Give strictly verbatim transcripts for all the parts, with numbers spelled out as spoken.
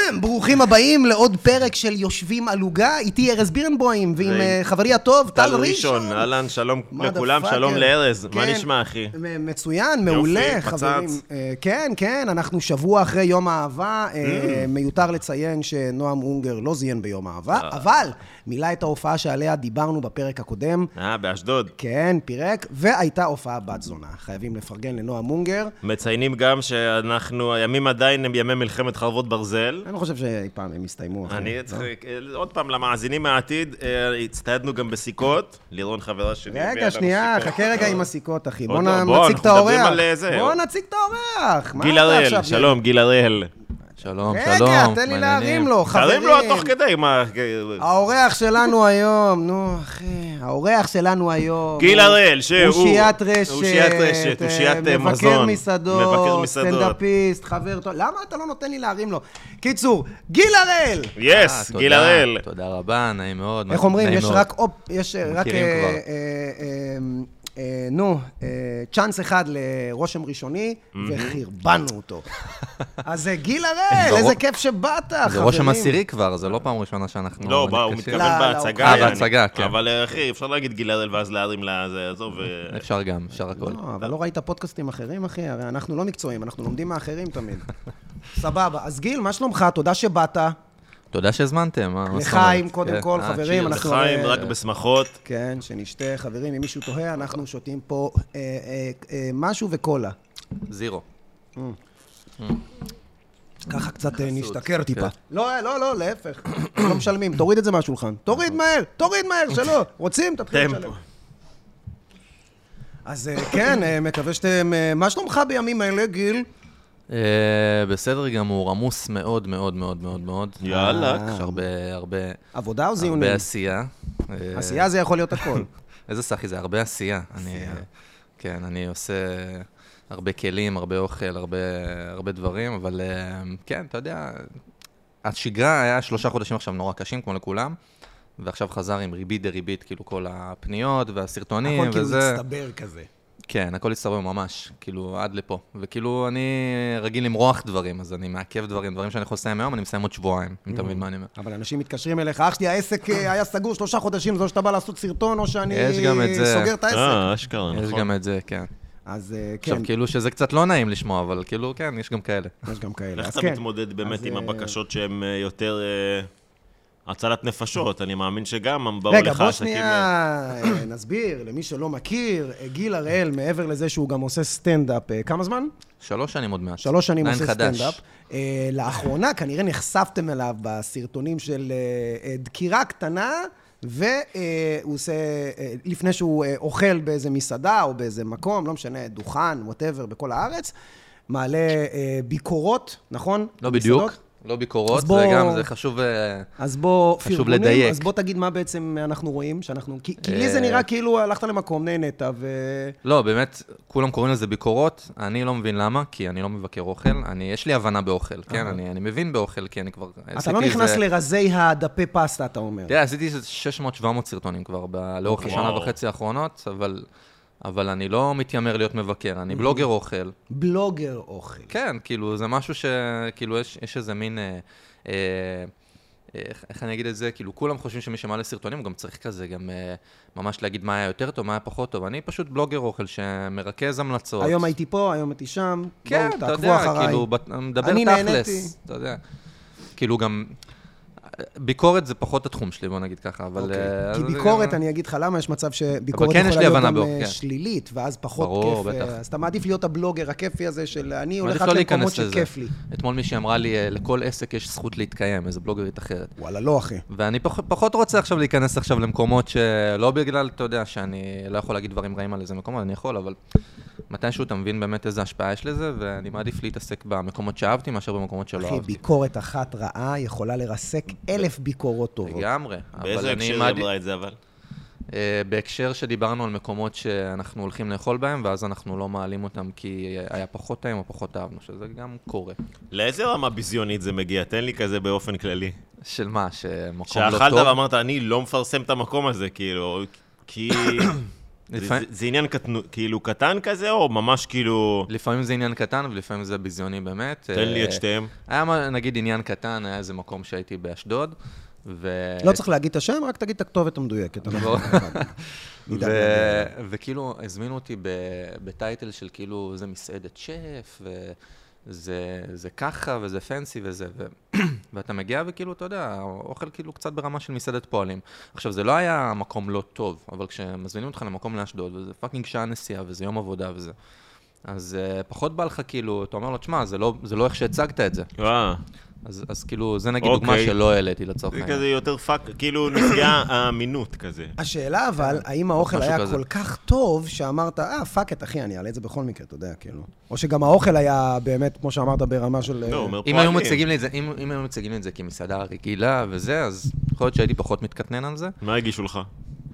ברוכים הבאים לעוד פרק של יושבים על עוגה, איתי ארז בירנבוים, ועם חברי הטוב, טל ראשון. אהלן, שלום לכולם, שלום לארז. מה נשמע, אחי? מצוין, מעולה, חברים. כן, כן, אנחנו שבוע אחרי יום האהבה, מיותר לציין שנועם אונגר לא זיין ביום האהבה, אבל מילא את ההופעה שעליה דיברנו בפרק הקודם. אה, באשדוד. כן, פירק, והייתה הופעה בת זונה. חייבים לפרגן לנועם אונגר. מציינים גם שאנחנו, הימים עדיין הם ימי מלחמת חרבות ברזל. אני לא חושב שאי פעם הם יסתיימו. אני צריך, עוד פעם, למאזינים מהעתיד, הצטיידנו גם בסיכות, לירון חברה שלי. רגע, שנייה, חכה רגע עם הסיכות, אחי. בוא נציג את האורח. בוא נציג את האורח. גיל הראל, שלום, גיל הראל. שלום, שלום. רגע, תן לי להרים לו, חברים. תרים לו תוך כדי, מה... האורח שלנו היום, נו, אחי, האורח שלנו היום... גיל הראל, שהוא... אושיית רשת, אושיית רשת, אושיית מזון. מבקר מסעדות, סטנדאפיסט, חבר טוב. למה אתה לא נותן לי להרים לו? קיצור, גיל הראל! יס, גיל הראל. תודה רבה, נעים מאוד. איך אומרים, יש רק... יש רק... נו, צ'אנס אחד לרושם ראשוני, וחרבנו אותו. אז גיל הראל, איזה כיף שבאת, חברים. זה רושם עשירי כבר, זה לא פעם ראשונה שאנחנו... לא, בא, הוא מתכוון בהצגה. אה, בהצגה, כן. אבל אחי, אפשר להגיד גיל הראל ואז להרים לזה, עזוב. אפשר גם, אפשר הכל. לא, אבל לא ראית פודקאסטים אחרים, אחי? הרי אנחנו לא מקצועיים, אנחנו לומדים מהאחרים תמיד. סבבה, אז גיל, מה שלומך? תודה שבאת. תודה שהזמנתם. לחיים, קודם כל, חברים. לחיים, רק בשמחות. כן, שנשתה, חברים. אם מישהו תוהה, אנחנו שותים פה משהו וקולה. זירו. ככה קצת נשתכר טיפה. לא, לא, לא, להפך. לא משלמים. תוריד את זה מהשולחן. תוריד מהר, תוריד מהר, שלא. רוצים? תתחיל לשלם. אז כן, מקווה שאתם... מה שלומך בימים האלה, גיל? בסדר גמור, עמוס מאוד מאוד מאוד מאוד מאוד. יאללה. יש הרבה, הרבה... עבודה או זיונים? הרבה עשייה. עשייה זה יכול להיות הכל. איזה סחי, זה הרבה עשייה. כן, אני עושה הרבה כלים, הרבה אוכל, הרבה דברים, אבל כן, אתה יודע, השגרה היה שלושה חודשים עכשיו נורא קשים, כמו לכולם, ועכשיו חזר עם ריבית דריבית, כאילו כל הפניות והסרטונים וזה. הכל כאילו הצטבר כזה. כן, הכל הצטבר ממש, כאילו, עד לפה. וכאילו, אני רגיל למרוח דברים, אז אני מעכב דברים, דברים שאני יכול לסיים היום, אני מסיים עוד שבועיים, אם אתה מבין מה אני אומר. אבל אנשים מתקשרים אליך, אח שלי, העסק היה סגור שלושה חודשים, זו שאתה בא לעשות סרטון, או שאני סוגר את העסק. אה, אשכרה, נכון. יש גם את זה, כן. אז כן. עכשיו, כאילו שזה קצת לא נעים לשמוע, אבל כאילו, כן, יש גם כאלה. יש גם כאלה. איך אתה מתמודד באמת עם הבקשות שהן יותר... הצלת נפשות, אני מאמין שגם באו לך עסקים... רגע, בוא שנייה נסביר, למי שלא מכיר, גיל הראל, מעבר לזה שהוא גם עושה סטנדאפ, כמה זמן? שלוש שנים עוד מעט. שלוש שנים עושה סטנדאפ. לאחרונה, כנראה נחשפתם אליו בסרטונים של דקירה קטנה, והוא עושה, לפני שהוא אוכל באיזה מסעדה או באיזה מקום, לא משנה, דוכן, whatever, בכל הארץ, מעלה ביקורות, נכון? לא בדיוק. לא ביקורות, זה גם, זה חשוב לדייק. אז בוא, פירגונים, אז בוא תגיד מה בעצם אנחנו רואים, שאנחנו, כי לי זה נראה כאילו הלכת למקום, נהנית, ו... לא, באמת, כולם קוראים לזה ביקורות, אני לא מבין למה, כי אני לא מבקר אוכל, יש לי הבנה באוכל, כן, אני מבין באוכל, כי אני כבר... אתה לא נכנס לרזי הדפי פסטה, אתה אומר. תראה, עשיתי שש מאות שבע מאות סרטונים כבר, לאורך השנה וחצי האחרונות, אבל... אבל אני לא מתיימר להיות מבקר, אני בלוגר אוכל. בלוגר אוכל. כן, כאילו, זה משהו שכאילו, יש, יש איזה מין, אה, אה, איך, איך אני אגיד את זה? כאילו, כולם חושבים שמי שמעלה סרטונים, גם צריך כזה, גם אה, ממש להגיד מה היה יותר טוב, מה היה פחות טוב. אני פשוט בלוגר אוכל שמרכז המלצות. היום הייתי פה, היום הייתי שם. כן, בואו, אתה תעקבו יודע, אחריי. כאילו, מדבר אני תכלס. נהניתי. אתה יודע. כאילו, גם... ביקורת זה פחות התחום שלי, בוא נגיד ככה, אבל... כי ביקורת, אני אגיד לך למה, יש מצב שביקורת יכולה להיות גם שלילית, ואז פחות כיף. אז אתה מעדיף להיות הבלוגר הכיפי הזה של אני הולך רק למקומות שכיף לי. אתמול מישהי אמרה לי, לכל עסק יש זכות להתקיים, איזה בלוגרית אחרת. וואלה, לא אחי. ואני פחות רוצה עכשיו להיכנס עכשיו למקומות שלא בגלל, אתה יודע, שאני לא יכול להגיד דברים רעים על איזה מקומות, אני יכול, אבל מתישהו אתה מבין באמת איזה השפעה יש לזה, ואני מעדיף להתעסק במקומות שאהבתי, מאשר במקומות שלא אהבתי. אחי, ביקורת אחת רעה יכולה לרסק אלף ביקורות טובות. לגמרי. באיזה הקשר אמרה את זה, אבל? בהקשר שדיברנו על מקומות שאנחנו הולכים לאכול בהם, ואז אנחנו לא מעלים אותם כי היה פחות טעים או פחות אהבנו, שזה גם קורה. לאיזה רמה ביזיונית זה מגיע? תן לי כזה באופן כללי. של מה? שמקום לא טוב? שאכלת ואמרת, אני לא מפרסם את המקום הזה, כאילו, כי... זה עניין כאילו קטן כזה, או ממש כאילו... לפעמים זה עניין קטן, ולפעמים זה ביזיוני באמת. תן לי את שתיהם. היה נגיד עניין קטן, היה איזה מקום שהייתי באשדוד, ו... לא צריך להגיד את השם, רק תגיד את הכתובת המדויקת. וכאילו, הזמינו אותי בטייטל של כאילו, זה מסעדת שף, וזה ככה, וזה פנסי, וזה... ואתה מגיע וכאילו, אתה יודע, אוכל כאילו קצת ברמה של מסעדת פועלים. עכשיו, זה לא היה מקום לא טוב, אבל כשמזמינים אותך למקום לאשדוד, וזה פאקינג שעה נסיעה, וזה יום עבודה וזה, אז פחות בא לך כאילו, אתה אומר לו, תשמע, זה לא איך שהצגת את זה. וואו. אז, אז כאילו, זה נגיד דוגמה שלא העליתי לצורך העניין. זה כזה יותר פאק, כאילו נפגעה האמינות כזה. השאלה אבל, האם האוכל היה כל כך טוב שאמרת, אה, פאק את אחי, אני אעלה את זה בכל מקרה, אתה יודע, כאילו. או שגם האוכל היה באמת, כמו שאמרת, ברמה של... אם היו מציגים לי את זה, אם היו מציגים לי את זה כמסעדה רגילה וזה, אז יכול להיות שהייתי פחות מתקטנן על זה. מה הגישו לך?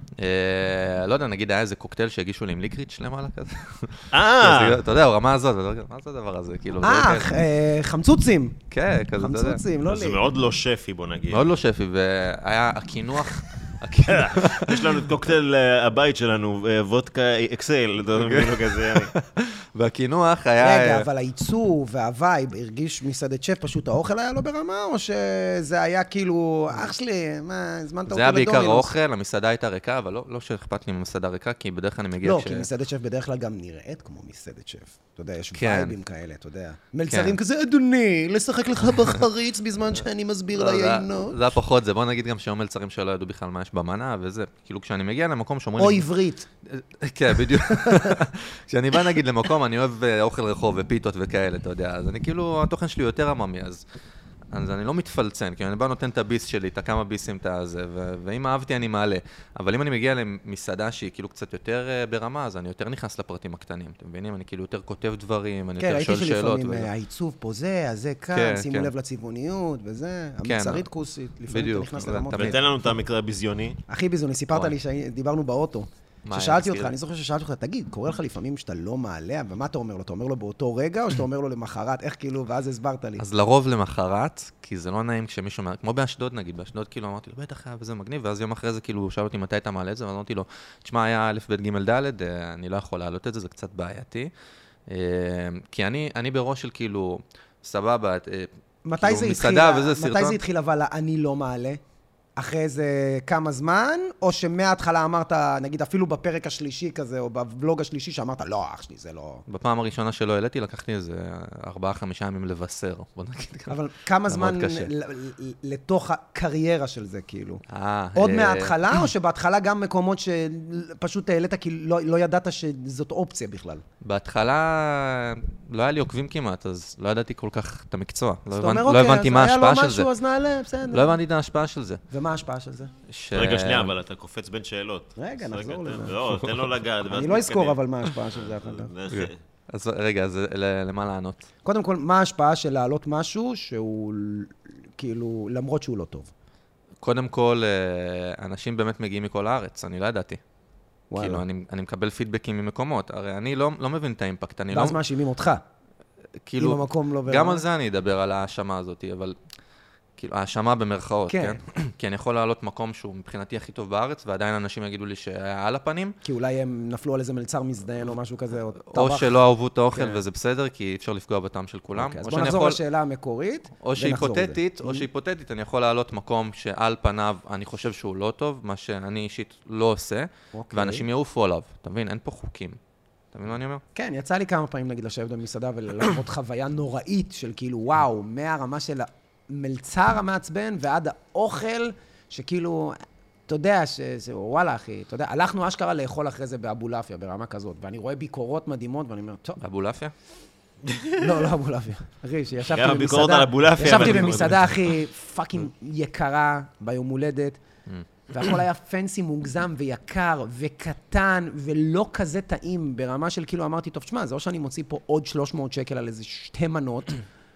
לא יודע, נגיד היה איזה קוקטייל שהגישו לי עם ליקריץ' למעלה כזה. אה! אתה יודע, הרמה הזאת, מה זה הדבר הזה? אה, חמצוצים. כן, כזה, אתה יודע. חמצוצים, לא לי. זה מאוד לא שפי, בוא נגיד. מאוד לא שפי, והיה הקינוח... יש לנו את קוקטייל הבית שלנו, וודקה אקסל, אתה יודע, כזה. והקינוח היה... רגע, אבל העיצוב והווייב הרגיש מסעדת שף, פשוט האוכל היה לא ברמה, או שזה היה כאילו, אח שלי, מה, הזמנת אותו זה היה לדומינוס? בעיקר האוכל, המסעדה הייתה ריקה, אבל לא שאכפת לי ממסעדה ריקה, כי בדרך כלל אני מגיע לא, כי מסעדת שף בדרך כלל גם נראית כמו מסעדת שף. אתה יודע, יש וייבים כאלה, אתה יודע. מלצרים כזה, אדוני, לשחק לך בחריץ בזמן שאני מסביר ליינות. זה היה פחות זה, בוא נגיד גם שהיום מלצרים שלא ידעו בכלל מה יש במנה, וזה, כאילו כשאני מגיע למקום שאומרים... או עברית. כן, בדיוק. כשאני בא נגיד למקום, אני אוהב אוכל רחוב ופיתות וכאלה, אתה יודע, אז אני כאילו, התוכן שלי יותר עממי, אז... אז אני לא מתפלצן, כי אני בא נותן את הביס שלי, את הכמה ביסים, את הזה, ואם אהבתי אני מעלה. אבל אם אני מגיע למסעדה שהיא כאילו קצת יותר ברמה, אז אני יותר נכנס לפרטים הקטנים. אתם מבינים? אני כאילו יותר כותב דברים, אני יותר שואל שאלות. כן, ראיתי שלפעמים העיצוב פה זה, הזה כאן, שימו לב לצבעוניות וזה, המלצרית כוסית, לפעמים אתה נכנס לרמות. ותן לנו את המקרה הביזיוני. הכי ביזיוני, סיפרת לי שדיברנו באוטו. ששאלתי אותך, אני זוכר ששאלתי אותך, תגיד, קורה לך לפעמים שאתה לא מעלה, ומה אתה אומר לו? אתה אומר לו באותו רגע, או שאתה אומר לו למחרת, איך כאילו, ואז הסברת לי? אז לרוב למחרת, כי זה לא נעים כשמישהו, כמו באשדוד נגיד, באשדוד כאילו אמרתי לו, בטח היה וזה מגניב, ואז יום אחרי זה כאילו שאל אותי מתי אתה מעלה את זה, ואז אמרתי לו, תשמע, היה א' ב' ג' ד', אני לא יכול להעלות את זה, זה קצת בעייתי. כי אני, אני בראש של כאילו, סבבה, מתי זה התחיל, מתי זה התחיל אבל אני לא מעלה? אחרי איזה כמה זמן, או שמההתחלה אמרת, נגיד אפילו בפרק השלישי כזה, או בבלוג השלישי, שאמרת, לא, אח שלי, זה לא... בפעם הראשונה שלא העליתי, לקחתי איזה ארבעה, חמישה ימים לבשר, בוא נגיד ככה. אבל כמה זמן לתוך הקריירה של זה, כאילו? עוד מההתחלה, או שבהתחלה גם מקומות שפשוט העלית, כי לא ידעת שזאת אופציה בכלל? בהתחלה לא היה לי עוקבים כמעט, אז לא ידעתי כל כך את המקצוע. לא הבנתי מה ההשפעה של זה. לא הבנתי את ההשפעה של זה. ומה ההשפעה של זה? רגע, שנייה, אבל אתה קופץ בין שאלות. רגע, נחזור לזה. לא, תן לו לגעת. אני לא אזכור אבל מה ההשפעה של זה. אז רגע, אז למה לענות? קודם כל, מה ההשפעה של להעלות משהו שהוא, כאילו, למרות שהוא לא טוב? קודם כל, אנשים באמת מגיעים מכל הארץ, אני לא ידעתי. כאילו, אני מקבל פידבקים ממקומות, הרי אני לא מבין את האימפקט. ואז מאשימים אותך. כאילו, אם המקום לא... גם על זה אני אדבר, על ההאשמה הזאת, אבל... כאילו, האשמה במרכאות, כן? כי אני יכול לעלות מקום שהוא מבחינתי הכי טוב בארץ, ועדיין אנשים יגידו לי שהיה על הפנים. כי אולי הם נפלו על איזה מלצר מזדיין או משהו כזה, או טבח. או שלא אהבו את האוכל, וזה בסדר, כי אי אפשר לפגוע בטעם של כולם. אז בוא נחזור לשאלה המקורית, או שהיפותטית, או שהיפותטית, אני יכול לעלות מקום שעל פניו אני חושב שהוא לא טוב, מה שאני אישית לא עושה, ואנשים יעופו עליו. אתה מבין? אין פה חוקים. אתה מבין מה אני אומר? כן, יצא לי כמה פעמים, נגיד, לשבת במסעדה ולעשות חוויה נוראית של כאילו, וואו, מהרמה של המלצר המעצבן ועד האוכל, שכאילו, אתה יודע, שוואלה, אחי, אתה יודע, הלכנו אשכרה לאכול אחרי זה באבולעפיה, ברמה כזאת, ואני רואה ביקורות מדהימות, ואני אומר, טוב. אבולעפיה? לא, לא אבולעפיה. אחי, שישבתי במסעדה, ביקורות על אבולעפיה. ישבתי במסעדה הכי פאקינג יקרה ביום הולדת, והכל היה פנסי מוגזם ויקר וקטן ולא כזה טעים ברמה של כאילו אמרתי, טוב, תשמע, זה או שאני מוציא פה עוד שלוש מאות שקל על איזה שתי מנות,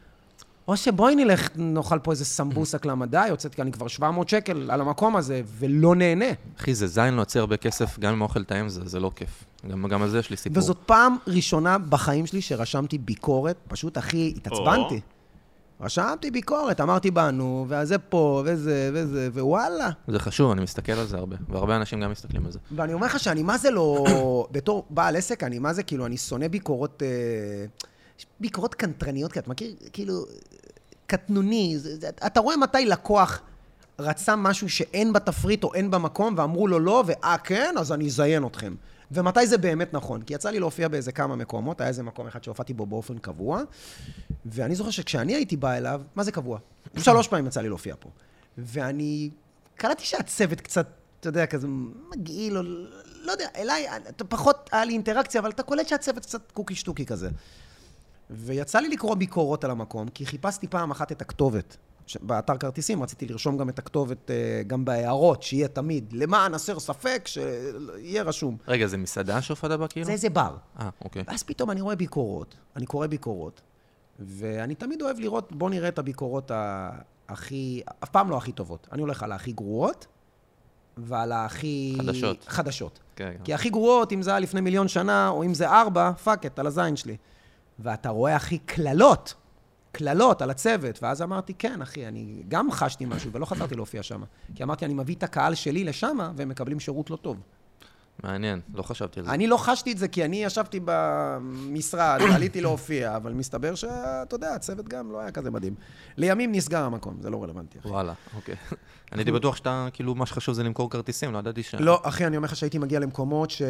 או שבואי נלך, נאכל פה איזה סמבוסק למדי, יוצאת כאן כבר שבע מאות שקל על המקום הזה ולא נהנה. אחי, זה זין לא יוצא הרבה כסף, גם אם האוכל טעים זה, זה לא כיף. גם, גם על זה יש לי סיפור. וזאת פעם ראשונה בחיים שלי שרשמתי ביקורת, פשוט הכי התעצבנתי. רשמתי ביקורת, אמרתי בנו, וזה פה, וזה, וזה, ווואלה. זה חשוב, אני מסתכל על זה הרבה, והרבה אנשים גם מסתכלים על זה. ואני אומר לך שאני מה זה לא... בתור בעל עסק, אני מה זה, כאילו, אני שונא ביקורות... ביקורות קנטרניות, כי אתה מכיר, כאילו, קטנוני, אתה רואה מתי לקוח רצה משהו שאין בתפריט או אין במקום, ואמרו לו לא, ואה כן, אז אני אזיין אתכם. ומתי זה באמת נכון? כי יצא לי להופיע באיזה כמה מקומות, היה איזה מקום אחד שהופעתי בו באופן קבוע, ואני זוכר שכשאני הייתי בא אליו, מה זה קבוע? שלוש פעמים יצא לי להופיע פה. ואני קלטתי שהצוות קצת, אתה יודע, כזה מגעיל, או לא יודע, אליי, פחות היה לי אינטראקציה, אבל אתה קולט שהצוות קצת קוקי שטוקי כזה. ויצא לי לקרוא ביקורות על המקום, כי חיפשתי פעם אחת את הכתובת. באתר כרטיסים רציתי לרשום גם את הכתובת, גם בהערות, שיהיה תמיד, למען הסר ספק, שיהיה רשום. רגע, זה מסעדה שהופעת בה כאילו? זה איזה בר. אה, אוקיי. ואז פתאום אני רואה ביקורות, אני קורא ביקורות, ואני תמיד אוהב לראות, בוא נראה את הביקורות הכי, אף פעם לא הכי טובות. אני הולך על הכי גרועות, ועל הכי... חדשות. חדשות. כן, כי הכי גרועות, אם זה היה לפני מיליון שנה, או אם זה ארבע, פאקט, על הזין שלי. ואתה רואה הכי כללות, כללות על הצוות, ואז אמרתי, כן, אחי, אני גם חשתי משהו, ולא חזרתי להופיע שם. כי אמרתי, אני מביא את הקהל שלי לשם, והם מקבלים שירות לא טוב. מעניין, לא חשבתי על זה. אני לא חשתי את זה, כי אני ישבתי במשרד, עליתי להופיע, אבל מסתבר שאתה יודע, הצוות גם לא היה כזה מדהים. לימים נסגר המקום, זה לא רלוונטי, אחי. וואלה, אוקיי. אני הייתי בטוח שאתה, כאילו, מה שחשוב זה למכור כרטיסים, לא ידעתי ש... לא, אחי, אני אומר לך שהייתי מגיע למקומות ש...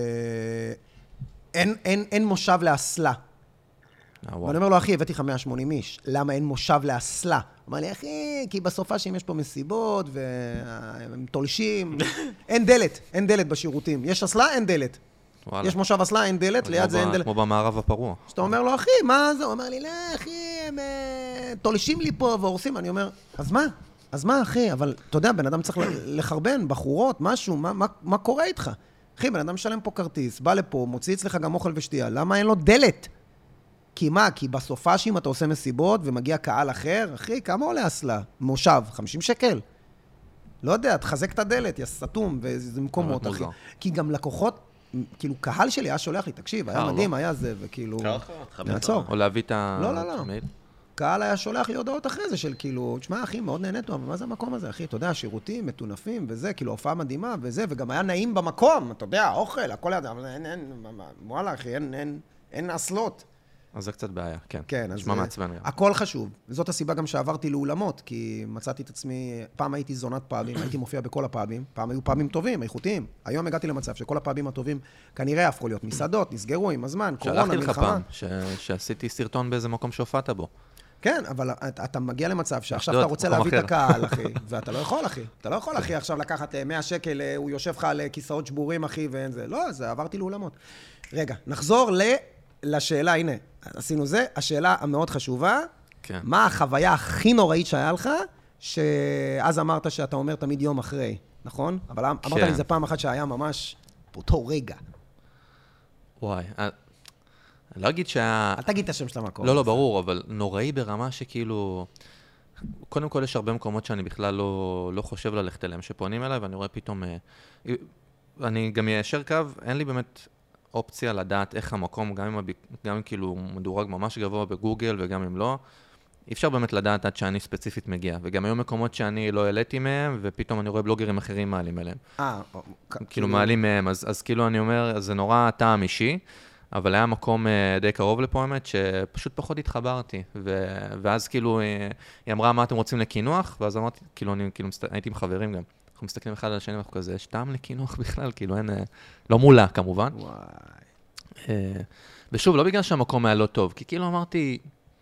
אין, אין, אין מושב לאסלה. ואני אומר לו, אחי, הבאתי לך מאה ושמונים איש, למה אין מושב לאסלה? הוא אומר לי, אחי, כי בסופה שאם יש פה מסיבות, והם תולשים, אין דלת, אין דלת בשירותים. יש אסלה, אין דלת. יש מושב אסלה, אין דלת, ליד זה אין דלת. כמו במערב הפרוע. שאתה אומר לו, אחי, מה זה? הוא אומר לי, לא, אחי, הם תולשים לי פה והורסים. אני אומר, אז מה? אז מה, אחי? אבל, אתה יודע, בן אדם צריך לחרבן, בחורות, משהו, מה קורה איתך? אחי, בן אדם משלם פה כרטיס, בא לפה, מוציא אצלך גם אוכל ושתייה, למה אין לו דלת? כי מה? כי בסופה שאם אתה עושה מסיבות ומגיע קהל אחר, אחי, כמה עולה אסלה? מושב, חמישים שקל. לא יודע, תחזק את הדלת, יא סתום, וזה מקומות, אחי. כי גם לקוחות, כאילו, קהל שלי היה שולח לי, תקשיב, היה מדהים, היה זה, וכאילו... נעצור. או להביא את ה... לא, לא, לא. קהל היה שולח לי הודעות אחרי זה, של כאילו, תשמע, אחי, מאוד נהניתו, אבל מה זה המקום הזה, אחי? אתה יודע, שירותים, מטונפים, וזה, כאילו, הופעה מדהימה, וזה, וגם היה נעים במקום, אתה יודע, אוכל, הכל היה, אבל אין, אין, וואלה, אחי, אין, אין, אין אסלות. אז זה קצת בעיה, כן. כן, אז... נשמע מעצבן גם. הכל חשוב. וזאת הסיבה גם שעברתי לאולמות, כי מצאתי את עצמי... פעם הייתי זונת פאבים, הייתי מופיע בכל הפאבים. פעם היו פאבים טובים, איכותיים. היום הגעתי למצב שכל הפאבים הטובים כנראה הפכו להיות מסעדות, נסגרו עם הזמן, קורונה, מלחמה. שלחתי לך פעם, ש... שעשיתי סרטון באיזה מקום שהופעת בו. כן, אבל אתה מגיע למצב שעכשיו אתה רוצה להביא את הקהל, אחי, ואתה לא יכול, אחי. אתה לא יכול, אחי, עכשיו לקחת מאה שקל, הוא יושב לך על כיסאות שבורים, אחי, ואין זה. לא, זה עברתי לאולמות. רגע, נחזור ל... לשאלה, הנה, עשינו זה, השאלה המאוד חשובה, כן. מה החוויה הכי נוראית שהיה לך, שאז אמרת שאתה אומר תמיד יום אחרי, נכון? אבל כן. אמרת לי זה פעם אחת שהיה ממש באותו רגע. וואי, אני לא אגיד שה... אל תגיד את השם של המקום. לא, לא, ברור, אבל נוראי ברמה שכאילו... קודם כל יש הרבה מקומות שאני בכלל לא, לא חושב ללכת אליהם, שפונים אליי, ואני רואה פתאום... אני גם ישר קו, אין לי באמת... אופציה לדעת איך המקום, גם אם, גם אם כאילו מדורג ממש גבוה בגוגל וגם אם לא, אי אפשר באמת לדעת עד שאני ספציפית מגיע. וגם היו מקומות שאני לא העליתי מהם, ופתאום אני רואה בלוגרים אחרים מעלים אליהם. אה, כאילו מעלים מהם, אז, אז כאילו אני אומר, זה נורא טעם אישי, אבל היה מקום די קרוב לפה האמת, שפשוט פחות התחברתי. ו, ואז כאילו היא אמרה, מה אתם רוצים לקינוח? ואז אמרתי, כאילו אני כאילו, הייתי עם חברים גם. אנחנו מסתכלים אחד על השני, אנחנו כזה, יש טעם לקינוח בכלל, כאילו אין, לא מולה כמובן. וואי. ושוב, לא בגלל שהמקום היה לא טוב, כי כאילו אמרתי,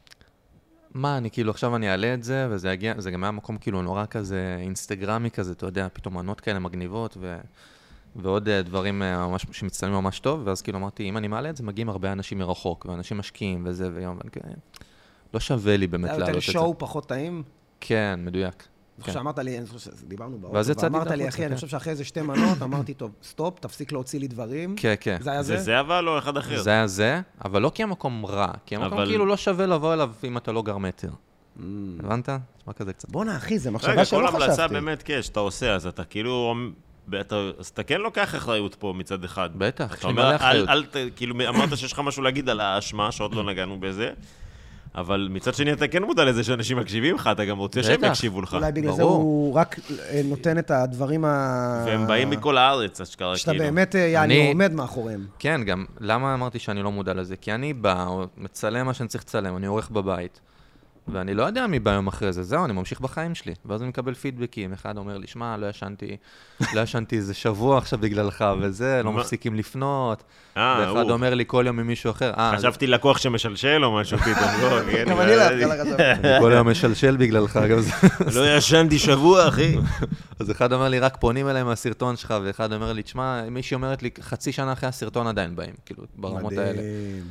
מה, אני כאילו עכשיו אני אעלה את זה, וזה יגיע, זה גם היה מקום כאילו נורא כזה אינסטגרמי כזה, אתה יודע, פתאום מנות כאלה מגניבות, ו... ועוד דברים ממש, שמצטלמים ממש טוב, ואז כאילו אמרתי, אם אני מעלה את זה, מגיעים הרבה אנשים מרחוק, ואנשים משקיעים וזה, ויום, ואני, לא שווה לי באמת לעלות את זה. זה יותר שואו, פחות טעים? כן, מדויק. אני חושב שאמרת לי, אני חושב שדיברנו באוטו, ואמרת לי, אחי, אני חושב שאחרי איזה שתי מנות, אמרתי, טוב, סטופ, תפסיק להוציא לי דברים. כן, כן. זה היה זה? זה זה אבל או אחד אחר? זה היה זה, אבל לא כי המקום רע, כי המקום כאילו לא שווה לבוא אליו אם אתה לא גר מטר. הבנת? נשמע כזה קצת. בוא'נה, אחי, זה מחשבה שלא חשבתי. רגע, כל המלצה באמת, כן, שאתה עושה, אז אתה כאילו... אז אתה כן לוקח אחריות פה מצד אחד. בטח, יש לי מלא אחריות. כאילו, אמרת שיש לך משהו להגיד על האשמה, שעוד לא נגענו בזה. אבל מצד שני אתה כן מודע לזה שאנשים מקשיבים לך, אתה גם רוצה שהם יקשיבו לך. אולי בגלל זה הוא רק נותן את הדברים ה... והם באים מכל הארץ, אשכרה כאילו. שאתה באמת, אני עומד מאחוריהם. כן, גם, למה אמרתי שאני לא מודע לזה? כי אני בא, מצלם מה שאני צריך לצלם, אני עורך בבית, ואני לא יודע מי בא יום אחרי זה, זהו, אני ממשיך בחיים שלי. ואז אני מקבל פידבקים, אחד אומר לי, שמע, לא ישנתי, לא ישנתי איזה שבוע עכשיו בגללך, וזה, לא מפסיקים לפנות. ואחד אומר לי כל יום ממישהו אחר. חשבתי לקוח שמשלשל או משהו פתאום, לא, כן. גם אני להתחילה חשבתי. כל יום משלשל בגללך, גם זה. לא ישנתי שבוע, אחי. אז אחד אומר לי, רק פונים אליי מהסרטון שלך, ואחד אומר לי, תשמע, מישהי אומרת לי, חצי שנה אחרי הסרטון עדיין באים, כאילו, ברמות האלה.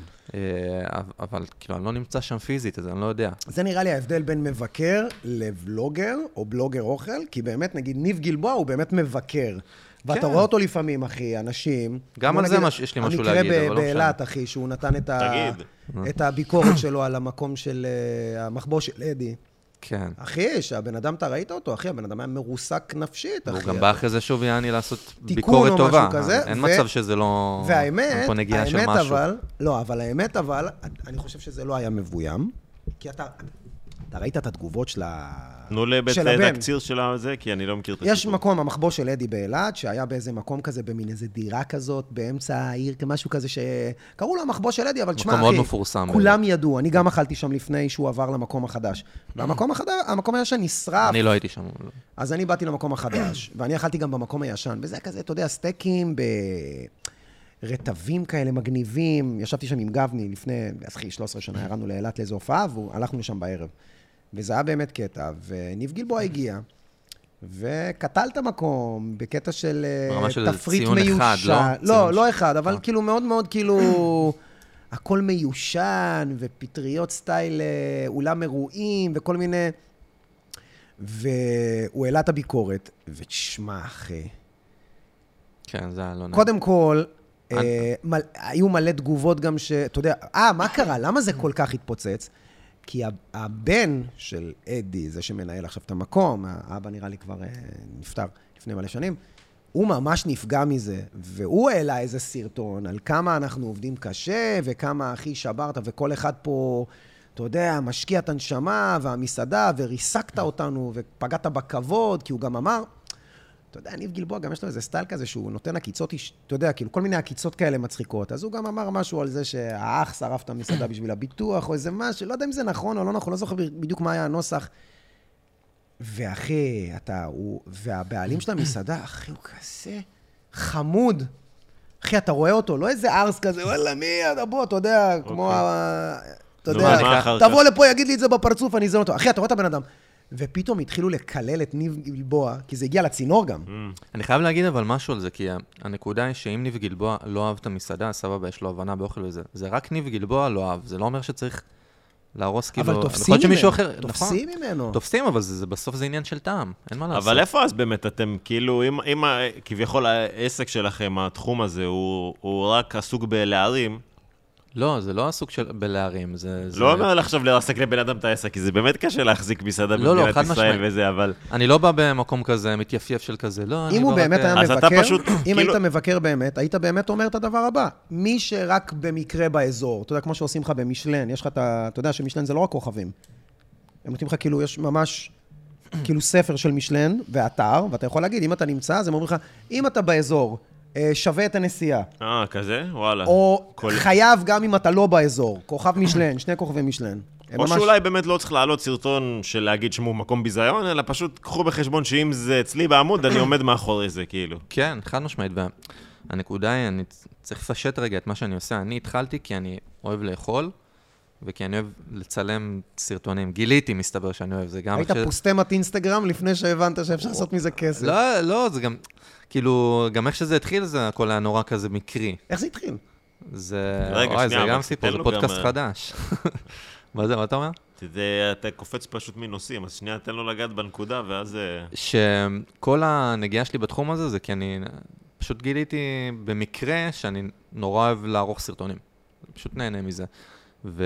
אבל כאילו, אני לא נמצא שם פיזית, אז אני לא יודע. זה נראה לי ההבדל בין מבקר לבלוגר, או בלוגר אוכל, כי באמת, נגיד, ניב גלבוע הוא באמת מבקר. ואתה רואה אותו לפעמים, אחי, אנשים... גם על זה יש לי משהו להגיד, אבל לא המקרה באילת, אחי, שהוא נתן את הביקורת שלו על המקום של המחבוא של אדי. כן. אחי, שהבן אדם, אתה ראית אותו, אחי, הבן אדם היה מרוסק נפשית, אחי. הוא גם בא אחרי זה שוב יעני לעשות ביקורת טובה. אין מצב שזה לא... והאמת, האמת אבל, לא, אבל האמת אבל, אני חושב שזה לא היה מבוים, כי אתה... אתה ראית את התגובות של הבן. תנו לבית הקציר של זה, כי אני לא מכיר את הסיפור. יש מקום, המחבוא של אדי באילת, שהיה באיזה מקום כזה, במין איזה דירה כזאת, באמצע העיר, כמשהו כזה שקראו לו המחבוא של אדי, אבל תשמע, אחי, מאוד מפורסם. כולם ידעו, אני גם אכלתי שם לפני שהוא עבר למקום החדש. והמקום החדש, המקום הישן נשרף. אני לא הייתי שם. אז אני באתי למקום החדש, ואני אכלתי גם במקום הישן, וזה היה כזה, אתה יודע, סטייקים ב... רטבים כאלה מגניבים, ישבתי שם עם גבני לפני, אחי, שלוש עשרה שנה, ירדנו לאילת לאיזו הופעה, והלכנו לשם בערב. וזה היה באמת קטע, וניב גלבוע הגיע, וקטל את המקום, בקטע של תפריט מיושן. לא, לא אחד, אבל כאילו מאוד מאוד כאילו, הכל מיושן, ופטריות סטייל אולם אירועים, וכל מיני... והוא העלה את הביקורת, ותשמע, אחי. כן, זה היה לא נע. קודם כל, היו מלא תגובות גם ש... אתה יודע, אה, מה קרה? למה זה כל כך התפוצץ? כי הבן של אדי, זה שמנהל עכשיו את המקום, האבא נראה לי כבר נפטר לפני מלא שנים, הוא ממש נפגע מזה, והוא העלה איזה סרטון על כמה אנחנו עובדים קשה, וכמה אחי שברת, וכל אחד פה, אתה יודע, משקיע את הנשמה, והמסעדה, וריסקת אותנו, ופגעת בכבוד, כי הוא גם אמר, אתה יודע, ניב גלבוע גם יש לו איזה סטייל כזה, שהוא נותן עקיצות, אתה יודע, כאילו כל מיני עקיצות כאלה מצחיקות, אז הוא גם אמר משהו על זה שהאח שרף את המסעדה בשביל הביטוח, או איזה משהו, לא יודע אם זה נכון או לא נכון, לא זוכר בדיוק מה היה הנוסח. ואחי, אתה, הוא, והבעלים של המסעדה, אחי, הוא כזה חמוד. אחי, אתה רואה אותו, לא איזה ארס כזה, וואלה, מי, אתה בוא, אתה יודע, כמו ה... אתה יודע, תבוא לפה, יגיד לי את זה בפרצוף, אני אזן אותו. אחי, אתה רואה את הבן אדם. ופתאום התחילו לקלל את ניב גלבוע, כי זה הגיע לצינור גם. אני חייב להגיד אבל משהו על זה, כי הנקודה היא שאם ניב גלבוע לא אהב את המסעדה, סבבה, יש לו הבנה באוכל וזה. זה רק ניב גלבוע לא אהב, זה לא אומר שצריך להרוס כאילו... אבל תופסים ממנו, תופסים ממנו. תופסים, אבל בסוף זה עניין של טעם, אין מה לעשות. אבל איפה אז באמת אתם, כאילו, אם כביכול העסק שלכם, התחום הזה, הוא רק עסוק בלהרים, לא, זה לא הסוג של בלהרים, זה... לא אומר לך עכשיו לרסק לבן אדם את העסק, כי זה באמת קשה להחזיק מסעדה במדינת ישראל וזה, אבל... אני לא בא במקום כזה, מתייפייף של כזה, לא, אם הוא באמת היה מבקר, אם היית מבקר באמת, היית באמת אומר את הדבר הבא, מי שרק במקרה באזור, אתה יודע, כמו שעושים לך במשלן, יש לך את ה... אתה יודע שמשלן זה לא רק כוכבים. הם נותנים לך כאילו, יש ממש כאילו ספר של משלן ואתר, ואתה יכול להגיד, אם אתה נמצא, אז הם אומרים לך, אם אתה באזור, שווה את הנסיעה. אה, כזה? וואלה. או חייב גם אם אתה לא באזור. כוכב משלן, שני כוכבי משלן. או שאולי באמת לא צריך לעלות סרטון של להגיד שמו מקום ביזיון, אלא פשוט קחו בחשבון שאם זה אצלי בעמוד, אני עומד מאחורי זה, כאילו. כן, חד משמעית. והנקודה היא, אני צריך לפשט רגע את מה שאני עושה. אני התחלתי כי אני אוהב לאכול, וכי אני אוהב לצלם סרטונים. גיליתי, מסתבר שאני אוהב. זה גם... היית פוסטמת אינסטגרם לפני שהבנת שאפשר לעשות מזה כסף. לא, לא, זה גם... כאילו, גם איך שזה התחיל, זה הכל היה נורא כזה מקרי. איך זה התחיל? זה... רגע, שנייה, זה גם סיפור, זה פודקאסט חדש. מה זה, מה אתה אומר? אתה קופץ פשוט מנושאים, אז שנייה, תן לו לגעת בנקודה, ואז... שכל הנגיעה שלי בתחום הזה, זה כי אני פשוט גיליתי במקרה שאני נורא אוהב לערוך סרטונים. פשוט נהנה מזה. ו...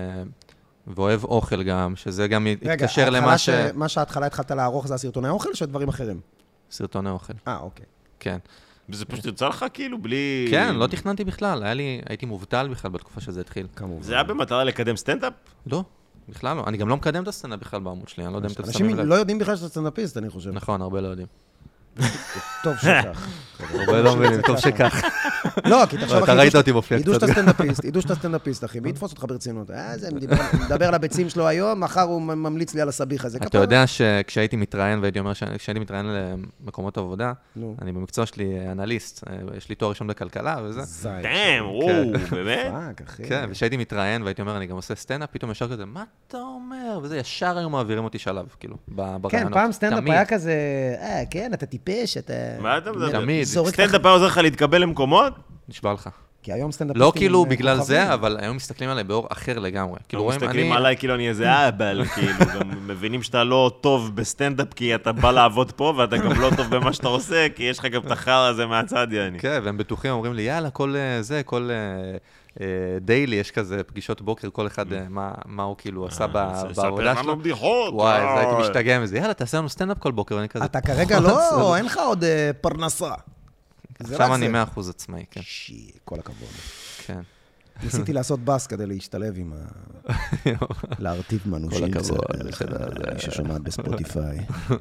ואוהב אוכל גם, שזה גם יתקשר למה ש... רגע, מה שההתחלה התחלת לערוך זה הסרטוני אוכל, או שדברים אחרים? סרטוני אוכל. אה, אוקיי. כן. וזה פשוט יוצא לך כאילו בלי... כן, לא תכננתי בכלל. היה לי, הייתי מובטל בכלל בתקופה שזה התחיל. זה היה במטרה לקדם סטנדאפ? לא. בכלל לא. אני גם לא מקדם את הסצנה בכלל בעמוד שלי, אני לא יודע אם אתם אנשים שמים לב. לא יודעים בכלל שאתה סטנדאפיסט, אני חושב. נכון, הרבה לא יודעים. טוב שכך. הרבה לא מבינים, טוב שכך. לא, כי תחשוב, אתה ראית אותי מופיע ידעו קצת. שאתה סטנדאפיסט, ידעו שאתה סטנדאפיסט, אחי, מי יתפוס אותך ברצינות? אה, זה, מדבר על הביצים שלו היום, מחר הוא ממליץ לי על הסביח הזה. אתה יודע שכשהייתי מתראיין, והייתי אומר כשהייתי מתראיין למקומות עבודה, נו. אני במקצוע שלי אנליסט, יש לי תואר ראשון בכלכלה וזה. זין. דאם, וואו, באמת? פאק, אחי. כן, וכשהייתי מתראיין והייתי אומר, אני גם עושה סטנדאפ, פתאום ישר כזה, מה אתה אומר? וזה ישר היו מעבירים אותי שלב, כאילו, ברעיונות. כן, פעם סטנדאפ תמיד. היה כזה, אה, כן, אתה טיפש, אתה... מה אתה מדבר? תמיד. זורק סטנדאפ היה עוזר לך להתקבל למקומות? נשבע לך. כי היום סטנדאפיסטים... לא כאילו הם בגלל כוכבים. זה, אבל היום מסתכלים עליי באור אחר לגמרי. כאילו לא רואים, מסתכלים אני... עליי כאילו אני איזה אהבל, כאילו, גם מבינים שאתה לא טוב בסטנדאפ, כי אתה בא לעבוד פה, ואתה גם לא טוב במה שאתה עושה, כי יש לך גם את החרא הזה מהצד, יעני. כן, והם בטוחים, אומרים לי, יאללה, כל אה, זה, כל דיילי, יש כזה פגישות בוקר, כל אחד אה, מה מה הוא כאילו עשה ב- בעבודה ספר שלו. לנו בדיחות. וואי, אז הייתי אוי. משתגע מזה, יאללה, תעשה לנו סטנדאפ כל בוקר, ואני כזה... אתה כרגע לא, אין לך עוד אה, פרנסה. זה רק עכשיו אני זה. מאה אחוז עצמאי, כן. שי, כל הכבוד. כן. ניסיתי לעשות בס כדי להשתלב עם ה... להרטיב מנושים. כל הכבוד, קצת, בסדר. מי ששומעת בספוטיפיי.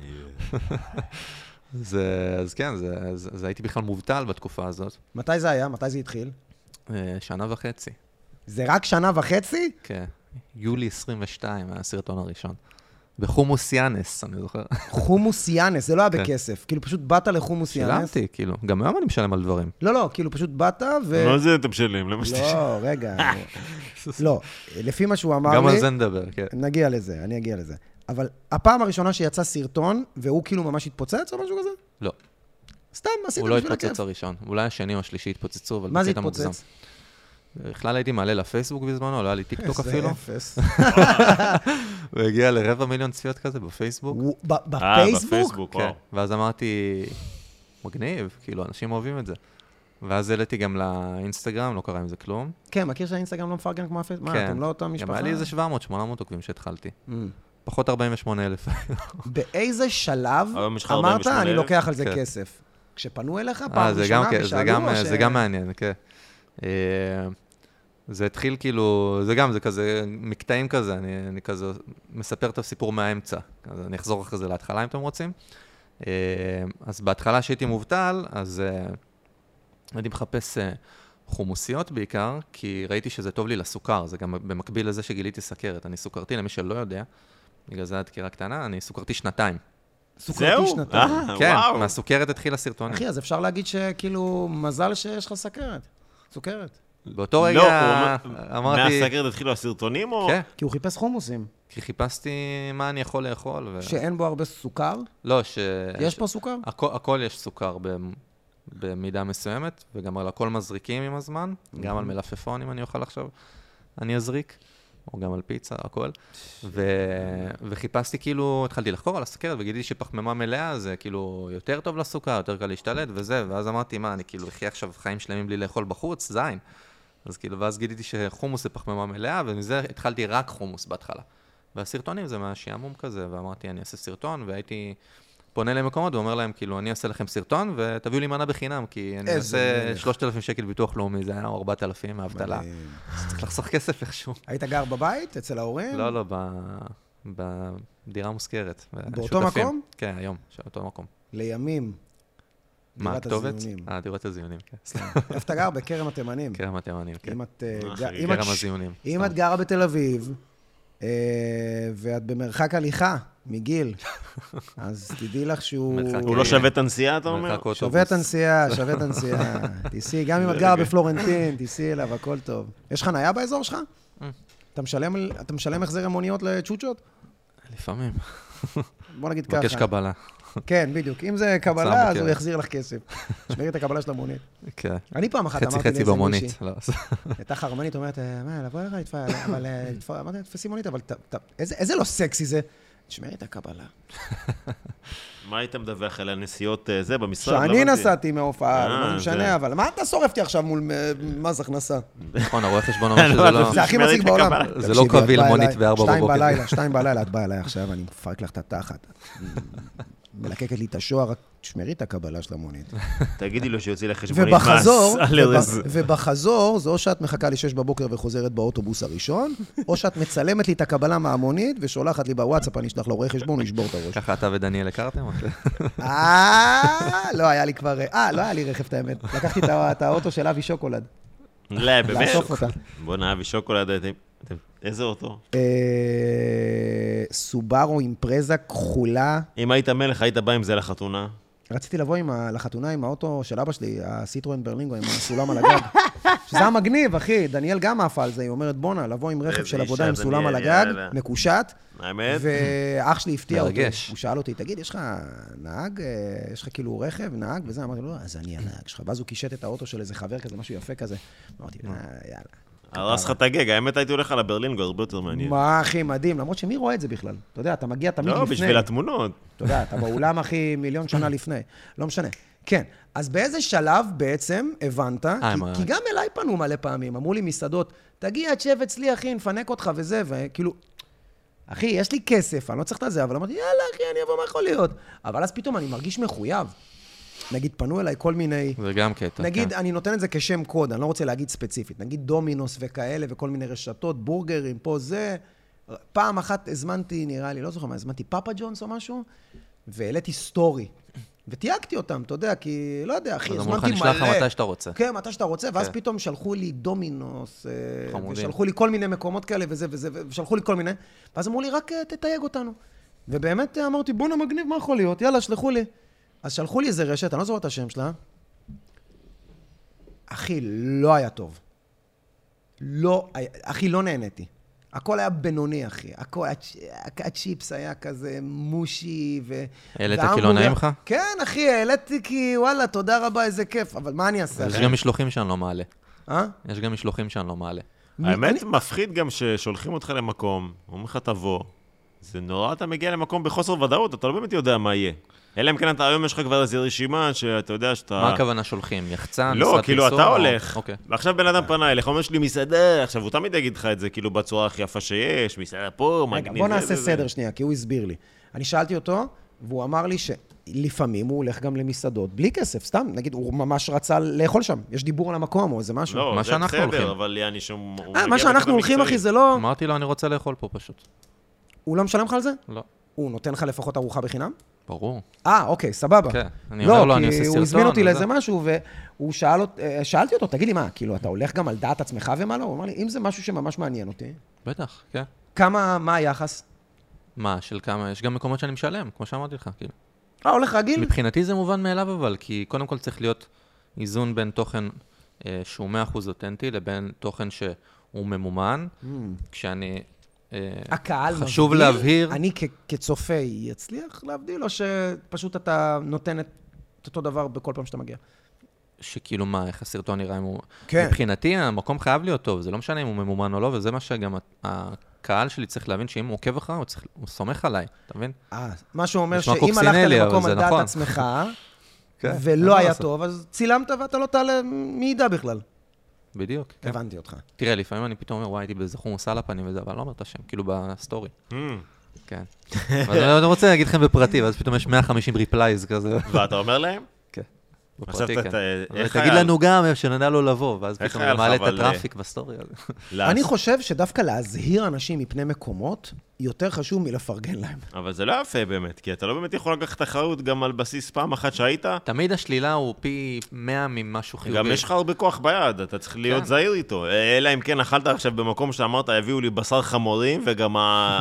זה, אז כן, זה, אז, אז הייתי בכלל מובטל בתקופה הזאת. מתי זה היה? מתי זה התחיל? אה, שנה וחצי, זה רק שנה וחצי? כן. יולי עשרים ושתיים, היה הסרטון הראשון. בחומוס יאנס, אני זוכר. חומוס יאנס, זה לא היה כן. בכסף. כאילו פשוט באת לחומוס יאנס. שילמתי, כאילו. גם היום אני משלם על דברים. לא, לא, כאילו פשוט באת ו... מה זה אתם שלים? למה שאתה... לא, רגע. לא, לפי מה שהוא אמר לי... גם על זה נדבר, כן. נגיע לזה, אני אגיע לזה. אבל הפעם הראשונה שיצא סרטון, והוא כאילו ממש התפוצץ או משהו כזה? לא. סתם, עשית הוא לא בשביל הכיף. התפוצץ הראשון. אולי השני או השלישי התפוצצו, אבל מה זה בקטע מוגזם. התפוצץ? בכלל הייתי מעלה לפייסבוק בזמנו, לא היה לי טיק טוק אפילו. זה אפס. והגיע לרבע מיליון צפיות כזה בפייסבוק. הוא- ב- אה, בפייסבוק? בפייסבוק, כן. וואו. ואז אמרתי, מגניב, כאילו, אנשים אוהבים את זה. ואז העליתי גם לאינסטגרם, לא קרה עם זה כלום. כן, מכיר שהאינסטגרם לא מפרגן כמו הפייסבוק? מה, כן. אתם לא אותה משפחה? גם היה לי איזה שבע מאות שמונה מאות עוקבים שהתחלתי. Mm. פחות ארבעים ושמונה אלף. באיזה שלב היום יש לך אמרת, ארבעים ושמונה אני אלף? לוקח על זה כן. כסף? כשפנו אליך אה, פעם זה גם, ראשונה כן, זה ושאלו גם, או ש... זה גם מעניין, כן. אה, זה התחיל כאילו, זה גם, זה כזה מקטעים כזה, אני, אני כזה מספר את הסיפור מהאמצע. אז אני אחזור אחרי זה להתחלה אם אתם רוצים. אה, אז בהתחלה שהייתי מובטל, אז אה, הייתי מחפש אה, חומוסיות בעיקר, כי ראיתי שזה טוב לי לסוכר, זה גם במקביל לזה שגיליתי סכרת. אני סוכרתי, למי שלא יודע, בגלל זה הדקירה קטנה, אני סוכרתי שנתיים. סוכרתי זהו? שנתיים. אה, כן, וואו. מהסוכרת התחיל הסרטונים. אחי, אז אפשר להגיד שכאילו, מזל שיש לך סכרת. סוכרת. באותו רגע לא, הוא אומר- אמרתי, מהסגרת התחילו הסרטונים או... כן, כי הוא חיפש חומוסים, כי חיפשתי מה אני יכול לאכול. ו... שאין בו הרבה סוכר. לא, ש... יש ש... פה סוכר? הכל, הכל יש סוכר ב... במידה מסוימת, וגם על הכל מזריקים עם הזמן, גם על מלפפון אם אני אוכל עכשיו, אני אזריק, או גם על פיצה, הכל. ו... וחיפשתי כאילו, התחלתי לחקור על הסוכרת, וגידי שפחמימה מלאה זה כאילו יותר טוב לסוכר, יותר קל להשתלט וזה, ואז אמרתי, מה, אני כאילו אחיה עכשיו חיים שלמים בלי לאכול בחוץ, זין. אז כאילו, ואז גידיתי שחומוס זה פחמימה מלאה, ומזה התחלתי רק חומוס בהתחלה. והסרטונים זה מהשעמום כזה, ואמרתי, אני אעשה סרטון, והייתי פונה למקומות ואומר להם, כאילו, אני אעשה לכם סרטון, ותביאו לי מנה בחינם, כי אני איזה אעשה מלך. שלושת אלפים שקל ביטוח לאומי, זה היה או ארבעת אלפים מהאבטלה. מדהים. אז צריך לחסוך כסף איכשהו. היית גר בבית, אצל ההורים? לא, לא, ב- בדירה מושכרת. באותו שותפים. מקום? כן, היום, באותו מקום. לימים. מה, דירת הכתובת? הזיונים. אה, דירת הזיונים, כן. איפה אתה גר? בכרם התימנים. כרם התימנים, כן. אם את, אה, אה, ג- אחי, אם את כרם ש- הזיונים. אם סתם. את גרה בתל אביב, אה, ואת במרחק הליכה מגיל, אז תדעי לך שהוא... מרחק, הוא לא שווה את הנסיעה, אתה אומר? מרחק אוטובוס. שווה את הנסיעה, שווה את הנסיעה. תיסעי, גם אם את גרה בפלורנטין, תיסעי אליו, הכל טוב. יש חנייה באזור שלך? אתה משלם על- אתה משלם החזר המוניות לצ'וצ'ות? לפעמים. בוא נגיד ככה. מבקש קבלה. כן, בדיוק. אם זה הצעה קבלה, אז מוכרת. הוא יחזיר לך כסף. שמרי את הקבלה של המונית. כן. אני פעם אחת חצי אמרתי חצי לאיזה במונית. מישהי, לא, הייתה חרמנית, אומרת, "אה, מה, לבוא אליך, לתפ- אבל אה, לתפ- אמרתי, תפסי מונית, אבל ת- ת- איזה איזה לא סקסי זה. תשמרי את הקבלה. מה היית מדווח על הנסיעות אה, זה במשרד? לא שאני הבנתי. נסעתי מההופעה, אה, מה זה זה. משנה, אבל מה אתה שורף אותי עכשיו מול אה, מס הכנסה? נכון, הרואה חשבון אומר שזה לא... זה הכי תשמרי מציג את בעולם. הקבלה. זה תקשיבי, לא את קביל באה מונית אליי, בארבע שתיים בבוקר. בלילה, שתיים בלילה, את באה אליי עכשיו, אני מפרק לך את התחת. מלקקת לי את השוער, שמרי את הקבלה של המונית. תגידי לו שיוציא לחשבונית מס ובחזור, על ארז. ובחזור, זה או שאת מחכה לי שש בבוקר וחוזרת באוטובוס הראשון, או שאת מצלמת לי את הקבלה מהמונית, ושולחת לי בוואטסאפ, אני אשלח לו רואה חשבון, הוא ישבור את הראש. ככה אתה ודניאל הכרתם? אה, לא היה לי כבר, אה, לא היה לי רכב, את האמת. לקחתי את האוטו של אבי שוקולד. לא, באמת? לאסוף אותה. בוא נאבי שוקולד, איזה אוטו? סובארו אימפרזה כחולה. אם היית מלך, היית בא עם זה לחתונה? רציתי לבוא לחתונה עם האוטו של אבא שלי, הסיטרואן ברלינגו, עם הסולם על הגג. שזה היה מגניב, אחי. דניאל גם עף על זה, היא אומרת, בונה, לבוא עם רכב של עבודה עם סולם על הגג, מקושט. האמת? ואח שלי הפתיע אותו. מרגש. הוא שאל אותי, תגיד, יש לך נהג? יש לך כאילו רכב, נהג? וזה, אמרתי לו, אז אני הנהג שלך. ואז הוא קישט את האוטו של איזה חבר כזה, משהו יפה כזה. אמרתי, יאללה. הרס לך את הגג, האמת הייתי הולך על הברלינגו, הרבה יותר מעניין. מה, אחי, מדהים, למרות שמי רואה את זה בכלל? אתה יודע, אתה מגיע תמיד לפני. לא, בשביל התמונות. אתה יודע, אתה באולם, אחי, מיליון שנה לפני. לא משנה. כן, אז באיזה שלב בעצם הבנת, כי גם אליי פנו מלא פעמים, אמרו לי מסעדות, תגיע, תשב אצלי, אחי, נפנק אותך וזה, וכאילו, אחי, יש לי כסף, אני לא צריך את זה, אבל אמרתי, יאללה, אחי, אני אבוא, מה יכול להיות? אבל אז פתאום אני מרגיש מחויב. נגיד, פנו אליי כל מיני... זה גם קטע. נגיד, אני נותן את זה כשם קוד, אני לא רוצה להגיד ספציפית. נגיד דומינוס וכאלה, וכל מיני רשתות, בורגרים, פה זה. פעם אחת הזמנתי, נראה לי, לא זוכר מה, הזמנתי פאפה ג'ונס או משהו, והעליתי סטורי. ותייגתי אותם, אתה יודע, כי, לא יודע, אחי, הזמנתי מלא. נשלח לך מתי שאתה רוצה. כן, מתי שאתה רוצה, ואז פתאום שלחו לי דומינוס, ושלחו לי כל מיני מקומות כאלה וזה וזה, ושלחו לי כל מיני, ואז אמרו לי, רק תתייג אותנו. ובאמת אמרתי, בוא נמגניב, מה יכול להיות? יאללה, שלחו לי. אז שלחו לי איזה רשת, אני לא זוכר את השם שלה. אחי, לא היה טוב. לא, אחי, לא נהניתי. הכל היה בינוני, אחי. הכל, הצ'יפס היה כזה מושי ו... העלית כי לא נעים לך? כן, אחי, העליתי כי, וואלה, תודה רבה, איזה כיף. אבל מה אני אעשה? יש גם משלוחים שאני לא מעלה. אה? יש גם משלוחים שאני לא מעלה. האמת, מפחיד גם ששולחים אותך למקום, אומרים לך תבוא. זה נורא, אתה מגיע למקום בחוסר ודאות, אתה לא באמת יודע מה יהיה. אלא אם כן, אתה היום יש לך כבר איזו רשימה שאתה יודע שאתה... מה הכוונה שולחים? יחצן? לא, כאילו אתה הולך, ועכשיו בן אדם פנה אליך, אומר שלי מסעדה, עכשיו הוא תמיד יגיד לך את זה כאילו בצורה הכי יפה שיש, מסעדה פה, מגניב. בוא נעשה סדר שנייה, כי הוא הסביר לי. אני שאלתי אותו, והוא אמר לי שלפעמים הוא הולך גם למסעדות בלי כסף, סתם, נגיד, הוא ממש רצה לאכול שם, יש דיבור על המקום או איזה משהו. לא, זה בסדר, אבל יעני שהוא... אה, מה שאנחנו הולכים, אחי, זה לא... אמרתי לו, אני רוצה לאכול פה פשוט. הוא לא משלם לך על זה? לא. הוא נותן לך לפחות ארוחה בחינם? ברור. אה, אוקיי, סבבה. כן, אני אומר לו, אני עושה סרטון. לא, כי הוא הזמין אותי לאיזה משהו, והוא שאל אותי, שאלתי אותו, תגיד לי מה, כאילו, אתה הולך גם על דעת עצמך ומה לא? הוא אמר לי, אם זה משהו שממש מעניין אותי. בטח, כן. כמה, מה היחס? מה, של כמה? יש גם מקומות שאני משלם, כמו שאמרתי לך, כאילו. אה, הולך רגיל? מבחינתי זה מובן מאליו, אבל, כי קודם כל צריך להיות איזון בין תוכן שהוא מאה אחוז אותנטי, לבין תוכן שהוא ממומן, כשאני... הקהל מבדיל, חשוב להבהיר. אני כצופה יצליח להבדיל, או שפשוט אתה נותן את אותו דבר בכל פעם שאתה מגיע? שכאילו מה, איך הסרטון נראה אם הוא... כן. מבחינתי, המקום חייב להיות טוב, זה לא משנה אם הוא ממומן או לא, וזה מה שגם הקהל שלי צריך להבין, שאם הוא עוקב אחריו, הוא סומך עליי, אתה מבין? אה, מה שאומר שאם הלכת למקום על דעת עצמך, ולא היה טוב, אז צילמת ואתה לא תעלה מי ידע בכלל. בדיוק. הבנתי אותך. תראה, לפעמים אני פתאום אומר, וואי, הייתי באיזה חומוס על הפנים וזה, אבל לא אומר את השם, כאילו בסטורי. כן. אני רוצה להגיד לכם בפרטי, ואז פתאום יש מאה וחמישים ריפלייז כזה. ואתה אומר להם? כן. בפרטי, כן. איך תגיד לנו גם, שנדע לו לבוא, ואז פתאום הוא מעלה את אבל- הטראפיק בסטורי הזה. אני חושב שדווקא להזהיר אנשים מפני מקומות, יותר חשוב מלפרגן להם. אבל זה לא יפה באמת, כי אתה לא באמת יכול לקחת תחרות גם על בסיס פעם אחת שהיית. תמיד השלילה הוא פי מאה ממשהו חיובי. גם יש לך הרבה כוח ביד, אתה צריך להיות זהיר איתו. אלא אם כן אכלת עכשיו במקום שאמרת, הביאו לי בשר חמורים, וגם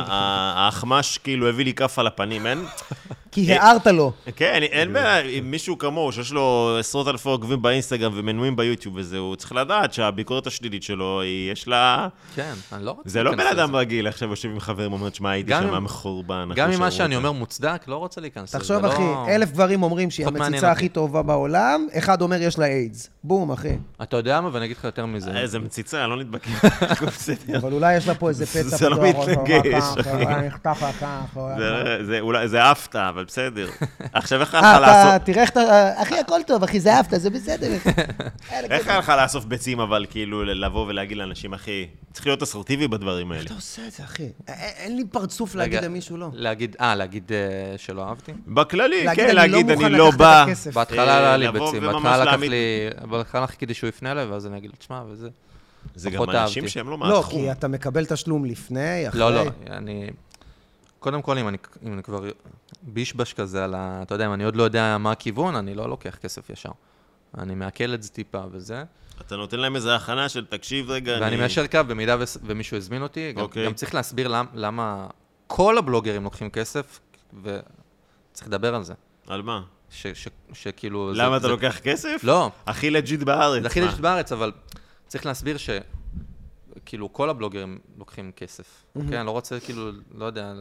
האחמש כאילו הביא לי כף על הפנים, אין? כי הערת לו. כן, אין בעיה, אם מישהו כמוהו, שיש לו עשרות אלפי עוקבים באינסטגרם ומנויים ביוטיוב וזה, הוא צריך לדעת שהביקורת השלילית שלו, יש לה... כן, אני לא רוצה... זה לא בן אדם רגיל, עכשיו יושב עם חברים, אומרת, שמה, הייתי שם מחורבן. גם ממה שאני אומר מוצדק, לא רוצה להיכנס. תחשוב, אחי, אלף גברים אומרים שהיא המציצה הכי טובה בעולם, אחד אומר יש לה איידס. בום, אחי. אתה יודע מה, ואני אגיד לך יותר מזה. איזה מציצה, לא נדבקים. אבל אולי יש לה פה איזה פצע. זה לא מתנגש, אחי. זה הפתעה, אבל בסדר. עכשיו איך אה, הלכה אתה, לאסוף... תראה איך אתה, אחי, הכל טוב, אחי, זה אהבת, זה בסדר. איך הלכה לאסוף ביצים, אבל כאילו לבוא ולהגיד לאנשים, אחי, צריך להיות אסרטיבי בדברים האלה. איך אתה עושה את זה, אחי? אין לי פרצוף להגיד למישהו לא. להגיד, אה, להגיד אה, שלא אהבתי? בכללי, להגיד, כן, אני לא להגיד, מוכן אני לא לקחת את בא. הכסף. בהתחלה אה, לא היה לי לבוא ביצים, וממש בהתחלה לקח להעמיד- לי, בהתחלה חיכיתי שהוא יפנה אליי, ואז אני אגיד לו, תשמע, וזה... זה גם פחות אנשים אהבתי. שהם לא לא, מהתחום. כי אתה מקבל תשלום לפני, אחרי. לא, לא, אני... קודם כל, אם אני, אם אני כבר בישבש כזה על ה... אתה יודע, אם אני עוד לא יודע מה הכיוון, אני לא לוקח כסף ישר. אני מעכל את זה טיפה וזה. אתה נותן להם איזו הכנה של תקשיב רגע, ואני מיישר קו במידה ו... ומישהו הזמין אותי. גם, אוקיי. גם צריך להסביר למ... למה כל הבלוגרים לוקחים כסף, וצריך לדבר על זה. על מה? ש... ש... שכאילו... למה זה, אתה זה... לוקח כסף? לא. הכי לג'יט בארץ. זה הכי מה? לג'יט בארץ, אבל צריך להסביר ש... כאילו, כל הבלוגרים לוקחים כסף. אוקיי? אני לא רוצה, כאילו, לא יודע...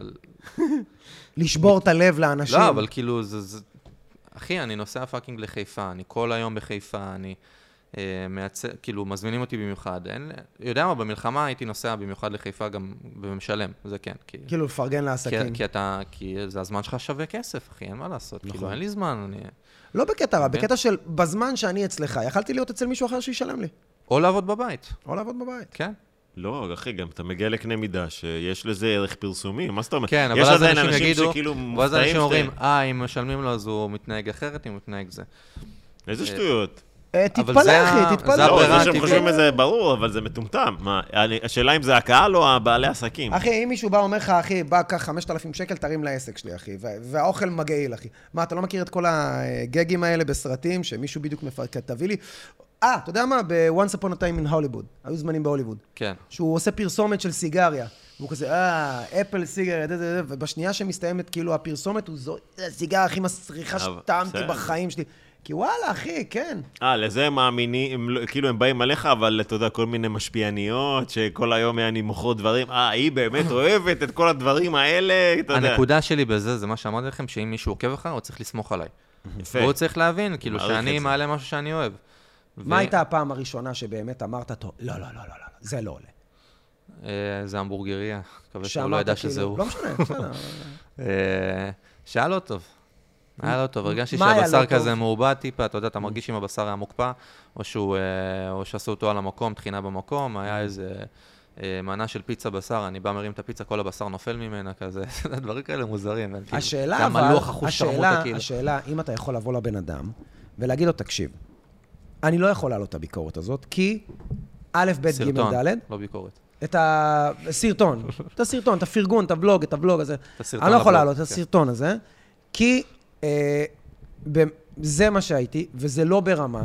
לשבור את הלב לאנשים. לא, אבל כאילו, זה... זה... אחי, אני נוסע פאקינג לחיפה, אני כל היום בחיפה, אני אה, מייצא, כאילו, מזמינים אותי במיוחד. אין... יודע מה, במלחמה הייתי נוסע במיוחד לחיפה גם במשלם, זה כן. כי... כאילו, לפרגן כי, לעסקים. כי אתה... כי זה הזמן שלך שווה כסף, אחי, אין מה לעשות. נכון. כאילו, אין לי זמן, אני... לא בקטע רע, כן. בקטע של בזמן שאני אצלך, יכלתי להיות אצל מישהו אחר שישלם לי. או לעבוד בבית, או לעבוד בבית. כן? לא, אחי, גם אתה מגיע לקנה מידה שיש לזה ערך פרסומי, מה זאת אומרת? כן, אבל יש אז עדיין אנשים יגידו, שכאילו ואז מופתעים אנשים אומרים, שאתה- אה, אם משלמים לו אז הוא מתנהג אחרת, אם הוא מתנהג זה. איזה שטויות. אה, אבל תתפלא, זה ה- אחי, זה תתפלא. לא, הברירה זה שהם הטבעית. חושבים את זה ברור, אבל זה מטומטם. מה, אני- השאלה אם זה הקהל או הבעלי עסקים. אחי, אם מישהו בא ואומר לך, אחי, בא, קח חמשת אלפים שקל, תרים לעסק שלי, אחי, וה- והאוכל מגעיל, אחי. מה, אתה לא מכיר את כל הגגים האלה בסרטים, שמישהו בדיוק מפרק, תביא לי... אה, אתה יודע מה? ב-Once Upon a Time in Hollywood, היו זמנים בהוליווד. כן. שהוא עושה פרסומת של סיגריה. והוא כזה, אה, אפל סיגריה, ובשנייה שמסתיימת כאילו הפרסומת, הוא זו, הסיגריה הכי מסריחה אבל, שטעמתי בסדר. בחיים שלי. כי וואלה, אחי, כן. אה, לזה הם מאמינים, הם לא- כאילו הם באים עליך, אבל אתה יודע, כל מיני משפיעניות, שכל היום אני מוכרות דברים, אה, היא באמת אוהבת את כל הדברים האלה, אתה יודע. הנקודה שלי בזה, זה מה שאמרתי לכם, שאם מישהו עוקב אחריי, הוא צריך לסמוך עליי. יפה. והוא צריך להבין, כאילו, מעריך את שאני זה. מעלה משהו שאני אוהב. מה ו- הייתה הפעם הראשונה שבאמת אמרת, טוב, לא, לא, לא, לא, לא, זה לא עולה. אה, זה המבורגריה. מקווה שהוא לא שאמרת ידע כאילו- שזה הוא. לא משנה, בסדר. אה, שהיה לא טוב. היה לא טוב. הרגשתי מה היה שהבשר לא טוב? כזה מעובד טיפה, אתה יודע, אתה מרגיש אם הבשר היה מוקפא, או שהוא, אה, או שעשו אותו על המקום, תחינה במקום, היה איזה אה, מנה של פיצה בשר, אני בא מרים את הפיצה, כל הבשר נופל ממנה, כזה, דברים כאלה מוזרים. כאילו, השאלה, זה אבל, המלוח אחוז שרמוטה, השאלה, כאילו. השאלה, אם אתה יכול לבוא לבן אדם ולהגיד לו, תקשיב, אני לא יכול להעלות את הביקורת הזאת, כי א', ב', ג', סרטון, ד', לא ביקורת. את הסרטון, את הסרטון, את הפרגון, את הבלוג, את הבלוג הזה. הסרטון אני לא יכול לבלוג, להעלות את כן. הסרטון הזה, כי אה, ב- זה מה שהייתי, וזה לא ברמה,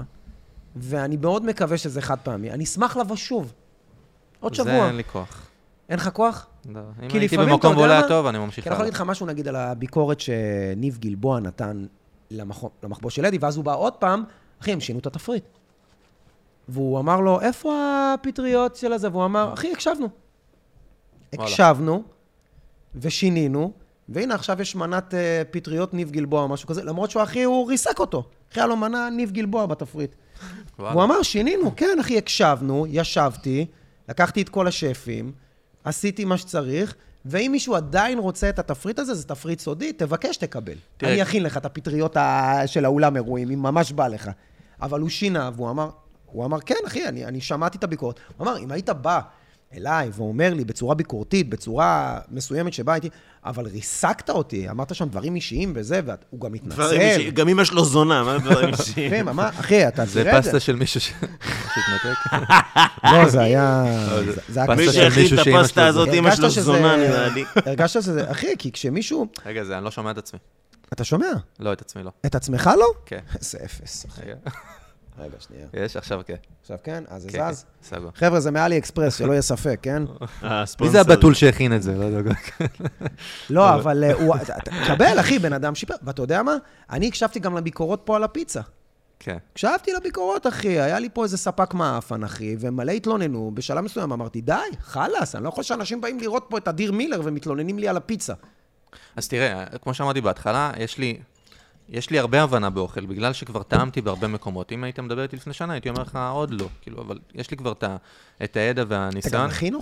ואני מאוד מקווה שזה חד פעמי. אני אשמח לבוא שוב. עוד שבוע. זה אין לי כוח. אין לך כוח? לא. אם כי הייתי לפעמים, אתה במקום יודע ואולי מה? הטוב, אני ממשיך כי אני יכול להגיד לך משהו, נגיד, על הביקורת שניב גלבוע נתן למחו- למחבוא של אדי, ואז הוא בא עוד פעם, אחי, הם שינו את התפריט. והוא אמר לו, איפה הפטריות של הזה? והוא אמר, אחי, הקשבנו. וואלה. הקשבנו, ושינינו, והנה עכשיו יש מנת אה, פטריות ניב גלבוע או משהו כזה, למרות שהוא, אחי, הוא ריסק אותו. אחי, היה לו מנה ניב גלבוע בתפריט. וואלה. והוא אמר, שינינו, כן, אחי, הקשבנו, ישבתי, לקחתי את כל השפים, עשיתי מה שצריך, ואם מישהו עדיין רוצה את התפריט הזה, זה תפריט סודי, תבקש, תקבל. תראה. אני אכין לך את הפטריות ה- של האולם אירועים, אם ממש בא לך. אבל הוא שינה, והוא אמר, הוא אמר, כן, אחי, אני, אני שמעתי את הביקורת. הוא אמר, אם היית בא אליי ואומר לי בצורה ביקורתית, בצורה מסוימת שבה הייתי, אבל ריסקת אותי, אמרת שם דברים אישיים וזה, והוא גם דברים מתנצל. אישיים, גם אמא שלו זונה, מה דברים אישיים? אחי, מה, אחי, אתה זה תראה את זה. פסטה של מישהו ש- שהתנתק. לא, זה היה... זה- זה- זה היה פסטה מי קשה. של שהכין מישהו את שאמא הפסטה שלו הזאת, זונה. אמא שלו הרגשת שזה- זונה, נראה לי. הרגשת שזה... אחי, כי כשמישהו... רגע, זה, אני לא שומע את עצמי. אתה שומע? לא, את עצמי לא. את עצמך לא? כן. זה אפס, אחי. רגע. רגע, שנייה. יש? עכשיו כן. עכשיו כן? אז זה כן, זז. כן, סבבה. חבר'ה, זה מאלי אקספרס, שלא יהיה ספק, כן? מי זה הבתול שהכין את זה? לא יודע. לא, אבל אה, הוא... אתה- קבל, אחי, בן אדם שיפר. ואתה יודע מה? אני הקשבתי גם לביקורות פה על הפיצה. כן. הקשבתי לביקורות, אחי. היה לי פה איזה ספק מאפן, אחי, ומלא התלוננו. בשלב מסוים אמרתי, די, חלאס, אני לא יכול שאנשים באים לראות פה את אדיר מילר ומתלוננים לי על הפיצה. אז תראה, כמו שאמרתי בהתחלה, יש לי... יש לי הרבה הבנה באוכל, בגלל שכבר טעמתי בהרבה מקומות. אם היית מדבר איתי לפני שנה, הייתי אומר לך, עוד לא. כאילו, אבל יש לי כבר את ה- את הידע אתה גם והניסיון. מכין אוכל?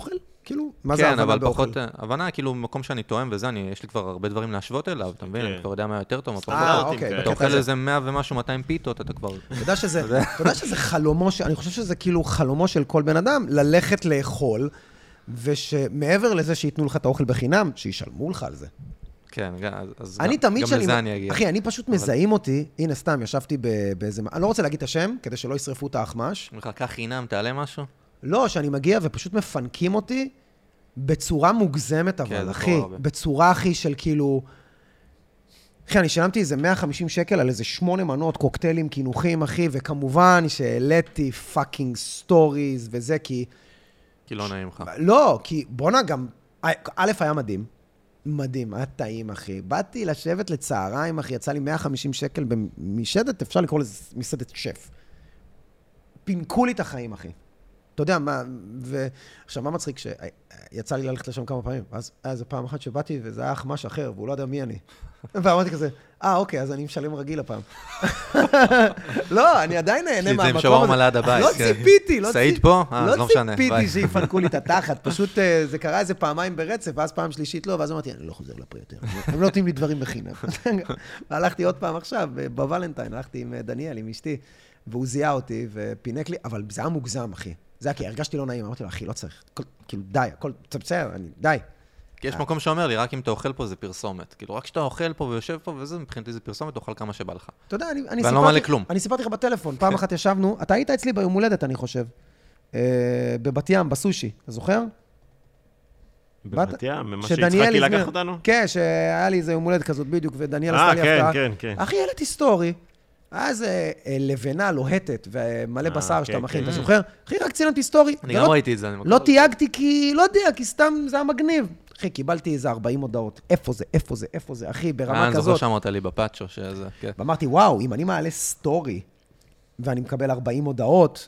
כאילו, מה זה כן, הבנה אבל באוכל? פחות, הבנה, כאילו, במקום שאני טועם וזה, אני, יש לי כבר הרבה דברים להשוות אליו, אתה מבין? כן. אני כבר יודע מה יותר טוב, מה פחות. אה, סטנדרטים אוקיי. כאלה. אתה בקטע אוכל הזה. איזה מאה ומשהו, מאתיים פיתות, אתה כבר... אתה יודע שזה, אתה יודע שזה חלומו, ש- אני חושב שזה כאילו חלומו של כל בן אדם, ללכת לאכול, ושמעבר לזה שיתנו לך את האוכל בחינם, שישלמו לך על זה. כן, גם- אז אני גם- תמיד גם שאני... לזה אני אגיע. אחי, אני פשוט מזהים אותי, הנה סתם, ישבתי ב- באיזה... אני לא רוצה להגיד את השם, כדי שלא ישרפו את האחמש. אני אומר לך, קח חינם, תעלה משהו? לא, שאני מגיע ופשוט מפנקים אותי בצורה מוגזמת, כן, אבל, זה אחי, קורה הרבה. בצורה, אחי, של כאילו... אחי, אני שילמתי איזה מאה וחמישים שקל על איזה שמונה מנות, קוקטיילים, קינוחים, אחי, וכמובן שהעליתי פאקינג סטוריז וזה, כי... כי לא נעים לך. לא, כי בואנה גם... א', היה מדהים. מדהים, היה טעים, אחי. באתי לשבת לצהריים, אחי, יצא לי מאה וחמישים שקל במשדת, אפשר לקרוא לזה מסעדת שף. פינקו לי את החיים, אחי. אתה יודע, מה... ו... עכשיו, מה מצחיק? שיצא לי ללכת לשם כמה פעמים, אז היה איזה פעם אחת שבאתי, וזה היה חמש אחר, והוא לא יודע מי אני. ואמרתי כזה, אה, אוקיי, אז אני משלם רגיל הפעם. לא, אני עדיין נהנה יש לי את זה עם מהמקום שווארמה ליד הבית, לא כן. ציפיתי, לא סעיד ציפ- פה? אה, אז לא לא משנה, ציפיתי ביי. שיפנקו לי את התחת, פשוט אה, זה קרה איזה פעמיים ברצף, ואז פעם שלישית לא, ואז אמרתי, אני לא חוזר לפה יותר. הם לא נותנים לי דברים בחינם. הלכתי עוד פעם עכשיו, בוולנטיין, הלכתי עם דניאל, עם אשתי, והוא זיהה אותי ופינק לי, אבל זה היה מוגזם, אחי. זה היה כי הרגשתי לא נעים, אמרתי לו, אחי, לא צריך, כל- כאילו, די, הכל, זה בסדר, אני- די. כי יש מקום שאומר לי, רק אם אתה אוכל פה זה פרסומת. כאילו, רק כשאתה אוכל פה ויושב פה וזה, מבחינתי זה פרסומת, תאכל כמה שבא לך. אתה יודע, אני, אני ואני לא מעלה כלום. אני סיפרתי לך בטלפון, פעם אחת ישבנו, אתה היית אצלי ביום הולדת, אני חושב, אה, בבת ים, בסושי, אתה זוכר? בבת ים, מה שדניאל שיצחקי הזמין- לקח אותנו? כן, שהיה לי איזה יום הולדת כזאת בדיוק, ודניאל אה, עשתה לי כן, הפתעה. כן, כן. אחי, העליתי סטורי, היה איזה אה, לבנה לוהטת ומלא אה, בשר כן, שאתה מכין, כן. אתה זוכר? אחי, רק צילמתי סטורי. אני ולא- גם ראיתי את זה. אני לא מקווה. תייגתי כי, לא יודע, כי סתם זה היה מגניב. אחי, קיבלתי איזה ארבעים הודעות. איפה זה, איפה זה, איפה זה, אחי, אה, ברמה אני זוכר כזאת. שאמרת לי בפאצ'ו שזה, כן. ואמרתי, וואו, אם אני מעלה סטורי ואני מקבל ארבעים הודעות,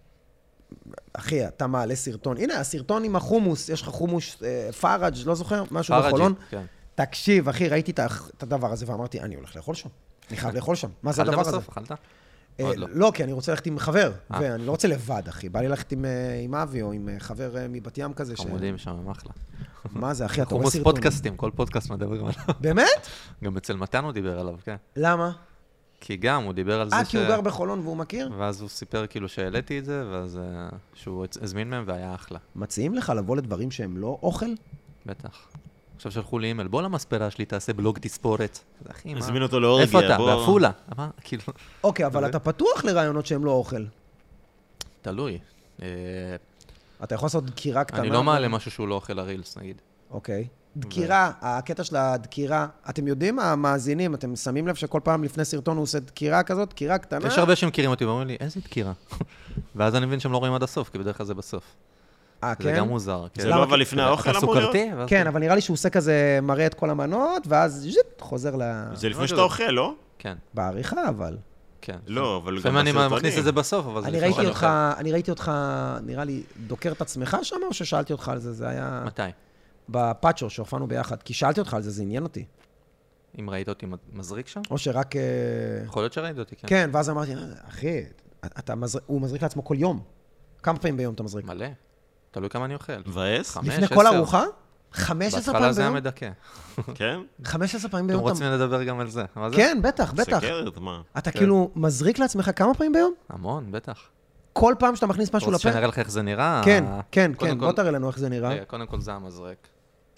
אחי, אתה מעלה סרטון. הנה, הסרטון עם החומוס, יש לך חומוס אה, פארג', לא זוכר? משהו פארג'י, בחולון. כן. תקשיב, אחי, ראיתי את ה- את הדבר הזה ואמרתי, אני הולך לאכול שם. אני חייב לאכול שם. מה זה אכלת הדבר הזה? בסוף? אכלת? אה, עוד לא. לא, כי אני רוצה ללכת עם חבר, אה. ואני לא רוצה לבד, אחי. בא לי ללכת עם, אה, עם אבי או עם אה, חבר אה, מבת ים כזה. ש- חמודים שם, הם אחלה. מה זה, אחי, אתה רואה חומוס סרטון. פודקאסטים, כל פודקאסט מדברים עליו. באמת? גם אצל מתן הוא דיבר עליו, כן. למה? כי גם, הוא דיבר על זה אה, ש... כי הוא גר בחולון והוא מכיר? ואז הוא סיפר כאילו שהעליתי את זה, ואז אה, שהוא הצ- הזמין מהם והיה אחלה. מציעים לך לבוא לדברים שהם לא אוכל? בטח. עכשיו שלחו לי אימייל, בוא למספרה שלי, תעשה בלוג תספורת. אחי, מה? הזמין אותו לאורגיה, איפה אתה? בוא- בעפולה. מה? כאילו, אוקיי, אבל זה- אתה פתוח לרעיונות שהם לא אוכל. תלוי. אה, אתה יכול לעשות דקירה קטנה. אני לא מעלה משהו שהוא לא אוכל לרילס, נגיד. אוקיי. דקירה, הקטע של הדקירה, אתם יודעים, המאזינים, אתם שמים לב שכל פעם לפני סרטון הוא עושה דקירה כזאת, דקירה קטנה? יש הרבה שמכירים אותי ואומרים לי, איזה דקירה? ואז אני מבין שהם לא רואים עד הסוף, כי בדרך כלל זה בסוף. אה, זה כן? גם מוזר. כן. זה לא אבל לפני האוכל אתה אמור להיות? סוכרתי? ואז כן, אתה- אבל נראה לי שהוא עושה כזה, מראה את כל המנות, ואז ז'יט, חוזר ל... זה לא לפני שאתה יודע. אוכל, לא? כן, בעריכה, אבל. כן. לא, אבל גם לפעמים אני בסרטונים. מכניס את זה בסוף, אבל זה אני לפני ראיתי שאני אותך, אוכל. אני ראיתי אותך, נראה לי, דוקר את עצמך שם, או ששאלתי אותך על זה? זה היה מתי? בפאצ'ו, שהופענו ביחד. כי שאלתי אותך על זה, זה עניין אותי. אם ראית אותי מזריק שם? או שרק... אה, יכול להיות שראית אותי, כן. כן, ואז אמרתי, אחי, אתה מזר- הוא מזריק לעצמו כל יום. כמה פעמים ביום אתה מזריק? מלא. תלוי כמה אני אוכל. מבאס? חמש, לפני כל עשר. ארוחה? חמש עשרה בהתחלה פעמים זה היה ביום? מדכא. כן? חמש עשרה פעמים אתם ביום אתה... רוצים לדבר גם על זה? מה זה? כן, בטח, בטח. סכרת, מה? אתה כן. כאילו מזריק לעצמך כמה פעמים ביום? המון, בטח. כל פעם שאתה מכניס משהו אתה רוצה לפה? שאני אראה לך איך זה נראה? כן, כן, קודם כן, כל- בוא תראה לנו איך זה נראה. רגע, קודם כל זה המזרק.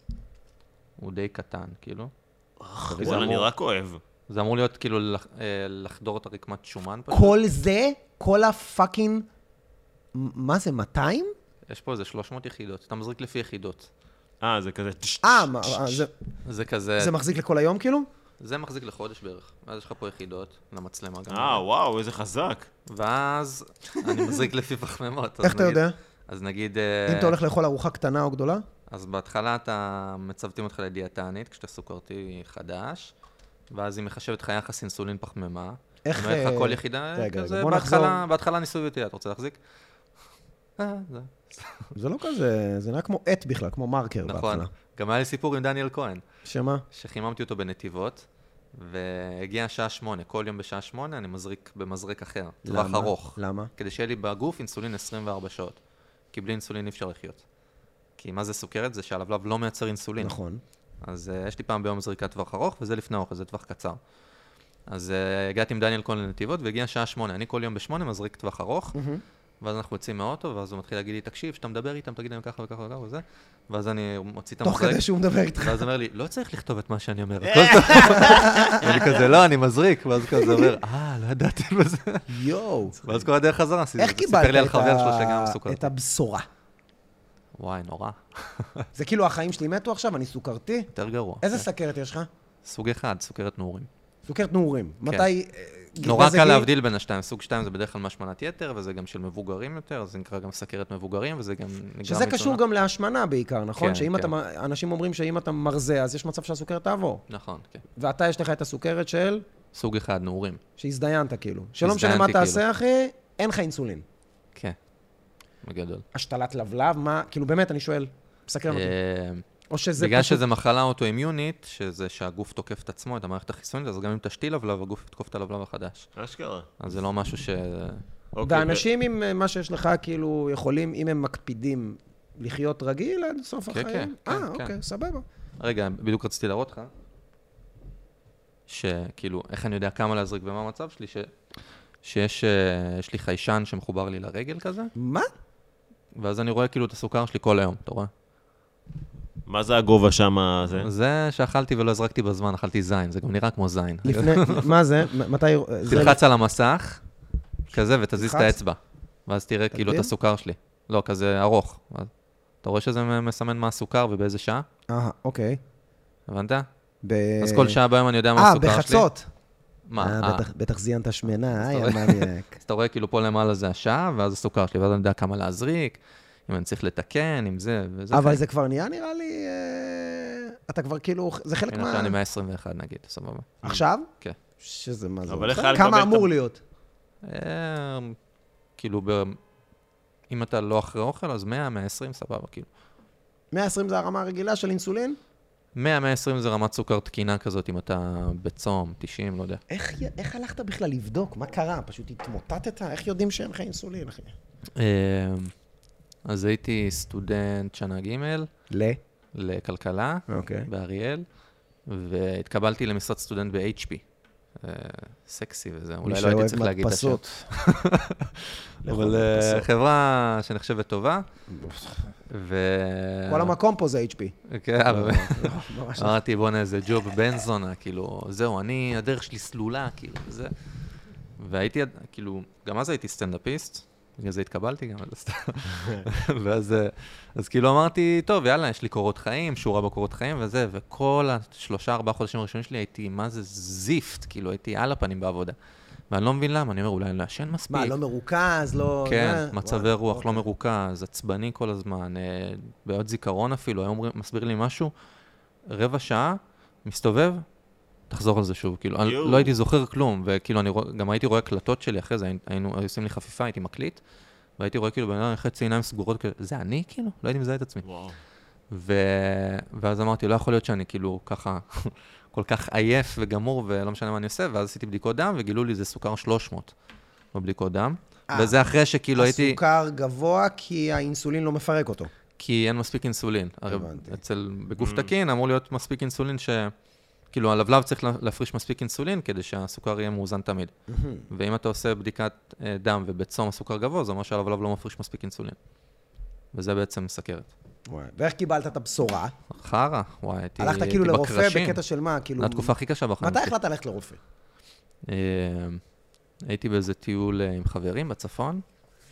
הוא די קטן, כאילו. וזה וואלה, אני אמור- רק אוהב. זה אמור להיות כאילו לח- אה, לחדור את הרקמת שומן פשוט. כל זה, כל הפאקינג... מה זה, מאתיים? יש פה איזה שלוש מאות יחידות. אתה מזריק לפי יחידות. אה, זה כזה... אה, מה, אה, זה- זה כזה... זה מחזיק לכל היום כאילו? זה מחזיק לחודש בערך. ואז יש לך פה יחידות, למצלמה גם. אה, וואו, איזה חזק. ואז אני מזריק לפי פחמימות. אז איך אתה נגיד- יודע? אז נגיד... אה, אם אתה הולך לאכול ארוחה קטנה או גדולה? אז בהתחלה אתה מצוותים אותך לדיאטנית, כשאתה סוכרתי חדש, ואז היא מחשבת לך יחס אינסולין פחמימה. איך... אומרת לך אה, כל יחידה, רגע, רגע, כזה, בוא בהתחלה, נחזור. בהתחלה ניסוי וטעייה, אתה רוצה להחזיק? אה, זה. זה לא כזה, זה נראה כמו עט בכלל, כמו מרקר נכון. בהתחלה. גם היה לי סיפור עם דניאל כהן, שמה? שחיממתי אותו בנתיבות, והגיע השעה שמונה, כל יום בשעה שמונה אני מזריק במזרק אחר, טווח למה? ארוך. למה? כדי שיהיה לי בגוף אינסולין עשרים וארבע שעות. כי בלי אינסולין אי אפשר לחיות. כי מה זה סוכרת? זה שהלבלב לא מייצר אינסולין. נכון. אז uh, יש לי פעם ביום זריקת טווח ארוך, וזה לפני אוכל, זה טווח קצר. אז uh, הגעתי עם דניאל כהן לנתיבות, והגיע שעה שמונה. אני כל יום בשמונה מזריק טווח ארוך, ואז אנחנו יוצאים מהאוטו, ואז הוא מתחיל להגיד לי, תקשיב, שאתה מדבר איתם, תגיד להם ככה וככה וככה וזה, ואז אני מוציא את המזרק. תוך כדי שהוא מדבר איתך. ואז הוא אומר לי, לא צריך לכתוב את מה שאני אומר, הכל טוב. ואני כזה, לא, אני מזריק, ואז כזה אומר, אה, לא ידעתי בזה. יואו. ואז כל הדרך חזרה, איך סיפר לי על קיבלת חבר שלו שגם סוכר. את הבשורה? וואי, נורא. זה כאילו החיים שלי מתו עכשיו, אני סוכרתי? יותר גרוע. איזה סכרת יש לך? סוג אחד, סוכרת נעורים. סוכרת נעורים. מתי... נורא קל להבדיל בין השתיים. סוג שתיים זה בדרך כלל מהשמנת יתר, וזה גם של מבוגרים יותר, אז זה נקרא גם סכרת מבוגרים, וזה גם... שזה קשור גם להשמנה בעיקר, נכון? שאם אתה... אנשים אומרים שאם אתה מרזה, אז יש מצב שהסוכרת תעבור. נכון, כן. ואתה יש לך את הסוכרת של... סוג אחד, נעורים. שהזדיינת כאילו. שלא משנה מה תעשה, אחי, אין לך אינסולין. כן, בגדול. השתלת לבלב, מה... כאילו באמת, אני שואל, מסקרן אותי. או שזה בגלל שזה מחלה אוטואימיונית, שזה שהגוף תוקף את עצמו, את המערכת החיסונית, אז גם אם תשתיל לבלב, הגוף יתקוף את הלבלב החדש. אשכרה. אז זה לא משהו ש... ואנשים עם מה שיש לך, כאילו, יכולים, אם הם מקפידים לחיות רגיל עד סוף החיים? אה, אוקיי, סבבה. רגע, בדיוק רציתי להראות לך, שכאילו, איך אני יודע כמה להזריק ומה המצב שלי, שיש לי חיישן שמחובר לי לרגל כזה. מה? ואז אני רואה כאילו את הסוכר שלי כל היום, אתה רואה? מה זה הגובה שם? זה שאכלתי ולא הזרקתי בזמן, אכלתי זין, זה גם נראה כמו זין. לפני, מה זה? מתי... תלחץ על המסך, כזה, ותזיז את האצבע. ואז תראה כאילו את הסוכר שלי. לא, כזה ארוך. אתה רואה שזה מסמן מה הסוכר ובאיזה שעה? אה, אוקיי. הבנת? אז כל שעה ביום אני יודע מה הסוכר שלי. אה, בחצות. מה? בטח זיינת שמנה, היי, המניאק. אז אתה רואה כאילו פה למעלה זה השעה, ואז הסוכר שלי, ואז אני יודע כמה להזריק. אם אני צריך לתקן, אם זה, וזה... אבל זה כבר נהיה, נראה לי... אתה כבר כאילו... זה חלק מה... הנה, אני מאה עשרים ואחת, נגיד, סבבה. עכשיו? כן. שזה מה זה? אבל כמה אמור להיות? כאילו, אם אתה לא אחרי אוכל, אז מאה, מאה ועשרים, סבבה, כאילו. מאה ועשרים זה הרמה הרגילה של אינסולין? מאה, מאה ועשרים זה רמת סוכר תקינה כזאת, אם אתה בצום, תשעים, לא יודע. איך הלכת בכלל לבדוק? מה קרה? פשוט התמוטטת? איך יודעים שאין לך אינסולין, אחי? אז הייתי סטודנט שנה ג' ל? לכלכלה, באריאל, והתקבלתי למשרת סטודנט ב-אייץ' פי. סקסי וזה, אולי לא הייתי צריך להגיד את השם. אבל חברה שנחשבת טובה. כל המקום פה זה אייץ' פי. כן, אמרתי בוא נעשה ג'וב בן זונה, כאילו, זהו, אני, הדרך שלי סלולה, כאילו, וזה. והייתי, כאילו, גם אז הייתי סטנדאפיסט, בגלל זה התקבלתי גם, ואז, אז כאילו אמרתי, טוב, יאללה, יש לי קורות חיים, שורה בקורות חיים וזה, וכל השלושה, ארבעה חודשים הראשונים שלי הייתי, מה זה זיפט, כאילו הייתי על הפנים בעבודה. ואני לא מבין למה, אני אומר, אולי לעשן מספיק. מה, לא מרוכז, לא... כן, מצבי רוח, לא מרוכז, עצבני כל הזמן, בעוד זיכרון אפילו, היום מסביר לי משהו, רבע שעה, מסתובב, תחזור על זה שוב, כאילו, לא הייתי זוכר כלום, וכאילו, אני גם הייתי רואה הקלטות שלי אחרי זה, היינו עושים לי חפיפה, הייתי מקליט, והייתי רואה כאילו, בן חצי עיניים סגורות, זה אני, כאילו? לא הייתי מזהה את עצמי. ואז אמרתי, לא יכול להיות שאני כאילו ככה, כל כך עייף וגמור, ולא משנה מה אני עושה, ואז עשיתי בדיקות דם, וגילו לי זה סוכר שלוש מאות בבדיקות דם, וזה אחרי שכאילו הייתי... הסוכר גבוה כי האינסולין לא מפרק אותו. כי אין מספיק אינסולין. אצל, בגוף תקין אמור להיות מספיק אינסולין ש... כאילו, הלבלב צריך להפריש מספיק אינסולין כדי שהסוכר יהיה מאוזן תמיד. ואם אתה עושה בדיקת דם ובצום הסוכר גבוה, זה אומר שהלבלב לא מפריש מספיק אינסולין. וזה בעצם סכרת. ואיך קיבלת את הבשורה? חרה, וואי, הייתי בקרשים. הלכת כאילו לרופא בקטע של מה? זו התקופה הכי קשה בחיים. מתי החלטת ללכת לרופא? הייתי באיזה טיול עם חברים בצפון.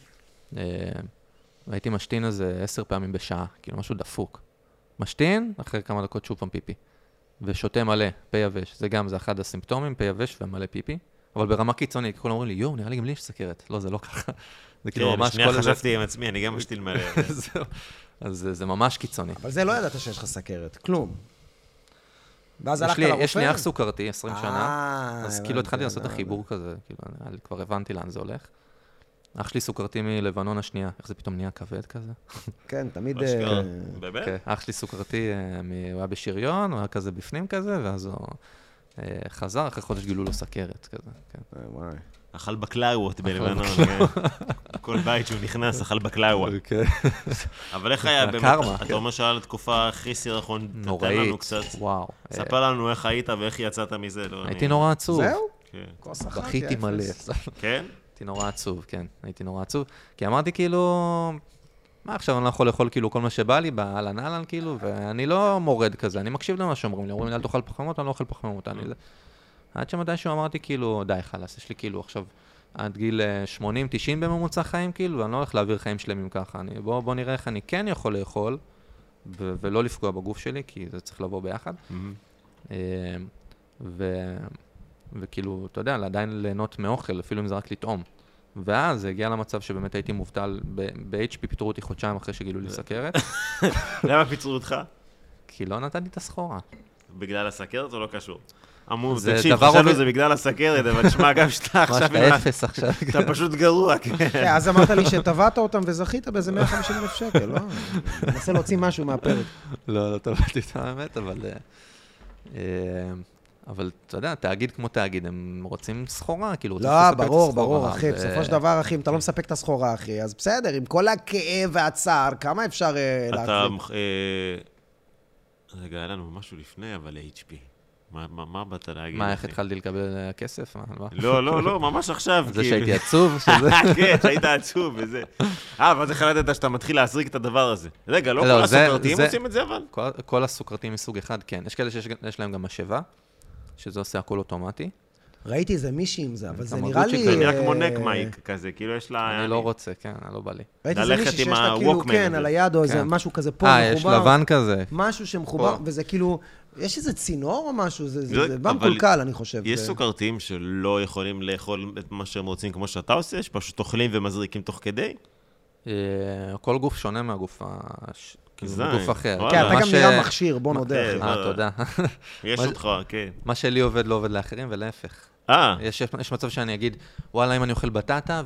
הייתי משתין איזה עשר פעמים בשעה, כאילו משהו דפוק. משתין, אחרי כמה דקות שוב פעם פיפי. ושותה מלא, פה יבש. זה גם, זה אחד הסימפטומים, פה יבש ומלא פיפי. אבל ברמה קיצונית, כולם אומרים לי, יואו, נראה לי גם לי יש סכרת. לא, זה לא ככה. זה כאילו ממש... שנייה חשבתי עם עצמי, אני גם משתיל מלא. אז זה ממש קיצוני. אבל זה לא ידעת שיש לך סכרת, כלום. ואז הלכת לרופא? יש לי אח סוכרתי, עשרים שנה, אז כאילו התחלתי לעשות את החיבור כזה, כאילו, כבר הבנתי לאן זה הולך. אח שלי סוכרתי מלבנון השנייה, איך זה פתאום נהיה כבד כזה? כן, תמיד... באמת? אח שלי סוכרתי, הוא היה בשריון, הוא היה כזה בפנים כזה, ואז הוא חזר, אחרי חודש גילו לו סכרת כזה. וואי. אכל בקלאוות בלבנון, כל בית שהוא נכנס, אכל בקלאוות. אבל איך היה באמת, אתה אומר שהיה לתקופה הכי סירחון, תתן לנו קצת. וואו. ספר לנו איך היית ואיך יצאת מזה. הייתי נורא עצוב. זהו? כוס אחת, בכיתי מלא. כן? הייתי נורא עצוב, כן. הייתי נורא עצוב. כי אמרתי כאילו, מה עכשיו אני לא יכול לאכול כאילו כל מה שבא לי, באלן אלן כאילו, ואני לא מורד כזה, אני מקשיב למה שאומרים לי, אומרים לי, אל תאכל פחמימות, אני לא אוכל פחמימות. עד שמתישהו אמרתי כאילו, די חלאס, יש לי כאילו עכשיו עד גיל שמונים תשעים בממוצע חיים כאילו, ואני לא הולך להעביר חיים שלמים ככה. אני, בוא, בוא נראה איך אני כן יכול לאכול, ו- ולא לפגוע בגוף שלי, כי זה צריך לבוא ביחד. Mm-hmm. ו- וכאילו, אתה יודע, עדיין ליהנות מאוכל, אפילו אם זה רק לטעום. ואז זה הגיע למצב שבאמת הייתי מובטל, ב-אייץ' פי פיטרו אותי חודשיים אחרי שגילו לי סכרת. למה פיטרו אותך? כי לא נתתי את הסחורה. בגלל הסכרת או לא קשור? אמור, תקשיב, חשבנו זה בגלל הסכרת, אבל תשמע גם שאתה עכשיו... מה שאתה אפס עכשיו. אתה פשוט גרוע, כן. אז אמרת לי שטבעת אותם וזכית באיזה מאה וחמישים אלף שקל, לא? אני מנסה להוציא משהו מהפרק. לא, לא טבעתי את האמת, אבל... אבל אתה יודע, תאגיד כמו תאגיד, הם רוצים סחורה, כאילו, רוצים לא, ברור, ברור, אחי, בסופו של דבר, אחי, אם אתה לא מספק את הסחורה, אחי, אז בסדר, עם כל הכאב והצער, כמה אפשר להחזיק? רגע, היה לנו משהו לפני, אבל אייץ' פי. מה באת להגיד? מה, איך התחלתי לקבל כסף? לא, לא, לא, ממש עכשיו. זה שהייתי עצוב? כן, שהיית עצוב וזה. אה, ואז החלטת שאתה מתחיל להזריק את הדבר הזה. רגע, לא כל הסוכרתיים עושים את זה אבל? כל הסוכרתיים מסוג אחד, כן. יש כאלה שיש להם גם משאבה, שזה עושה הכל אוטומטי. ראיתי איזה מישהי עם זה, אבל זה נראה לי... זה נראה כמו נקמייק כזה, כאילו יש לה... אני לא רוצה, כן, אני לא בא לי. ראיתי איזה מישהי שיש לה כאילו, כן, על היד או איזה משהו כזה פה מחובר. אה, יש לבן כזה. משהו שמחובר, וזה כאילו... יש איזה צינור או משהו? זה בא מקולקל, אני חושב. יש סוכרתיים שלא יכולים לאכול את מה שהם רוצים כמו שאתה עושה, שפשוט אוכלים ומזריקים תוך כדי? כל גוף שונה מהגוף גוף אחר. כן, אתה גם נראה מכשיר, בוא נודה. אה, תודה. יש אותך, כן. מה שלי עובד לא עובד לאחרים, ולהפך. אה. יש מצב שאני אגיד, וואלה, אם אני אוכל בטטה,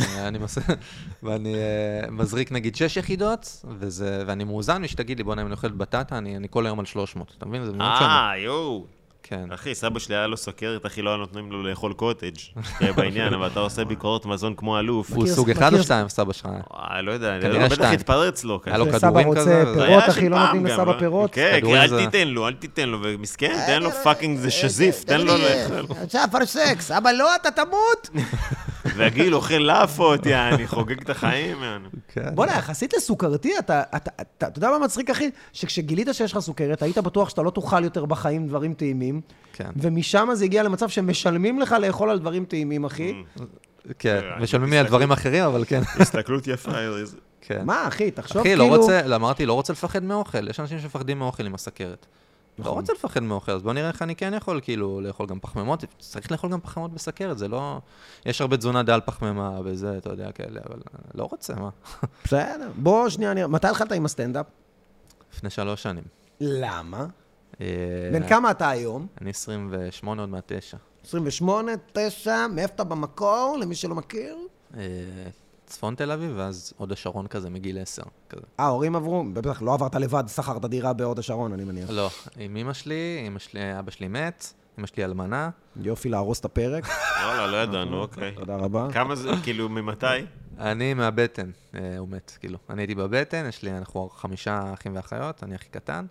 ואני מזריק נגיד שש יחידות, ואני מאוזן, מי שתגיד לי, בוא'נה, אם אני אוכל בטטה, אני כל היום על שלוש מאות. אתה מבין? זה מאוד שונה. אה, יואו. כן. אחי, סבא שלי היה לו סוכרת, אחי, לא נותנים לו לאכול קוטג' בעניין, אבל אתה עושה ביקורת מזון כמו אלוף. הוא סוג אחד או שתיים, סבא שלך? אה, לא יודע, אני בטח התפרץ לו. היה לו כדורים כזה? סבא רוצה פירות, אחי, לא נותנים לסבא פירות. כן, אל תיתן לו, אל תיתן לו, ומסכן, תן לו פאקינג זה שזיף, תן לו לאכול. עכשיו פרסקס, אבא לא, אתה תמות. והגיל אוכל לאפות, אני חוגג את החיים. בוא נה, יחסית לסוכרתי, אתה יודע מה מצחיק, אחי? שכשגילית שיש לך סוכרת, היית בטוח שאתה לא תאכל יותר בחיים דברים טעימים, ומשם זה הגיע למצב שמשלמים לך לאכול על דברים טעימים, אחי. כן, משלמים לי על דברים אחרים, אבל כן. הסתכלות יפה. מה, אחי, תחשוב כאילו... אחי, לא רוצה, אמרתי, לא רוצה לפחד מאוכל. יש אנשים שמפחדים מאוכל עם הסכרת. לא רוצה לפחד מאוכל, אז בוא נראה איך אני כן יכול, כאילו, לאכול גם פחמימות. צריך לאכול גם פחמימות בסכרת, זה לא... יש הרבה תזונה דל פחמימה וזה, אתה יודע, כאלה, אבל לא רוצה, מה? בסדר. בוא, שנייה, נראה. מתי התחלת עם הסטנדאפ? לפני שלוש שנים. למה? בין כמה אתה היום? אני עשרים ושמונה עוד מהתשע. עשרים ושמונה, תשע, מאיפה אתה במקור, למי שלא מכיר? צפון תל אביב, ואז הוד השרון כזה, מגיל עשר, כזה. אה, הורים עברו? בטח, לא עברת לבד, שכרת דירה בהוד השרון, אני מניח. לא, עם אמא שלי, אמא שלי, אבא שלי מת, אמא שלי אלמנה. יופי, להרוס את הפרק. וואלה, לא ידענו, אוקיי. תודה רבה. כמה זה, כאילו, ממתי? אני מהבטן, הוא מת, כאילו. אני הייתי בבטן, יש לי, אנחנו חמישה אחים ואחיות, אני הכי קטן.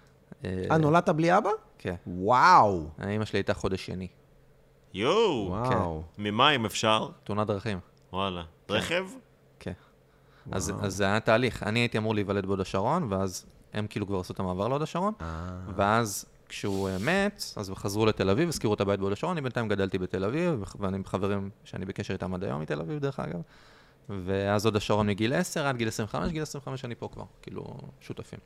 אה, נולדת בלי אבא? כן. וואו. אמא שלי הייתה חודש שני. יואו. וואו. ממה אם אפשר? תאונת דרכים. וואלה. רכב? כן. אז זה היה תהליך. אני הייתי אמור להיוולד בהוד השרון, ואז הם כאילו כבר עשו את המעבר להוד השרון, ואז כשהוא מת, אז חזרו לתל אביב, הזכירו את הבית בהוד השרון, אני בינתיים גדלתי בתל אביב, ואני בחברים שאני בקשר איתם עד היום מתל אביב, דרך אגב. ואז הוד השרון מגיל עשר, עד גיל עשרים וחמש, גיל עשרים וחמש אני פה כבר, כאילו, שותפים.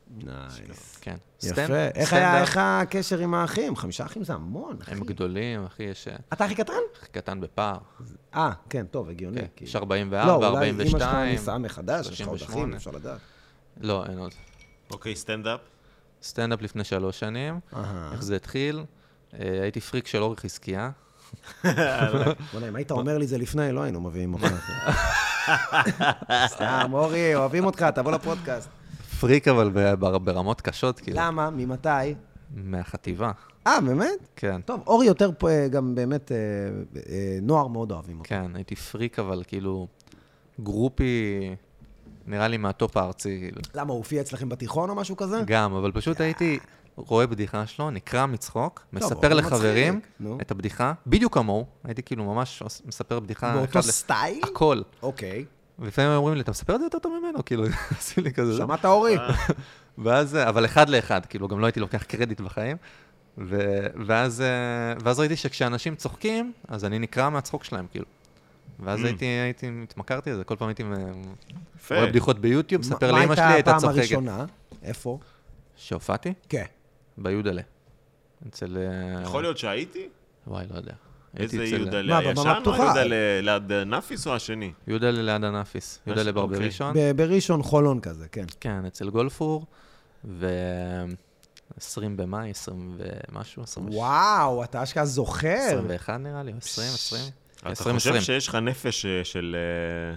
נייס. כן. יפה. איך היה, איך הקשר עם האחים? חמישה אחים זה המון, אחי. הם גדולים, אחי, יש... אתה הכי קטן? הכי קטן בפער. אה, כן, טוב, הגיוני. יש ארבעים וארבע, ארבעים ושתיים. לא, אולי אמא שלך ניסה מחדש, יש לך עוד אחים, אפשר לדעת. לא, אין עוד. אוקיי, סטנדאפ? סטנדאפ לפני שלוש שנים. איך זה התחיל? הייתי פריק של אורי חזקיה. בוא'נה, אם היית אומר לי זה לפני, לא היינו מביאים אותך. סתם, אורי, אוהבים אותך, תבוא לפודקאסט. פריק אבל ברמות קשות, כאילו. למה? ממתי? מהחטיבה. אה, באמת? כן. טוב, אורי יותר פה גם באמת, אה, אה, נוער מאוד אוהבים אותו. כן, הייתי פריק, אבל כאילו, גרופי, נראה לי מהטופ הארצי, כאילו. למה, הוא הופיע אצלכם בתיכון או משהו כזה? גם, אבל פשוט הייתי רואה בדיחה שלו, נקרא מצחוק, מספר אורי לחברים מצחיק, נו. את הבדיחה, בדיוק כמוהו, הייתי כאילו ממש מספר בדיחה. באותו אחד ל- סטייל? הכל. אוקיי. ולפעמים הם אומרים לי, אתה מספר את זה יותר טוב ממנו? כאילו, עושים לי כזה. שמעת אורי? ואז, אבל אחד לאחד, כאילו, גם לא הייתי לוקח קרדיט בחיים. ו- ואז, אה, ואז ראיתי שכשאנשים צוחקים, אז אני נקרא מהצחוק שלהם, כאילו. ואז Mm. הייתי, הייתי, התמכרתי על זה, כל פעם הייתי אה, יפה. רואה בדיחות ביוטיוב, מספר מה לאמא שלי, הייתה הפעם צוחקת. הראשונה? איפה? שהופעתי? כן. ביודלה. אצל... אה, יכול להיות שהייתי? וואי, לא יודע. איזה הייתי אצל- יודלה מה, בבמה הישן או פתוחה? יודלה ליד נפיס או השני? יודלה ליד הנאפיס. יודלה בר אוקיי. בראשון. ב- בראשון חולון כזה, כן. כן, אצל גולפור. ו... עשרים במאי, עשרים ומשהו, עשרים ושש. וואו, אתה אשכרה זוכר. עשרים ואחת נראה לי, או עשרים, עשרים. אתה עשרים, חושב עשרים. שיש לך נפש אה, של אה,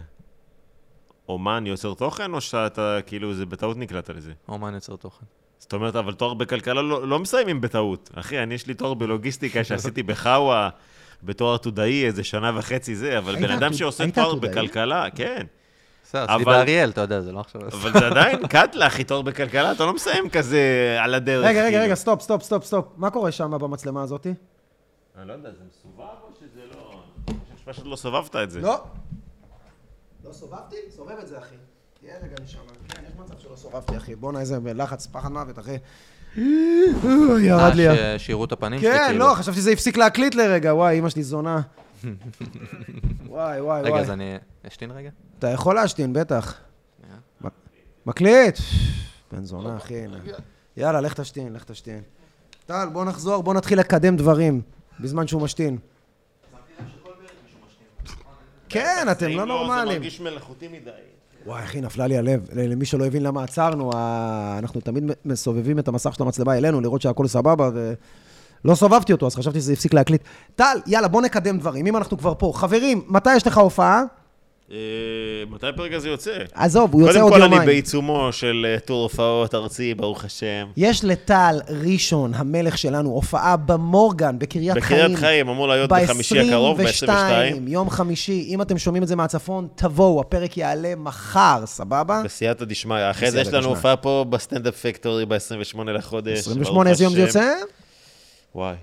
אומן יוצר תוכן, או שאתה כאילו, זה בטעות נקלט על זה? אומן יוצר תוכן. זאת אומרת, אבל תואר בכלכלה לא, לא מסיימים בטעות. אחי, אני יש לי תואר בלוגיסטיקה שעשיתי בחאווה, בתואר עתודאי, איזה שנה וחצי זה, אבל היית בן אדם עתוד- שעושה היית תואר עתודאי? בכלכלה, כן. בסדר, עשיתי אבל- באריאל, אתה יודע, זה לא עכשיו... אבל זה עדיין קטלה, אחי, תואר בכלכלה, אתה לא מסיים כזה על הדרך. רגע, רגע, כאילו. רגע, סטופ, סטופ, סטופ, סטופ. מה קורה שם במצלמה הזאתי? אני לא יודע, זה מסובב או שזה לא... אני חושב שפשוט לא סובבת את זה. לא. לא סובבתי? סובב את זה, אחי. תהיה רגע נשמה. כן, יש מצב שלא סובבתי, אחי. בואנה, איזה לחץ, פחד מוות, אחי. ירד לי. אה, שיראו את הפנים שלי, כן, כאילו. לא, חשבתי שזה הפסיק להקליט לרגע. וואי, אמא שלי זונה. וואי, וואי, רגע, וואי. אז אני... אשתין רגע? אתה יכול להשתין, בטח. מקליט? בן זונה, אחי. יאללה, לך תשתין, לך תשתין. טל, בוא נחזור, בוא נתחיל לקדם דברים, בזמן שהוא משתין. כן, אתם לא זה נורמלים. מרגיש מלאכותי מדי. וואי, אחי, נפלה לי הלב. למי שלא הבין למה עצרנו, ה- אנחנו תמיד מסובבים את המסך של המצלמה אלינו, לראות שהכל סבבה, ולא סובבתי אותו, אז חשבתי שזה הפסיק להקליט. טל, יאללה, בוא נקדם דברים, אם אנחנו כבר פה. חברים, מתי יש לך הופעה? אה, מתי הפרק הזה יוצא? עזוב, הוא יוצא עוד קודם כל אני יומיים. בעיצומו של אה, טור הופעות ארצי, ברוך השם. יש לטל ראשון, המלך שלנו, הופעה במורגן, בקריית חיים. בקריית חיים, אמור להיות בחמישי הקרוב, ב-עשרים ושתיים. יום חמישי, אם אתם שומעים את זה מהצפון, תבואו, הפרק יעלה מחר, סבבה? בסייעתא דשמיא. אחרי זה יש בסייעתא לנו דשמיא. הופעה פה בסטנדאפ פקטורי ב-עשרים ושמונה לחודש. עשרים ברוך ושמונה, איזה יום זה השם. יוצא? וואי.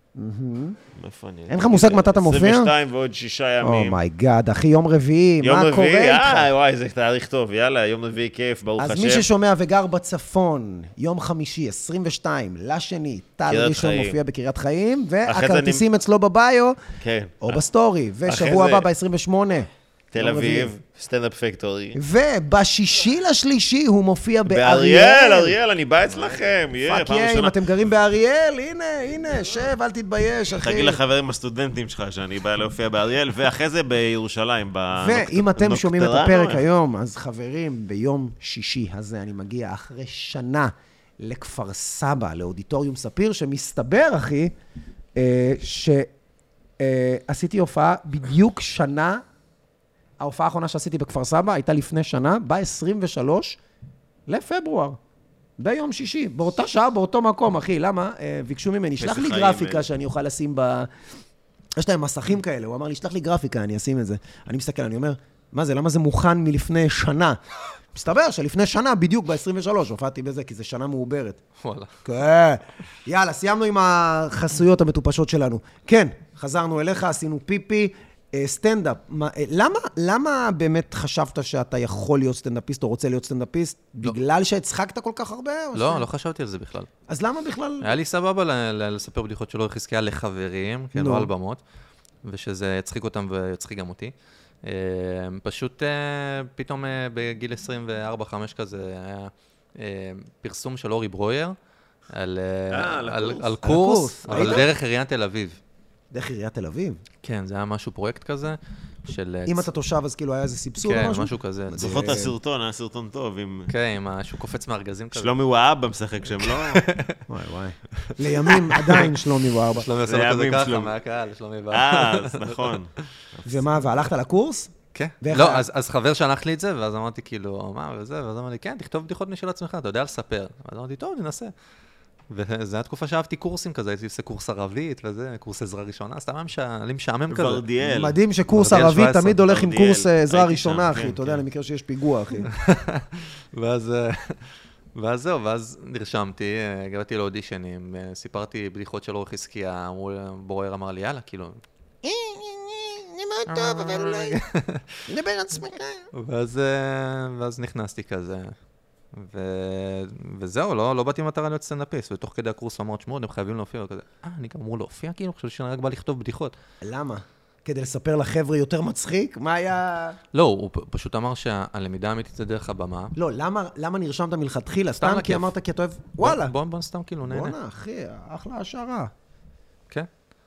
איפה אני? אין לך מושג מתי אתה מופיע? Oh עשרים ושתיים ועוד שישה ימים. אומייגאד, אחי, יום רביעי, יום מה קורה רביעי, איתך? אה, וואי, זה תאריך טוב, יאללה, יום רביעי כיף, ברוך השם. אז מי ששומע וגר בצפון, יום חמישי, עשרים ושתיים, לשני, טל קריית ראשון חיים. מופיע בקריית חיים, אחרי זה והכרטיסים אצלו בביו, כן. או בסטורי, ושבוע אחרי הבא זה- ב-עשרים ושמונה. תל יום רביעי. אביב, סטנדאפ פקטורי. ובשישי לשלישי הוא מופיע באריאל. באריאל, אריאל, אני בא אצלכם, יהיה, פאק פעם יא, אם ראשונה. אתם גרים באריאל, הנה, הנה, שב, אל תתבייש, אחי. תגיד לחברים הסטודנטים שלך שאני בא להופיע באריאל, ואחרי זה בירושלים, ואם אתם שומעים את בנוקטרנו. הפרק היום, אז חברים, ביום שישי הזה אני מגיע אחרי שנה לכפר סבא, לאודיטוריום ספיר, שמסתבר, אחי, אה, שעשיתי הופעה בדיוק שנה, ההופעה האחרונה שעשיתי בכפר סבא הייתה לפני שנה, ב-עשרים ושלושה לפברואר. ביום שישי, באותה שעה, באותו מקום, אחי. למה? אה, ביקשו ממני, שלח לי חיים, גרפיקה אה. שאני אוכל לשים ב... יש להם מסכים כאלה, הוא אמר לי, שלח לי גרפיקה, אני אשים את זה. אני מסתכל, אני אומר, מה זה, למה זה מוכן מלפני שנה? מסתבר שלפני שנה, בדיוק ב-עשרים ושלוש, הופעתי בזה, כי זה שנה מעוברת. וואלה. כן. יאללה, סיימנו עם החסויות המטופשות שלנו. כן, חזרנו אליך, עשינו פיפי, אה, סטנדאפ. מה, אה, למה, למה באמת חשבת שאתה יכול להיות סטנדאפיסט או רוצה להיות סטנדאפיסט? בגלל שהצחקת כל כך הרבה? או לא, ש- לא חשבתי על זה בכלל. אז למה בכלל? היה לי סבבה ל- ל- לספר בדיחות של אורי חזקיה לחברים, כן, נו. לא על במות, ושזה יצחיק אותם ויצחיק גם אותי. אה, פשוט אה, פתאום אה, בגיל עשרים וארבע חמש כזה היה אה, פרסום של אורי ברויר על אה, אה, על על- הקורס. על על קורס, הקורס. אבל ראית? דרך עיריית תל אביב. דרך עיריית תל אביב. כן, זה היה משהו, פרויקט כזה, של... אה, אם צ- אתה תושב, אז כאילו היה איזה סבסוד או כן, משהו? משהו כזה. זוכר את הסרטון, היה סרטון טוב עם... כן, עם ה- שהוא קופץ מארגזים כזה. שלומי והאבא משחק שם, לא? וואי וואי. לימים עדיין שלומי וארבע. שלומי עושה זה לו כזה ימים ככה שלומי. מהקהל, שלומי בא. אה, אז נכון. ומה, והלכת לקורס? כן. ואיך לא, היה? אז, אז חבר שלח לי את זה, ואז אמרתי כאילו, מה וזה, ואז אמר לי, כן, תכתוב בדיחות משל עצמך, אתה יודע לספר. ואז אמרתי, טוב, ננסה. וזו התקופה שאהבתי קורסים כזה, הייתי עושה קורס ערבית וזה, קורס עזרה ראשונה, סתם היה משעמם כזה. ורדיאל. מדהים שקורס ורדיאל ערבית שבע עשרה. תמיד הולך עם ורדיאל. קורס אה, עזרה הייתי ראשונה, שם, אחי, כן, אתה יודע, כן. למקרה שיש פיגוע, אחי. ואז, אה, ואז זהו, ואז נרשמתי, אה, הגעתי לאודישנים, אה, סיפרתי בדיחות של אורך עסקיה, אמרו, בורר אמר לי, יאללה, כאילו... זה מאוד טוב, אבל אולי... נדבר על עצמך. ואז, אה, ואז נכנסתי כזה, ו... וזהו, לא, לא באתי מטרה להיות סטנדאפיסט, ותוך כדי הקורס אמרו, תשמעו, הם חייבים להופיע, וכזה, אה, אני גם אמור להופיע, כאילו, חשבתי שאני רק בא לכתוב בדיחות. למה? כדי לספר לחבר'ה יותר מצחיק? מה היה... לא, הוא פ- פשוט אמר שהלמידה האמיתית זה דרך הבמה. לא, למה, למה נרשמת מלכתחילה? סתם סתם כי לכיף. אמרת כי אתה אוהב... וואלה. בוא, בוא סתם כאילו נהנה. בואנה, אחי, אחלה השערה. כן.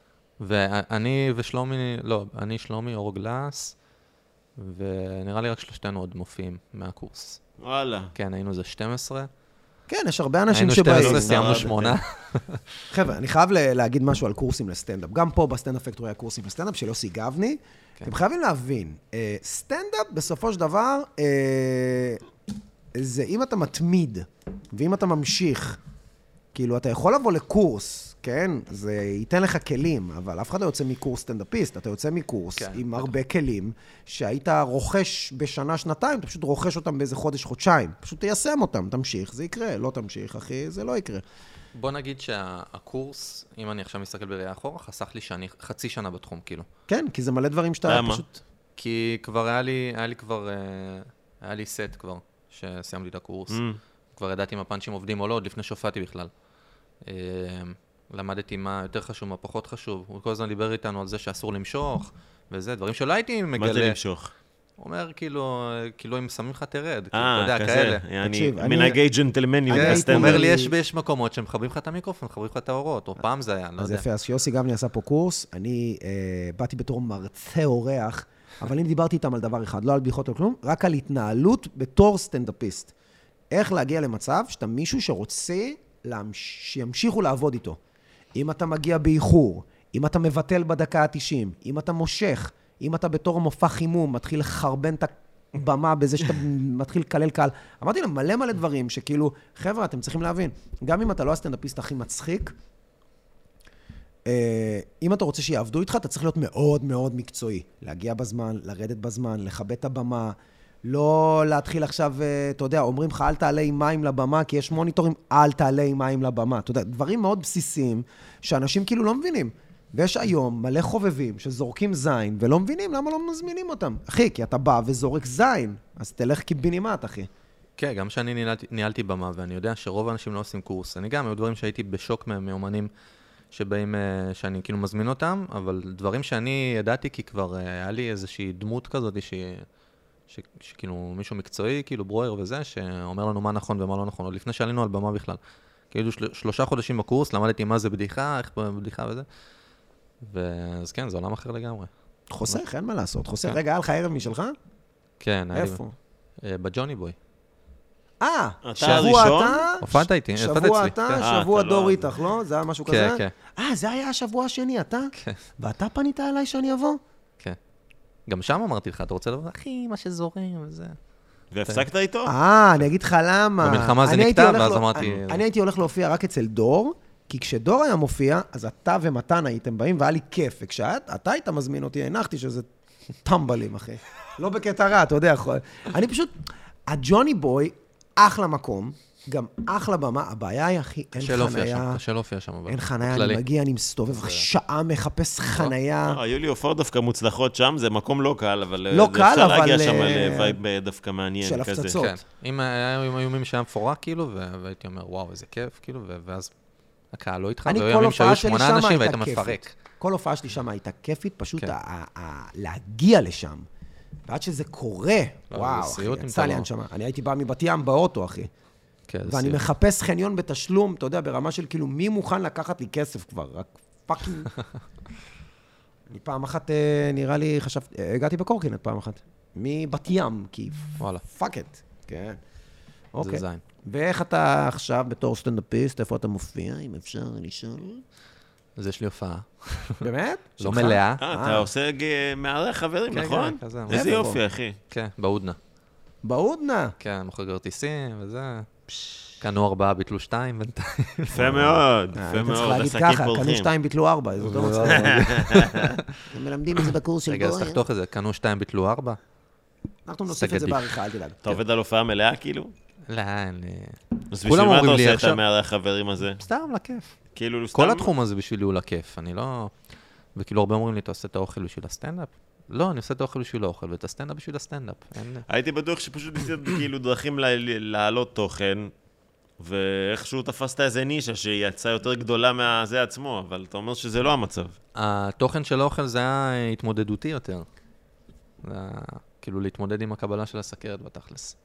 ואני ושלומי, לא, אני, שלומי, אור גלס, ונראה לי רק שלושתנו עוד מופיעים מהקורס. וואלה. כן, היינו זה שתים עשרה. כן, יש הרבה אנשים היינו שבאים. שתים עשרה, סיימנו סבבה, שמונה. חבר'ה, אני חייב ל- להגיד משהו על קורסים לסטנדאפ. גם פה בסטנדאפ פקטורי היה קורסים לסטנדאפ של יוסי גבני. כן. אתם חייבים להבין, אה, סטנדאפ בסופו של דבר, אה, זה אם אתה מתמיד, ואם אתה ממשיך, כאילו, אתה יכול לבוא לקורס, כן? זה ייתן לך כלים, אבל אף אחד לא יוצא מקורס סטנדאפיסט, אתה יוצא מקורס כן, עם בטח. הרבה כלים, שהיית רוכש בשנה, שנתיים, אתה פשוט רוכש אותם באיזה חודש, חודשיים. פשוט תיישם אותם, תמשיך, זה יקרה, לא תמשיך, אחי, זה לא יקרה. בוא נגיד שהקורס, אם אני עכשיו מסתכל בראייה אחורה, חסך לי שאני חצי שנה בתחום, כאילו. כן, כי זה מלא דברים שאתה למה? פשוט... כי כבר היה לי, היה לי כבר, אה, היה לי סט כבר, שסיימתי את הקורס. Mm. כבר ידעתי אם הפאנצ'ים עובדים או לא, עוד לפני שהופעתי בכלל. אה, למדתי מה יותר חשוב, מה פחות חשוב. הוא כל הזמן דיבר איתנו על זה שאסור למשוך, וזה, דברים שלא הייתי מגלה. מה זה למשוך? הוא אומר, כאילו, כאילו, אם שמים לך תרד, כאילו, אתה אה, יודע, כזה. כאלה. אני תקשיב, אני- מנהגי ג'נטלמנים אני כן, הייתי בסטנדאפ. הוא אומר לי, לי- יש, יש מקומות שמחברים לך את המיקרופון, מחברים לך את האורות, או פעם זה היה, לא אז יודע. יפה, אז שיוסי גבני עשה פה קורס, אני אה, באתי בתור מרצה אורח, אבל אני דיברתי איתם על דבר אחד, לא על בדיחות או כלום, רק על התנהלות בתור סטנדאפיסט. איך להגיע למצב שאתה מישהו שרוצה להמש... שימשיכו לעבוד איתו. אם אתה מגיע באיחור, אם אתה מבטל בדקה ה-תשעים, אם אתה מושך, אם אתה בתור מופע חימום, מתחיל לחרבן את הבמה בזה שאתה מתחיל לקלל קהל. אמרתי להם מלא מלא דברים שכאילו, חבר'ה, אתם צריכים להבין, גם אם אתה לא הסטנדאפיסט הכי מצחיק, אם אתה רוצה שיעבדו איתך, אתה צריך להיות מאוד מאוד מקצועי. להגיע בזמן, לרדת בזמן, לכבד את הבמה, לא להתחיל עכשיו, אתה יודע, אומרים לך, אל תעלה עם מים לבמה, כי יש מוניטורים, אל תעלה עם מים לבמה. אתה יודע, דברים מאוד בסיסיים, שאנשים כאילו לא מבינים. ויש היום מלא חובבים שזורקים זין, ולא מבינים למה לא מזמינים אותם. אחי, כי אתה בא וזורק זין, אז תלך קיבינימט, אחי. כן, גם שאני ניהלתי, ניהלתי במה, ואני יודע שרוב האנשים לא עושים קורס. אני גם, היו דברים שהייתי בשוק מהם, מאומנים שבאים, אה, שאני כאילו מזמין אותם, אבל דברים שאני ידעתי, כי כבר אה, היה לי איזושהי דמות כזאת, ש... ש... שכאילו מישהו מקצועי, כאילו ברואר וזה, שאומר לנו מה נכון ומה לא נכון, עוד לפני שעלינו על במה בכלל. כאילו של... שלושה חודשים בקורס, למדתי מה זה בדיחה, איך בדיחה וזה. ואז כן, זה עולם אחר לגמרי. חוסך, אין מה לעשות. חוסך. כן. רגע, היה לך ערב משלך? כן, היה לי- איפה? אה, בג'וני בוי. אה, אתה שבוע הראשון? אתה, הופעת איתי, הופעת שבוע אצלי. אתה, כן. אה, שבוע אתה דור לא- איתך, לא? זה היה משהו כזה? כן, כן, אה, זה היה השבוע השני, אתה? כן, ואתה פנית אליי שאני אבוא? כן. גם שם אמרתי לך, אתה רוצה לבוא? אחי, מה שזורם וזה. והפסקת איתו? אה, אני אגיד לך למה. במלחמה זה אני הייתי נקטע, הולך ואז לו- אמרתי- אני- אני הייתי הולך להופיע רק אצל דור, כי כשדור היה מופיע, אז אתה ומתן הייתם באים, והיה לי כיף. וכשאתה היית מזמין אותי, הנחתי שזה טמבלים, אחי. לא בקטע רע, אתה יודע. יכול- אני פשוט... הג'וני בוי, אחלה מקום, גם אחלה במה. הבעיה היא, אחי, אין קשה להופיע חנייה. שם, קשה להופיע שם. אבל. אין חנייה, בכללי. אני מגיע, אני מסתובב שעה, מחפש חנייה. אה, היו לי הופעות דווקא מוצלחות שם, זה מקום לא קל, אבל לא זה קל, אפשר להגיע אבל, שם אה, לווייב דווקא מעניין של כזה. הפצצות. כן. אם היה- אם היו ימים שהיה מפורק, כאילו, ו- והייתי אומר, וואו, איזה כיף, כאילו, ו- ואז הקהל לא איתך, אני, והיו כל ימים שהיו הופעה שלי שמונה שם אנשים והיית הייתה מפרק. כיפית. כל הופעה שלי שם הייתה כיפית, פשוט כן. ה- ה- להגיע לשם. ועד שזה קורה, לא, וואו, זה אחי, סיוט אם יצא אתה לי לא- הנשמה. אני הייתי בא מבת ים באוטו, אחי. כן, זה ואני סיוט. מחפש חניון בתשלום, אתה יודע, ברמה של כאילו, מי מוכן לקחת לי כסף כבר? רק פאקינג... אני פעם אחת, אה, נראה לי, חשבתי, אה, הגעתי בקורקינט פעם אחת. מבת ים, כי וואלה. פאק את. כן. אוקיי. זין. ואיך אתה עכשיו בתור סטנדאפיסט, איפה אתה מופיע, אם אפשר לשאול? אז יש לי הופעה. באמת? לא שלך? מלאה. אה, אתה עושה ג- מארח חברים, כן, נכון? כן, כזה. איזה איפה? יופי, אחי. כן, בהודנה. בהודנה. כן, מוכר כרטיסים וזה. קנו ארבעה, ביטלו שתיים, בינתיים. יפה מאוד, אה, יפה היית צריך מאוד, להגיד עסקים ככה, קנו פורחים. שתיים, ביטלו ארבע, זה אותו מצחיק. הם מלמדים את זה בקורס של רגע, אז בואי. תחתוך את זה, קנו שתיים, ביטלו ארבע? אנחנו נוסיף את זה בעריכה, אל תדאג. אתה עובד על הופעה מלאה כאילו? לא, אין לי... אז בשביל כולם מה אתה אומרים לי עושה את עכשיו- המארח חברים הזה? סתם, לכיף. כאילו, סתם... כל התחום הזה בשבילי הוא לכיף, אני לא... וכאילו הרבה אומרים לי, אתה עושה את האוכל בשביל הסטנדאפ? לא, אני עושה את האוכל בשביל האוכל, ואת הסטנדאפ בשביל הסטנדאפ. אין... הייתי בטוח שפשוט ניסית כאילו דרכים ל- להעלות תוכן, ואיכשהו תפסת איזה נישה שיצאה יותר גדולה מהזה עצמו, אבל אתה אומר שזה לא המצב. התוכן של האוכל זה היה התמודדותי יותר. זה היה כאילו להתמודד עם הקבלה של הסכרת בתכלס.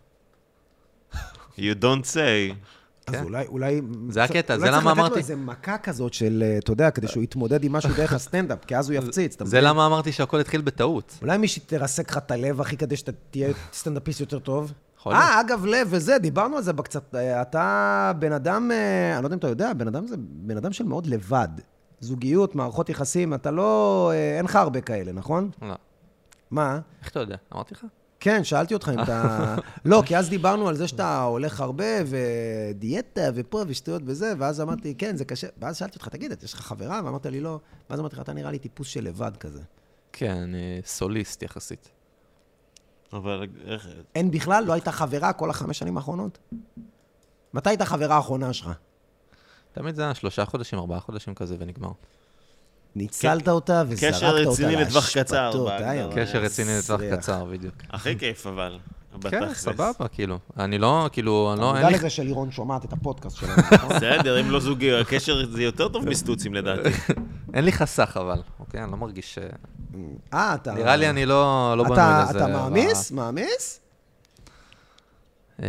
You don't say. אז כן. אולי, אולי... זה הקטע, אולי זה למה צריך לתת לו אמרתי- איזה מכה כזאת של, אתה יודע, כדי שהוא יתמודד עם משהו דרך הסטנדאפ, כי אז הוא יפציץ, אתה זה מבין? למה אמרתי שהכל התחיל בטעות. אולי מישהי תרסק לך את הלב, אחי, כדי שאתה תהיה סטנדאפיסט יותר טוב? יכול להיות. אה, אגב, לב וזה, דיברנו על זה בקצת. אתה בן אדם, אה, אני לא יודע אם אתה יודע, בן אדם זה בן אדם של מאוד לבד. זוגיות, מערכות יחסים, אתה לא... אה, אין לך הרבה כאלה, נכון? לא. מה? איך אתה יודע? אמרתי לך? כן, שאלתי אותך אם אתה... לא, כי אז דיברנו על זה שאתה הולך הרבה, ודיאטה, ופה, ושטויות וזה, ואז אמרתי, כן, זה קשה. ואז שאלתי אותך, תגיד, יש לך חברה? ואמרת לי, לא. ואז אמרתי לך, אתה נראה לי טיפוס של לבד כזה. כן, אני סוליסט יחסית. אבל איך... אין בכלל? לא הייתה חברה כל החמש שנים האחרונות? מתי הייתה חברה האחרונה שלך? תמיד זה היה שלושה חודשים, ארבעה חודשים כזה, ונגמר. ניצלת אותה וזרקת אותה קשר רציני לטווח קצר, לאשפתות, בהגדרה. אה, קשר רציני לטווח מסריח. קצר, בדיוק. הכי כיף אבל. כן, בתכלס. סבבה, כאילו. אני לא, כאילו, אני לא... אתה אין מודע לי- לזה שלירון שומעת את הפודקאסט שלנו, נכון? בסדר, אם לא זוגי, הקשר זה יותר טוב מסטוצים לדעתי. אין לי חסך, אבל. אוקיי, אני לא מרגיש ש... אה, אתה... נראה לי אני לא לא בנוי אתה- לזה. אתה מעמיס? מעמיס? אה,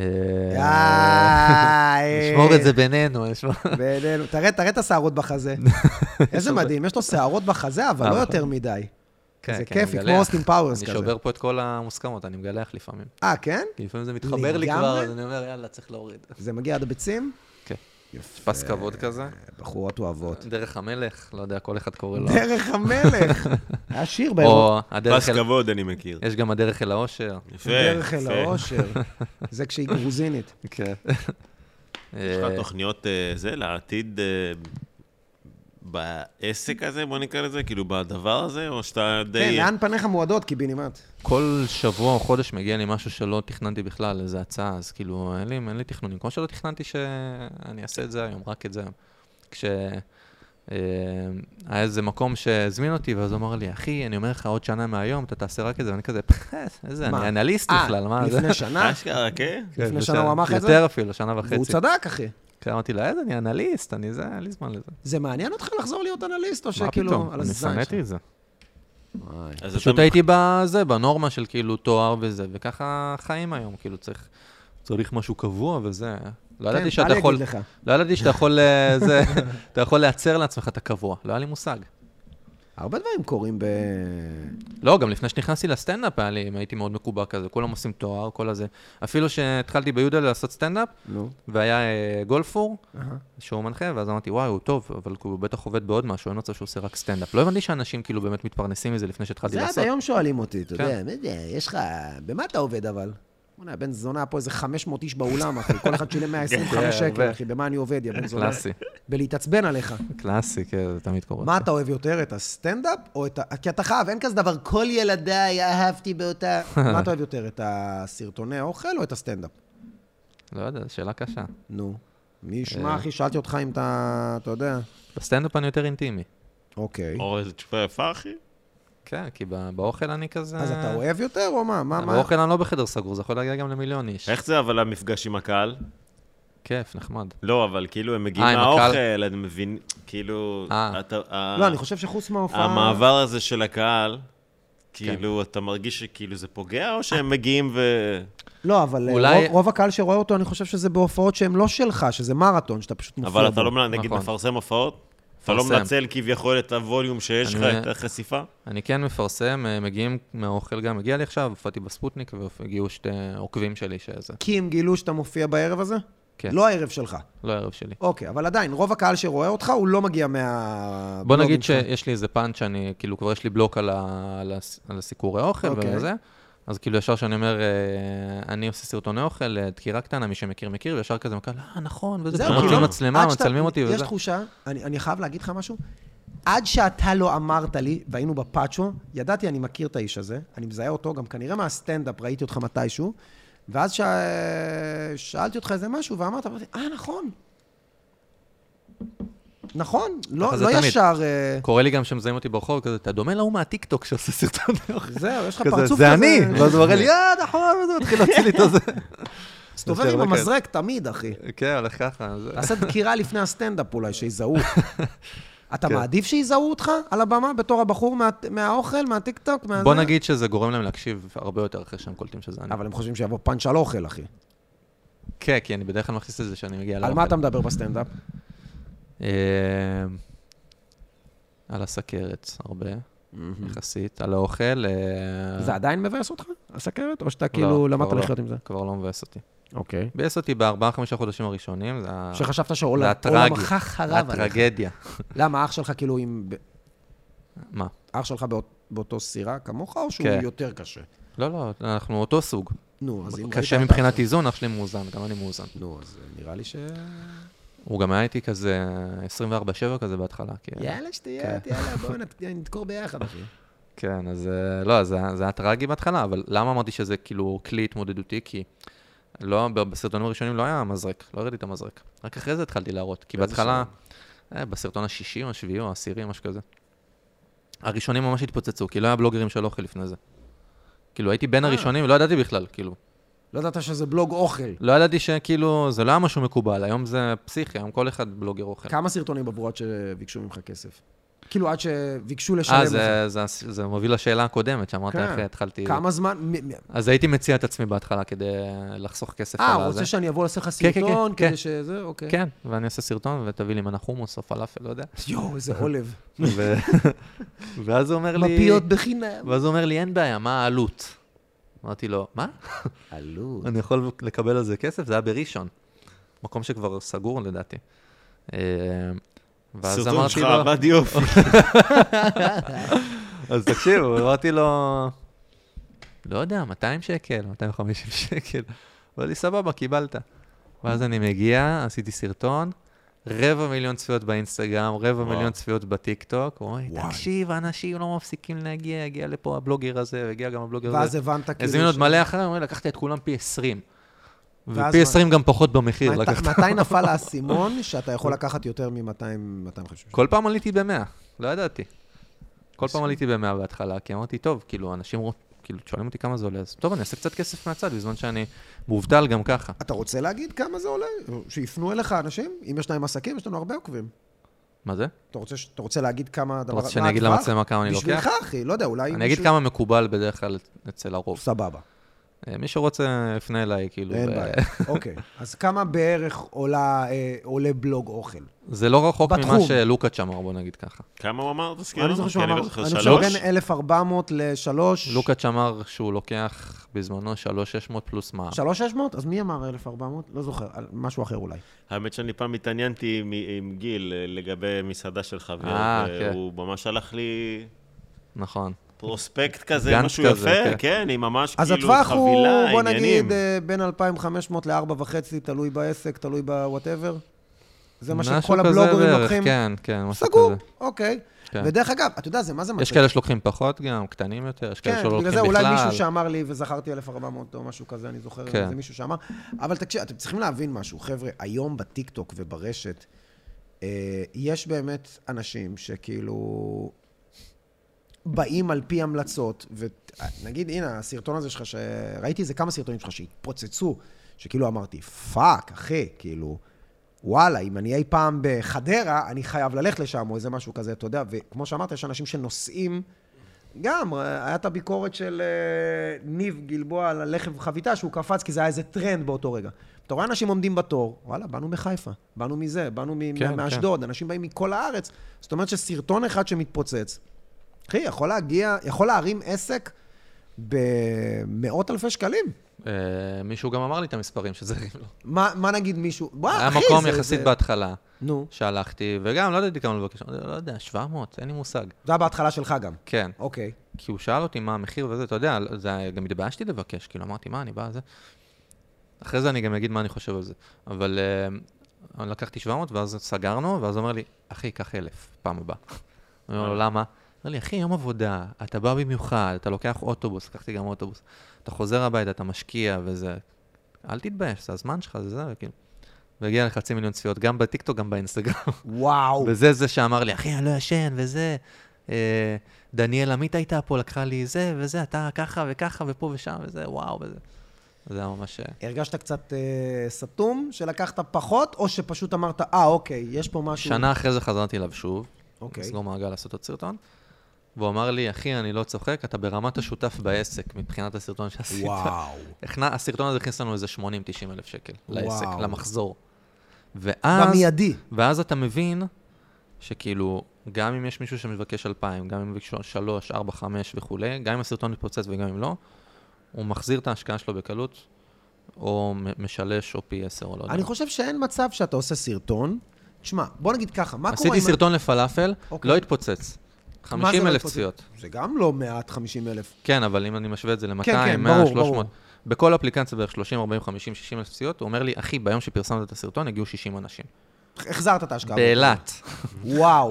אה, נשמור את זה בינינו. נשמור- בינינו. תראה, תראה את השערות בחזה. איזה מדהים, יש לו שערות בחזה, אבל לא אה, יותר מדי. כן, זה כן, כיפי, אני כמו מגלח. אוסטין פאוורס אני כזה. שובר פה את כל המוסכמות, אני מגלח לפעמים. אה, כן? כי לפעמים זה מתחבר לי לגמרי? כבר, אז אני אומר, יאללה, צריך להוריד. זה מגיע עד הביצים? כן. יפה. פס כבוד כזה. בחורות אוהבות. דרך המלך, לא יודע, כל אחד קורא לו. דרך המלך. היה שיר באירופה. או הדרך פס אל... כבוד אני מכיר. יש גם הדרך אל האושר. יפה, דרך אל יפה. האושר. זה כשהיא גרוזינית. כן. יש לך תוכניות אה, זה לעתיד אה, בעסק הזה, בוא נקרא לזה, כאילו בדבר הזה, או שאתה כן, די... לאן פניך מועדות, קיבינימט? כל שבוע או חודש מגיע לי משהו שלא תכננתי בכלל, איזו הצעה, אז כאילו, אין לי, אין לי תכנונים. כמו שלא תכננתי שאני אעשה את זה היום, רק את זה היום. כש... אה, היה איזה מקום שהזמין אותי, ואז הוא אמר לי, אחי, אני אומר לך, עוד שנה מהיום, אתה תעשה רק את זה, ואני כזה, איזה, מה? אני אנליסט אה, בכלל, מה זה? לפני שנה? אשכרה, כן? כן, לפני זה שנה הוא אמר לך את זה? יותר אפילו, שנה וחצי. והוא צדק, אחי. כן, אמרתי לה, איזה, אני אנליסט, אני זה, אין לי זמן לזה. זה מעניין אותך לחזור להיות אנליסט, או מה שכאילו, פתאום? על אני הזין שנאתי שלך? את זה. וואי. אז פשוט אתה- הייתי בזה, בנורמה של כאילו תואר וזה, וככה חיים היום, כאילו צריך, צריך משהו קבוע וזה. לא ידעתי כן, שאתה טלי יכול, יגיד לך. לא ידעתי שאתה יכול, אה, זה, אתה יכול לייצר לעצמך את הקבוע, לא היה לי מושג. הרבה דברים קורים ב... לא, גם לפני שנכנסתי לסטנדאפ, היה לי, הייתי מאוד מקובע כזה, כולם עושים תואר, כל הזה. אפילו שהתחלתי ביודל לעשות סטנדאפ, נו. והיה אה, גולפור, אהה. שהוא מנחה, ואז אמרתי, וואי, הוא טוב, אבל הוא בטח עובד בעוד משהו, אין מצב שהוא עושה רק סטנדאפ. לא הבנתי שאנשים כאילו באמת מתפרנסים מזה לפני שהתחלתי זה עד לעשות. היום שואלים אותי, אתה כן. יודע, מה יודע, יש לך... במה אתה עובד אבל? בוא'נה, בן זונה פה איזה חמש מאות איש באולם, אחי. כל אחד שילם מאה עשרים וחמש כן, שקל, הרבה. אחי. במה אני עובד, יא בן זונה? קלאסי, בלהתעצבן עליך. קלאסי, כן, זה תמיד קורה. מה אתה אוהב יותר, את הסטנדאפ או את ה... כי אתה חייב, אין כזה דבר, כל ילדיי אהבתי באותה... מה אתה אוהב יותר, את הסרטוני האוכל או את הסטנדאפ? לא יודע, זו שאלה קשה. נו. מי ישמע, אה. אחי, שאלתי אותך אם אתה... אתה יודע. בסטנדאפ אני יותר אינטימי. אוקיי. או איזה תשובה יפה, אחי. כן, כי ב- באוכל אני כזה... אז אתה אוהב יותר או מה? מה? מה? באוכל אני לא בחדר סגור, זה יכול להגיע גם למיליון איש. איך זה אבל המפגש עם הקהל? כיף, נחמד. לא, אבל כאילו הם מגיעים אה, עם הקהל? מהאוכל, אני מבין, כאילו... אה. אתה- ה- לא, אני חושב שחוץ מההופעה... המעבר הזה של הקהל, כן. כאילו, אתה מרגיש שכאילו זה פוגע, או שהם מגיעים ו... לא, אבל אולי- רוב, רוב הקהל שרואה אותו, אני חושב שזה בהופעות שהן לא שלך, שזה מרתון, שאתה פשוט מופיע בו. אבל אתה לא, מנ- נגיד, נכון. מפרסם הופעות? אתה לא מפרסם. מנצל כביכול את הווליום שיש לך, אני- את החשיפה? אני כן מפרסם, אה, מגיעים מהאוכל גם, הגיע לי עכשיו, הופעתי בספוטניק, והגיעו שתי עוקבים שלי שזה. כי הם גילו שאתה מופיע בערב הזה? כן. לא הערב שלך. לא הערב שלי. אוקיי, אבל עדיין, רוב הקהל שרואה אותך, הוא לא מגיע מה... בוא נגיד שיש לי איזה פאנץ' שאני, כאילו כבר יש לי בלוק על, ה, על, הס, על הסיקורי האוכל אוקיי. וזה, אז כאילו ישר שאני אומר, אני עושה סרטוני אוכל, דקירה קטנה, מי שמכיר מכיר, וישר כזה מכיר, אה, נכון, וזה, מוצאים מצלמה, מצלמים אותי וזה. יש תחושה, אני חייב להגיד לך משהו, עד שאתה לא אמרת לי, והיינו בפאצ'ו, ידעתי, אני מכיר את האיש הזה, אני מזהה אותו, גם כנראה מהסטנדאפ, ראיתי אותך מתישהו, ואז שאלתי אותך איזה משהו, ואמרת, אה, נכון. נכון, לא ישר... קורא לי גם שמזהים אותי ברחוב, כזה, אתה דומה להוא מהטיקטוק שעושה סרטוני אוכל. זהו, יש לך פרצוף כזה. זה אני, ואז הוא מראה לי, אה, נכון, וזה מתחיל להציל לי את זה. סתובב עם המזרק תמיד, אחי. כן, הולך ככה. תעשה דקירה לפני הסטנדאפ אולי, שיזהו. אתה מעדיף שיזהו אותך על הבמה בתור הבחור מהאוכל, מהטיקטוק? בוא נגיד שזה גורם להם להקשיב הרבה יותר אחרי שהם קולטים שזה אני. אבל הם חושבים שיבוא פאנץ' על אוכל, אחי. כן, כי אני בדרך כלל מכניס את זה שאני מגיע לאוכל. על מה אתה מדבר בסטנדאפ? על הסכרת, הרבה, יחסית, על האוכל. זה עדיין מבאס אותך, הסכרת? או שאתה כאילו למדת לחיות עם זה? כבר לא מבאס אותי. אוקיי. מבאס אותי בארבעה, חמישה חודשים הראשונים. שחשבת שעולמך חרב עליך. הטרגדיה. למה, אח שלך כאילו עם... מה? אח שלך באותו סירה כמוך, או שהוא יותר קשה? לא, לא, אנחנו אותו סוג. נו, אז אם... קשה מבחינת איזון, אח שלי מאוזן, גם אני מאוזן. נו, אז נראה לי ש... הוא גם היה איתי כזה עשרים וארבע שבע כזה בהתחלה. יאללה שטויות, יאללה, בואו נדקור ביחד, אחי. כן, אז לא, זה היה טרגי בהתחלה, אבל למה אמרתי שזה כאילו כלי התמודדותי? כי בסרטונים הראשונים לא היה מזרק, לא הראיתי את המזרק. רק אחרי זה התחלתי להראות, כי בהתחלה, בסרטון השישי או השביעי או העשירי, משהו כזה. הראשונים ממש התפוצצו, כי לא היה בלוגרים של אוכל לפני זה. כאילו הייתי בין הראשונים, לא ידעתי בכלל, כאילו. לא ידעת שזה בלוג אוכל. לא ידעתי שכאילו, זה לא היה משהו מקובל, היום זה פסיכי, היום כל אחד בלוגר אוכל. כמה סרטונים עברו עד שביקשו ממך כסף? כאילו עד שביקשו לשלם לך. אה, זה מוביל לשאלה הקודמת, שאמרת איך התחלתי... כמה זמן... אז הייתי מציע את עצמי בהתחלה כדי לחסוך כסף על זה. הזה. אה, רוצה שאני אבוא לעשות לך סרטון כדי שזה, אוקיי. כן, ואני אעשה סרטון ותביא לי מנה חומוס או פלאפל, לא יודע. יואו, איזה עולב. ואז הוא אומר לי... מפיות בחינם. ואז הוא אומר לי, אין בעיה, מה העלות? אמרתי לו, מה? עלות. אני יכול לקבל על זה כסף? זה היה בראשון. מקום שכבר סגור, לדעתי. סרטון שלך, עבד יופי. אז תקשיב, אמרתי לו, לא יודע, מאתיים שקל, מאתיים וחמישים שקל. אמרתי לי, סבבה, קיבלת. ואז אני מגיע, עשיתי סרטון, רבע מיליון צפיות באינסטגרם, רבע מיליון צפיות בטיקטוק. אוי, תקשיב, אנשים לא מפסיקים להגיע, הגיע לפה הבלוגר הזה, הגיע גם הבלוגר הזה. ואז הבנת כאילו... הזמין עוד מלא אחרי, אומר, לקחתי את כולם פי עשרים. ופי עשרים גם פחות במחיר. מתי נפל האסימון שאתה יכול לקחת יותר מ-מאתיים וחמישים? כל פעם עליתי ב-מאה, לא ידעתי. כל פעם עליתי ב-מאה בהתחלה, כי אמרתי, טוב, כאילו, אנשים כאילו, שואלים אותי כמה זה עולה, אז טוב, אני אעשה קצת כסף מהצד, בזמן שאני מובטל גם ככה. אתה רוצה להגיד כמה זה עולה? שיפנו אליך אנשים? אם יש להם עסקים, יש לנו הרבה עוקבים. מה זה? אתה רוצה, אתה רוצה להגיד כמה... אתה רוצה שאני אגיד למצלמה כמה אני לוקח? בשבילך, אחי, לא יודע, אולי... אני אגיד כמה מקובל בדרך כלל אצל הרוב. סבבה. מי שרוצה, יפנה אליי, כאילו... אין בעיה. אוקיי. אז כמה בערך עולה בלוג אוכל? זה לא רחוק ממה שלוקאץ' אמר, בוא נגיד ככה. כמה הוא אמר? תזכיר לנו. אני זוכר שהוא אמר, אני חושב בין אלף וארבע מאות ל-שלוש... לוקאץ' אמר שהוא לוקח בזמנו שלוש אלף שש מאות פלוס מע"מ. שלוש אלף שש מאות? אז מי אמר אלף וארבע מאות? לא זוכר, משהו אחר אולי. האמת שאני פעם התעניינתי עם גיל לגבי מסעדה של חבר, והוא ממש הלך לי... נכון. פרוספקט כזה, משהו יפה, כן, היא ממש כאילו חבילה, עניינים. אז הטווח הוא, בוא נגיד, בין אלפיים וחמש מאות ל-ארבע וחצי, תלוי בעסק, תלוי ב-whatever. זה מה שכל הבלוגרים לוקחים. כן, כן, משהו סגור, אוקיי. ודרך אגב, אתה יודע, זה מה זה מצחיק. יש כאלה שלוקחים פחות גם, קטנים יותר, יש כאלה שלוקחים בכלל. כן, בגלל זה אולי מישהו שאמר לי, וזכרתי אלף וארבע מאות או משהו כזה, אני זוכר, זה מישהו שאמר. אבל תקשיב, אתם צריכים להבין משהו, חבר'ה, היום בטיקטוק וברשת, יש באמת אנשים שכאילו באים על פי המלצות, ונגיד, הנה, הסרטון הזה שלך, שראיתי איזה כמה סרטונים שלך שהתפוצצו, שכאילו אמרתי, פאק, אחי, כאילו, וואלה, אם אני אי פעם בחדרה, אני חייב ללכת לשם, או איזה משהו כזה, אתה יודע, וכמו שאמרת, יש אנשים שנוסעים, גם, היה את הביקורת של ניב גלבוע על הלחם חביתה, שהוא קפץ, כי זה היה איזה טרנד באותו רגע. אתה רואה אנשים עומדים בתור, וואלה, באנו מחיפה, באנו מזה, באנו מאשדוד, אנשים באים מכל הארץ, זאת אומרת שסרטון אחד שמתפוצץ, אחי, יכול להגיע, יכול להרים עסק במאות אלפי שקלים. מישהו גם אמר לי את המספרים שזה הרים לו. מה נגיד מישהו? היה מקום יחסית בהתחלה, שהלכתי, וגם לא ידעתי כמה לבקש, לא יודע, שבע מאות, אין לי מושג. זה היה בהתחלה שלך גם? כן. אוקיי. כי הוא שאל אותי מה המחיר וזה, אתה יודע, זה גם התביישתי לבקש, כאילו אמרתי, מה, אני בא על זה? אחרי זה אני גם אגיד מה אני חושב על זה. אבל uh, לקחתי שבע מאות, ואז סגרנו, ואז הוא אומר לי, אחי, קח אלף, פעם הבאה. אני אומר לו, למה? אומר לי, אחי, יום עבודה, אתה בא במיוחד, אתה לוקח אוטובוס, לקחתי גם אוטובוס, אתה חוזר הביתה, אתה משקיע וזה, אל תתבייש, זה הזמן שלך, זה זה, וכאילו. והגיע לחצי מיליון צפיות, גם בטיקטוק, גם באינסטגרם. וואו. וזה זה שאמר לי, אחי, אני לא ישן, וזה, אה, דניאל עמית הייתה פה, לקחה לי זה וזה, אתה ככה וככה, ופה ושם, וזה, וואו, וזה. זה היה ממש... הרגשת קצת אה, סתום, שלקחת פחות, או שפשוט אמרת, אה, אוקיי, יש פה משהו... שנה אחרי זה חזרתי אליו שוב, אוקיי. לסגור מעגל לעשות עוד סרטון, והוא אמר לי, אחי, אני לא צוחק, אתה ברמת השותף בעסק, מבחינת הסרטון שעשית. וואו. הכנע, הסרטון הזה הכניס לנו איזה שמונים תשעים אלף שקל לעסק, וואו. למחזור. ואז, במיידי. ואז אתה מבין שכאילו, גם אם יש מישהו שמבקש אלפיים, גם אם מבקש שלוש, ארבע, חמש וכולי, גם אם הסרטון מתפוצץ וגם אם לא, הוא מחזיר את ההשקעה שלו בקלות, או משלש או פי עשר, או לא יודע. אני חושב שאין מצב שאתה עושה סרטון. תשמע, בוא נגיד ככה, מה קורה... עשיתי סרטון לפלאפל, אוקיי. לא התפוצץ. חמישים אלף צפיות. זה גם לא מעט חמישים אלף. כן, אבל אם אני משווה את זה כן, ל-מאתיים, ברור, מאה, שלוש מאות, ברור. בכל אפליקציה בערך שלושים, ארבעים, חמישים, שישים אלף צפיות, הוא אומר לי, אחי, ביום שפרסמת את הסרטון, הגיעו שישים אנשים. החזרת את ההשקעה. באילת. וואו.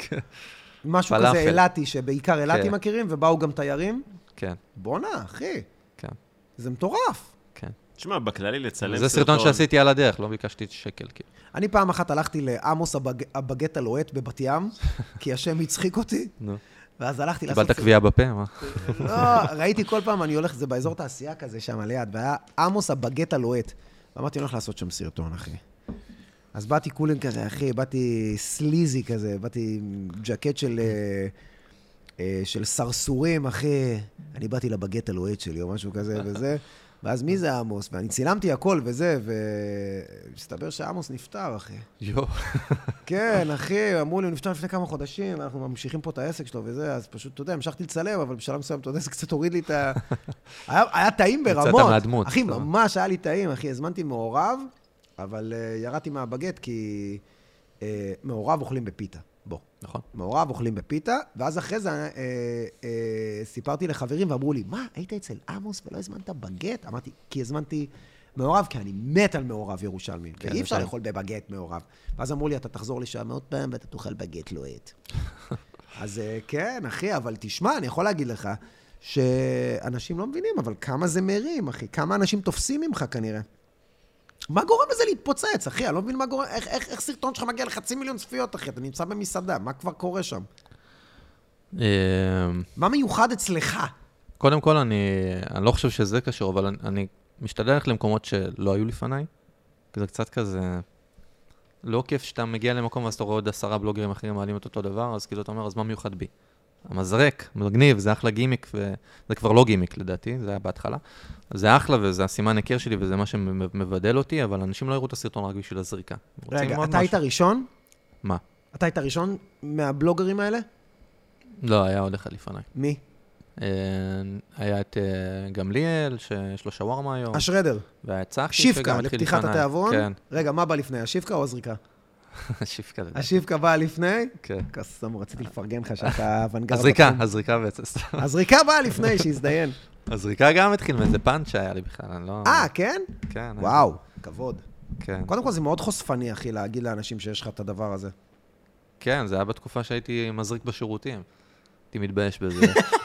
משהו פלאפל. כזה אילתי, שבעיקר אילתי כן. מכירים, ובאו גם תיירים. כן, בואנה, אחי. כן, זה מטורף. כן. תשמע, בכללי לצלם זה סרטון שעשיתי על הדרך, לא ביקשתי שקל. כאילו. אני פעם אחת הלכתי לעמוס הבג... הבגט הלוהט בבת ים, כי השם הצחיק אותי, נו. ואז הלכתי לעשות... קיבלת קביעה בפה, מה? לא, ראיתי כל פעם, אני הולך, זה באזור תעשייה כזה שם ליד, והיה עמוס הבגט הלוהט. ואמרתי, אני הולך לעשות שם סרטון, אחי. אז באתי קולן כזה, אחי, באתי סליזי כזה, באתי עם ג'קט של, אה, אה, של סרסורים, אחי. אני באתי לבגט הלוהט שלי או משהו כזה וזה. ואז מי זה עמוס? ואני צילמתי הכל וזה, והסתבר שעמוס נפטר, אחי. יו. כן, אחי, אמרו לי, הוא נפטר לפני כמה חודשים, אנחנו ממשיכים פה את העסק שלו וזה, אז פשוט, אתה יודע, המשכתי לצלם, אבל בשלב מסוים, אתה יודע, זה קצת הוריד לי את ה... היה, היה טעים ברמות. יצאת מהדמות. אחי, ממש היה לי טעים, אחי, הזמנתי מעורב, אבל uh, ירדתי מהבגט, כי uh, מעורב אוכלים בפיתה. בוא. נכון. מעורב אוכלים בפיתה, ואז אחרי זה uh, uh, סיפרתי לחברים, ואמרו לי, מה, היית אצל עמוס ולא הזמנת בגט? אמרתי, כי הזמנתי... מעורב, כי אני מת על מעורב ירושלמי. כן, ואי אפשר נכון. לאכול בבגט מעורב. ואז אמרו לי, אתה תחזור לשם עוד פעם, ואתה תאכל בגט לוהט. אז כן, אחי, אבל תשמע, אני יכול להגיד לך, שאנשים לא מבינים, אבל כמה זה מרים, אחי. כמה אנשים תופסים ממך כנראה. מה גורם לזה להתפוצץ, אחי? אני לא מבין מה גורם... איך, איך, איך סרטון שלך מגיע לחצי מיליון צפיות, אחי? אתה נמצא במסעדה, מה כבר קורה שם? מה מיוחד אצלך? קודם כל, אני, אני לא חושב שזה קשור, אבל אני, אני משתדל ללכת למקומות שלא היו לפניי, כי זה קצת כזה... לא כיף שאתה מגיע למקום ואז אתה רואה עוד עשרה בלוגרים אחרים מעלים את אותו דבר, אז כאילו אתה אומר, אז מה מיוחד בי? המזרק, מגניב, זה אחלה גימיק, וזה כבר לא גימיק לדעתי, זה היה בהתחלה. זה אחלה וזה הסימן הכיר שלי וזה מה שמבדל אותי, אבל אנשים לא יראו את הסרטון רק בשביל הזריקה. רגע, אתה היית ראשון? מה? אתה היית ראשון מהבלוגרים האלה? לא, היה עוד אחד לפניי. מי? היה את גמליאל, שיש לו שווארמה היום. השרדר. והיה את צחי, שיפקה, לפתיחת התיאבון. כן. רגע, מה בא לפני, השיפקה או הזריקה? השיפקה. השיפקה באה לפני? כן. קסום, רציתי לפרגן לך שאתה אבנגרד. הזריקה, הזריקה בעצם. הזריקה באה לפני, שהזדיין. הזריקה גם התחיל מאיזה פאנץ' שהיה לי בכלל, אני לא... אה, כן? כן. וואו, כבוד. כן. קודם כל זה מאוד חושפני, אחי, להגיד לאנשים שיש לך את הדבר הזה. כן, זה היה בתקופה שהייתי מזריק בשירותים. הייתי מתבייש בזה.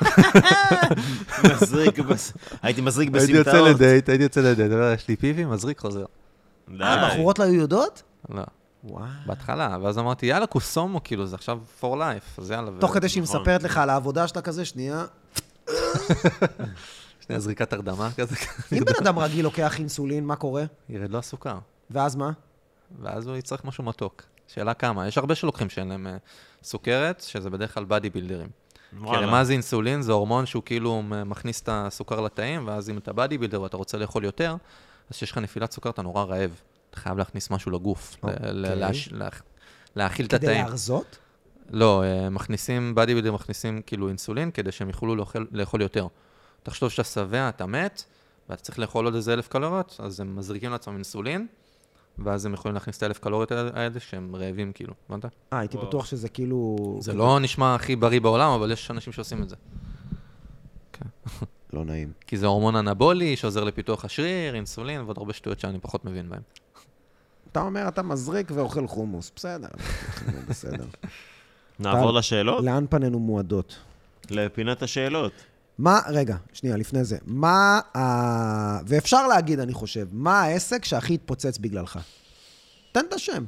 מזריק, הייתי מזריק הייתי יוצא בסמטאות. לדייט, הייתי יוצא לדייט, יש לי פיבי, מזריק חוזר. די. אה, בחורות לא היו יודעות? לא, וואו. בהתחלה, ואז אמרתי, יאללה, קוסומו, כאילו, זה עכשיו for life, אז יאללה. תוך כדי שהיא נכון. מספרת לך על העבודה שלה כזה, שנייה. שנייה זריקת הרדמה כזה. אם בן אדם רגיל לוקח אינסולין, מה קורה? ירד לו הסוכר. ואז מה? ואז הוא יצטרך משהו מתוק. שאלה כמה, יש הרבה שלוקחים שאין להם אה, סוכרת, שזה בדרך כלל בדי בילדרים. כי הרי מה זה אינסולין? זה הורמון שהוא כאילו מכניס את הסוכר לתאים, ואז אם אתה בדי בילדר ואתה רוצה לאכול יותר, אז שיש לך נפילת סוכר, אתה נורא רעב. אתה חייב להכניס משהו לגוף, להאכיל את התאים. כדי להרזות? לא, מכניסים, בדי בילדר מכניסים כאילו אינסולין, כדי שהם יוכלו לאכול יותר. תחשוב שאתה שבע, אתה מת, ואתה צריך לאכול עוד איזה אלף קלוריות, אז הם מזריקים לעצמם אינסולין, ואז הם יכולים להכניס את האלף קלוריות האלה שהם רעבים, כאילו, הבנת? אה, הייתי בטוח שזה כאילו... זה לא נשמע הכי בריא בעולם, אבל יש אנשים שעושים את זה. לא נעים. כי זה הורמון אנבולי שעוזר לפיתוח השריר, אינסולין ועוד הרבה שטויות שאני פחות מבין בהם. אתה אומר, אתה מזריק ואוכל חומוס. בסדר. בסדר. נעבור לשאלות? לאן פנינו מועדות? לפינת השאלות. מה, רגע, שנייה, לפני זה. מה, ה... ואפשר להגיד, אני חושב, מה העסק שהכי התפוצץ בגללך? תן את השם.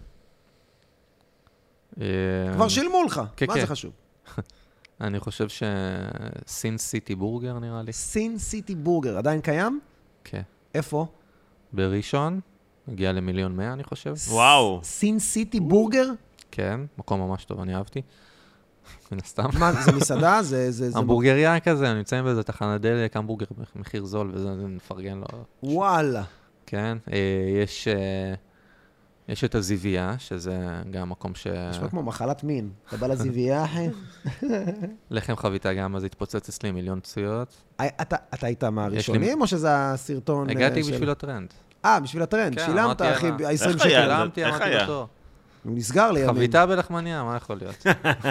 כבר שילמו לך. מה זה חשוב? אני חושב שסין סיטי בורגר נראה לי. סין סיטי בורגר, עדיין קיים? כן. איפה? בראשון, הגיע למיליון מאה, אני חושב. וואו. סין סיטי בורגר? כן, מקום ממש טוב, אני אהבתי. מן הסתם. מה, זה מסעדה? זה... זה... המבורגריה כזה, הם נמצאים באיזה תחנת דלק, המבורגר מחיר זול, וזה מפרגן לו. וואלה. כן, יש... יש את הזיוויה, שזה גם מקום ש... נשמע כמו מחלת מין. אתה בא לזיוויה, אחי? לחם חביתה גם, אז התפוצץ אצלי מיליון צפיות. אתה היית מהראשונים, או שזה הסרטון של... הגעתי בשביל הטרנד. אה, בשביל הטרנד. שילמת, אחי, עשרים שקל. שילמתי, אמרתי אותו. הוא נסגר לימים. חביתה בלחמניה, מה יכול להיות?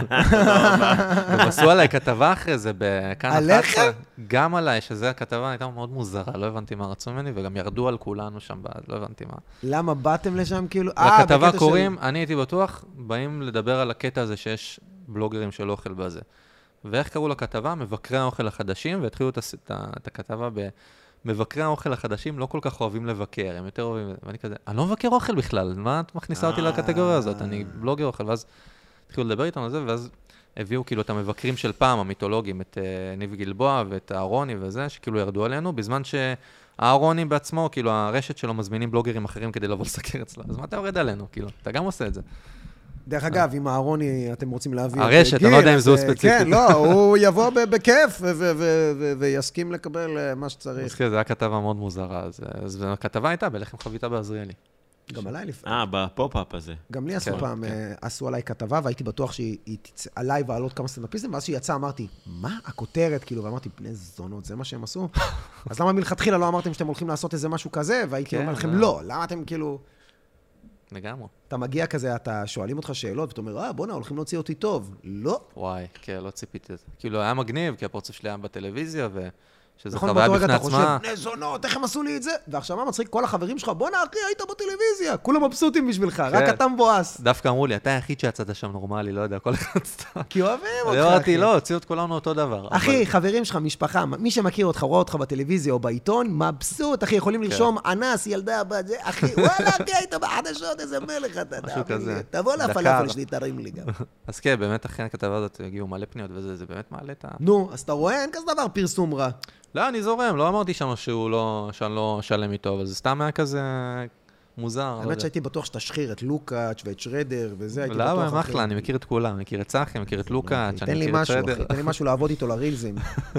הם עשו עליי כתבה אחרי זה בכאן אחת עשרה. עליך? גם עליי, שזו הכתבה הייתה מאוד מוזרה, לא הבנתי מה רצו ממני, וגם ירדו על כולנו שם, לא הבנתי מה. למה באתם לשם כאילו? לכתבה קוראים, אני הייתי בטוח, באים לדבר על הקטע הזה שיש בלוגרים של אוכל בזה. ואיך קראו לכתבה? מבקרי האוכל החדשים, והתחילו את הכתבה ב... מבקרי האוכל החדשים לא כל כך אוהבים לבקר, הם יותר אוהבים, ואני כזה, אני לא מבקר אוכל בכלל, מה את מכניסה אותי לקטגוריה הזאת? אני בלוגר אוכל, ואז התחילו לדבר איתנו על זה, ואז הביאו כאילו את המבקרים של פעם, המיתולוגים, את ניב גלבוע ואת הארוני וזה, שכאילו ירדו עלינו, בזמן שהארוני בעצמו, כאילו הרשת שלו מזמינים בלוגרים אחרים כדי לבוא לסקר אצלו, אז מה אתה יורד עלינו? כאילו, אתה גם עושה את זה. דרך אגב, אם הארוני, אתם רוצים להביא... הרשת, אני לא יודע אם זו ספציפית. כן, לא, הוא יבוא בכיף ויסכים לקבל מה שצריך. אז כן, זו הייתה כתבה מאוד מוזרה. אז הכתבה הייתה בלחם חביתה בעזריאלי. גם עליי לפעמים. אה, בפופ-אפ הזה. גם לי עשו פעם, עשו עליי כתבה, והייתי בטוח שהיא תצא עליי ועלות כמה סטנדאפיסטים, ואז שהיא יצאה, אמרתי, מה הכותרת? כאילו, ואמרתי, בני זונות, זה מה שהם עשו? אז למה מלכתחילה לא אמרתם שאתם הולכים לעשות איזה משהו כזה? והייתי אומר לכם, לא, למה אתם כאילו... לגמרי. אתה מגיע כזה, אתה שואלים אותך שאלות, ואתה אומר, אה, בוא'נה, הולכים להוציא אותי טוב. לא. וואי, כן, לא ציפיתי את זה. כאילו, היה מגניב, כי הפרצוף שלי היה בטלוויזיה, ושזה נכון, חוויה בפני עצמה. אתה חושב, בני זונות, איך הם עשו לי את זה? ועכשיו מה מצחיק? כל החברים שלך, בוא'נה, אחי, היית בטלוויזיה. כולם מבסוטים בשבילך, רק אתה מבואס. דווקא אמרו לי, אתה היחיד שיצאת שם נורמלי, לא יודע, כל אחד סתם. כי אוהבים אותך, אחי. אמרתי, לא, הוציאו את כולנו אותו דבר. אחי, חברים שלך, משפחה, מי שמכיר אותך, רואה אותך בטלוויזיה או בעיתון, מבסוט, אחי, יכולים לרשום אנס, ילדה, בת זה, אחי, וואלה, אחי, היית בחדשות, איזה מלך אתה, תבוא לפלאפל שלי, תרים לי גם. אז כן, באמת, אחרי הכתבה הזאת הגיעו מלא פניות, וזה זה באמת מעלה את ה... נו, אז אתה רואה, אין כזה דבר פרסום רע. לא, אני זורם, לא אמרתי שם שהוא לא, שאני לא שלם איתו, אבל זה סתם היה כזה מוזר. האמת שהייתי בטוח שתשחיר את לוקאץ' ואת שרדר, וזה הייתי בטוח. לא, הם אחלה, אני מכיר את כולם, אני מכיר את צחי, אני מכיר את לוקאץ', אני מכיר את שרדר. תן לי משהו לעבוד איתו לרילזים.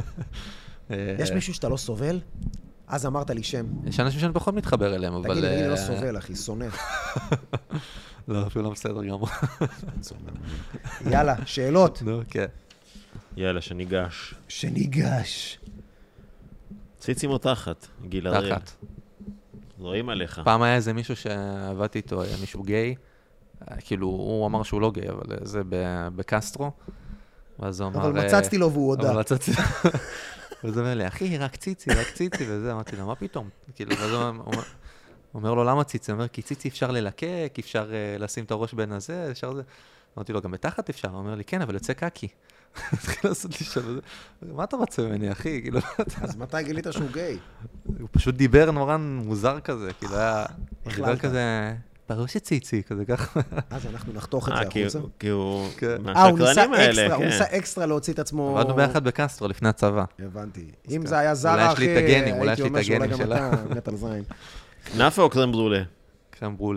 יש מישהו שאתה לא סובל? אז אמרת לי שם. יש אנשים שאני פחות מתחבר אליהם, אבל... תגיד לי, אני לא סובל, אחי, שונא. לא, אפילו לא בסדר גמור. יאללה, שאלות. נו, כן. יאללה, שניגש. שניגש. ציצי מותחת, גיל הראל. תחת. רואים עליך. פעם היה איזה מישהו שעבדתי איתו, היה מישהו גיי, כאילו, הוא אמר שהוא לא גיי, אבל זה בקסטרו. ואז הוא אמר... אבל מצצתי לו והוא הודע. אבל מצצתי לו. וזה אומר לי, אחי, רק ציצי, רק ציצי, וזה, אמרתי לו, מה פתאום? כאילו, ואז הוא אומר לו, למה ציצי? הוא אומר, כי ציצי אפשר ללקק, אפשר לשים את הראש בין הזה, אפשר זה. אמרתי לו, גם בתחת אפשר. הוא אומר לי, כן, אבל יוצא קקי. התחיל לעשות לי שם, מה אתה רוצה ממני, אחי? אז מתי גילית שהוא גיי? הוא פשוט דיבר נורא מוזר כזה, כאילו היה... דיבר כזה... ברור שציצי, כזה ככה. אז אנחנו נחתוך את זה החוצה. כי הוא... אה, הוא ניסה אקסטרה, הוא ניסה אקסטרה להוציא את עצמו... עבדנו ביחד בקסטרו לפני הצבא. הבנתי. אם זה היה זרה, אחי, הייתי אומר שאולי גם אתה מת על זין. כנאפה או קרם ברולה? קרם ברולה.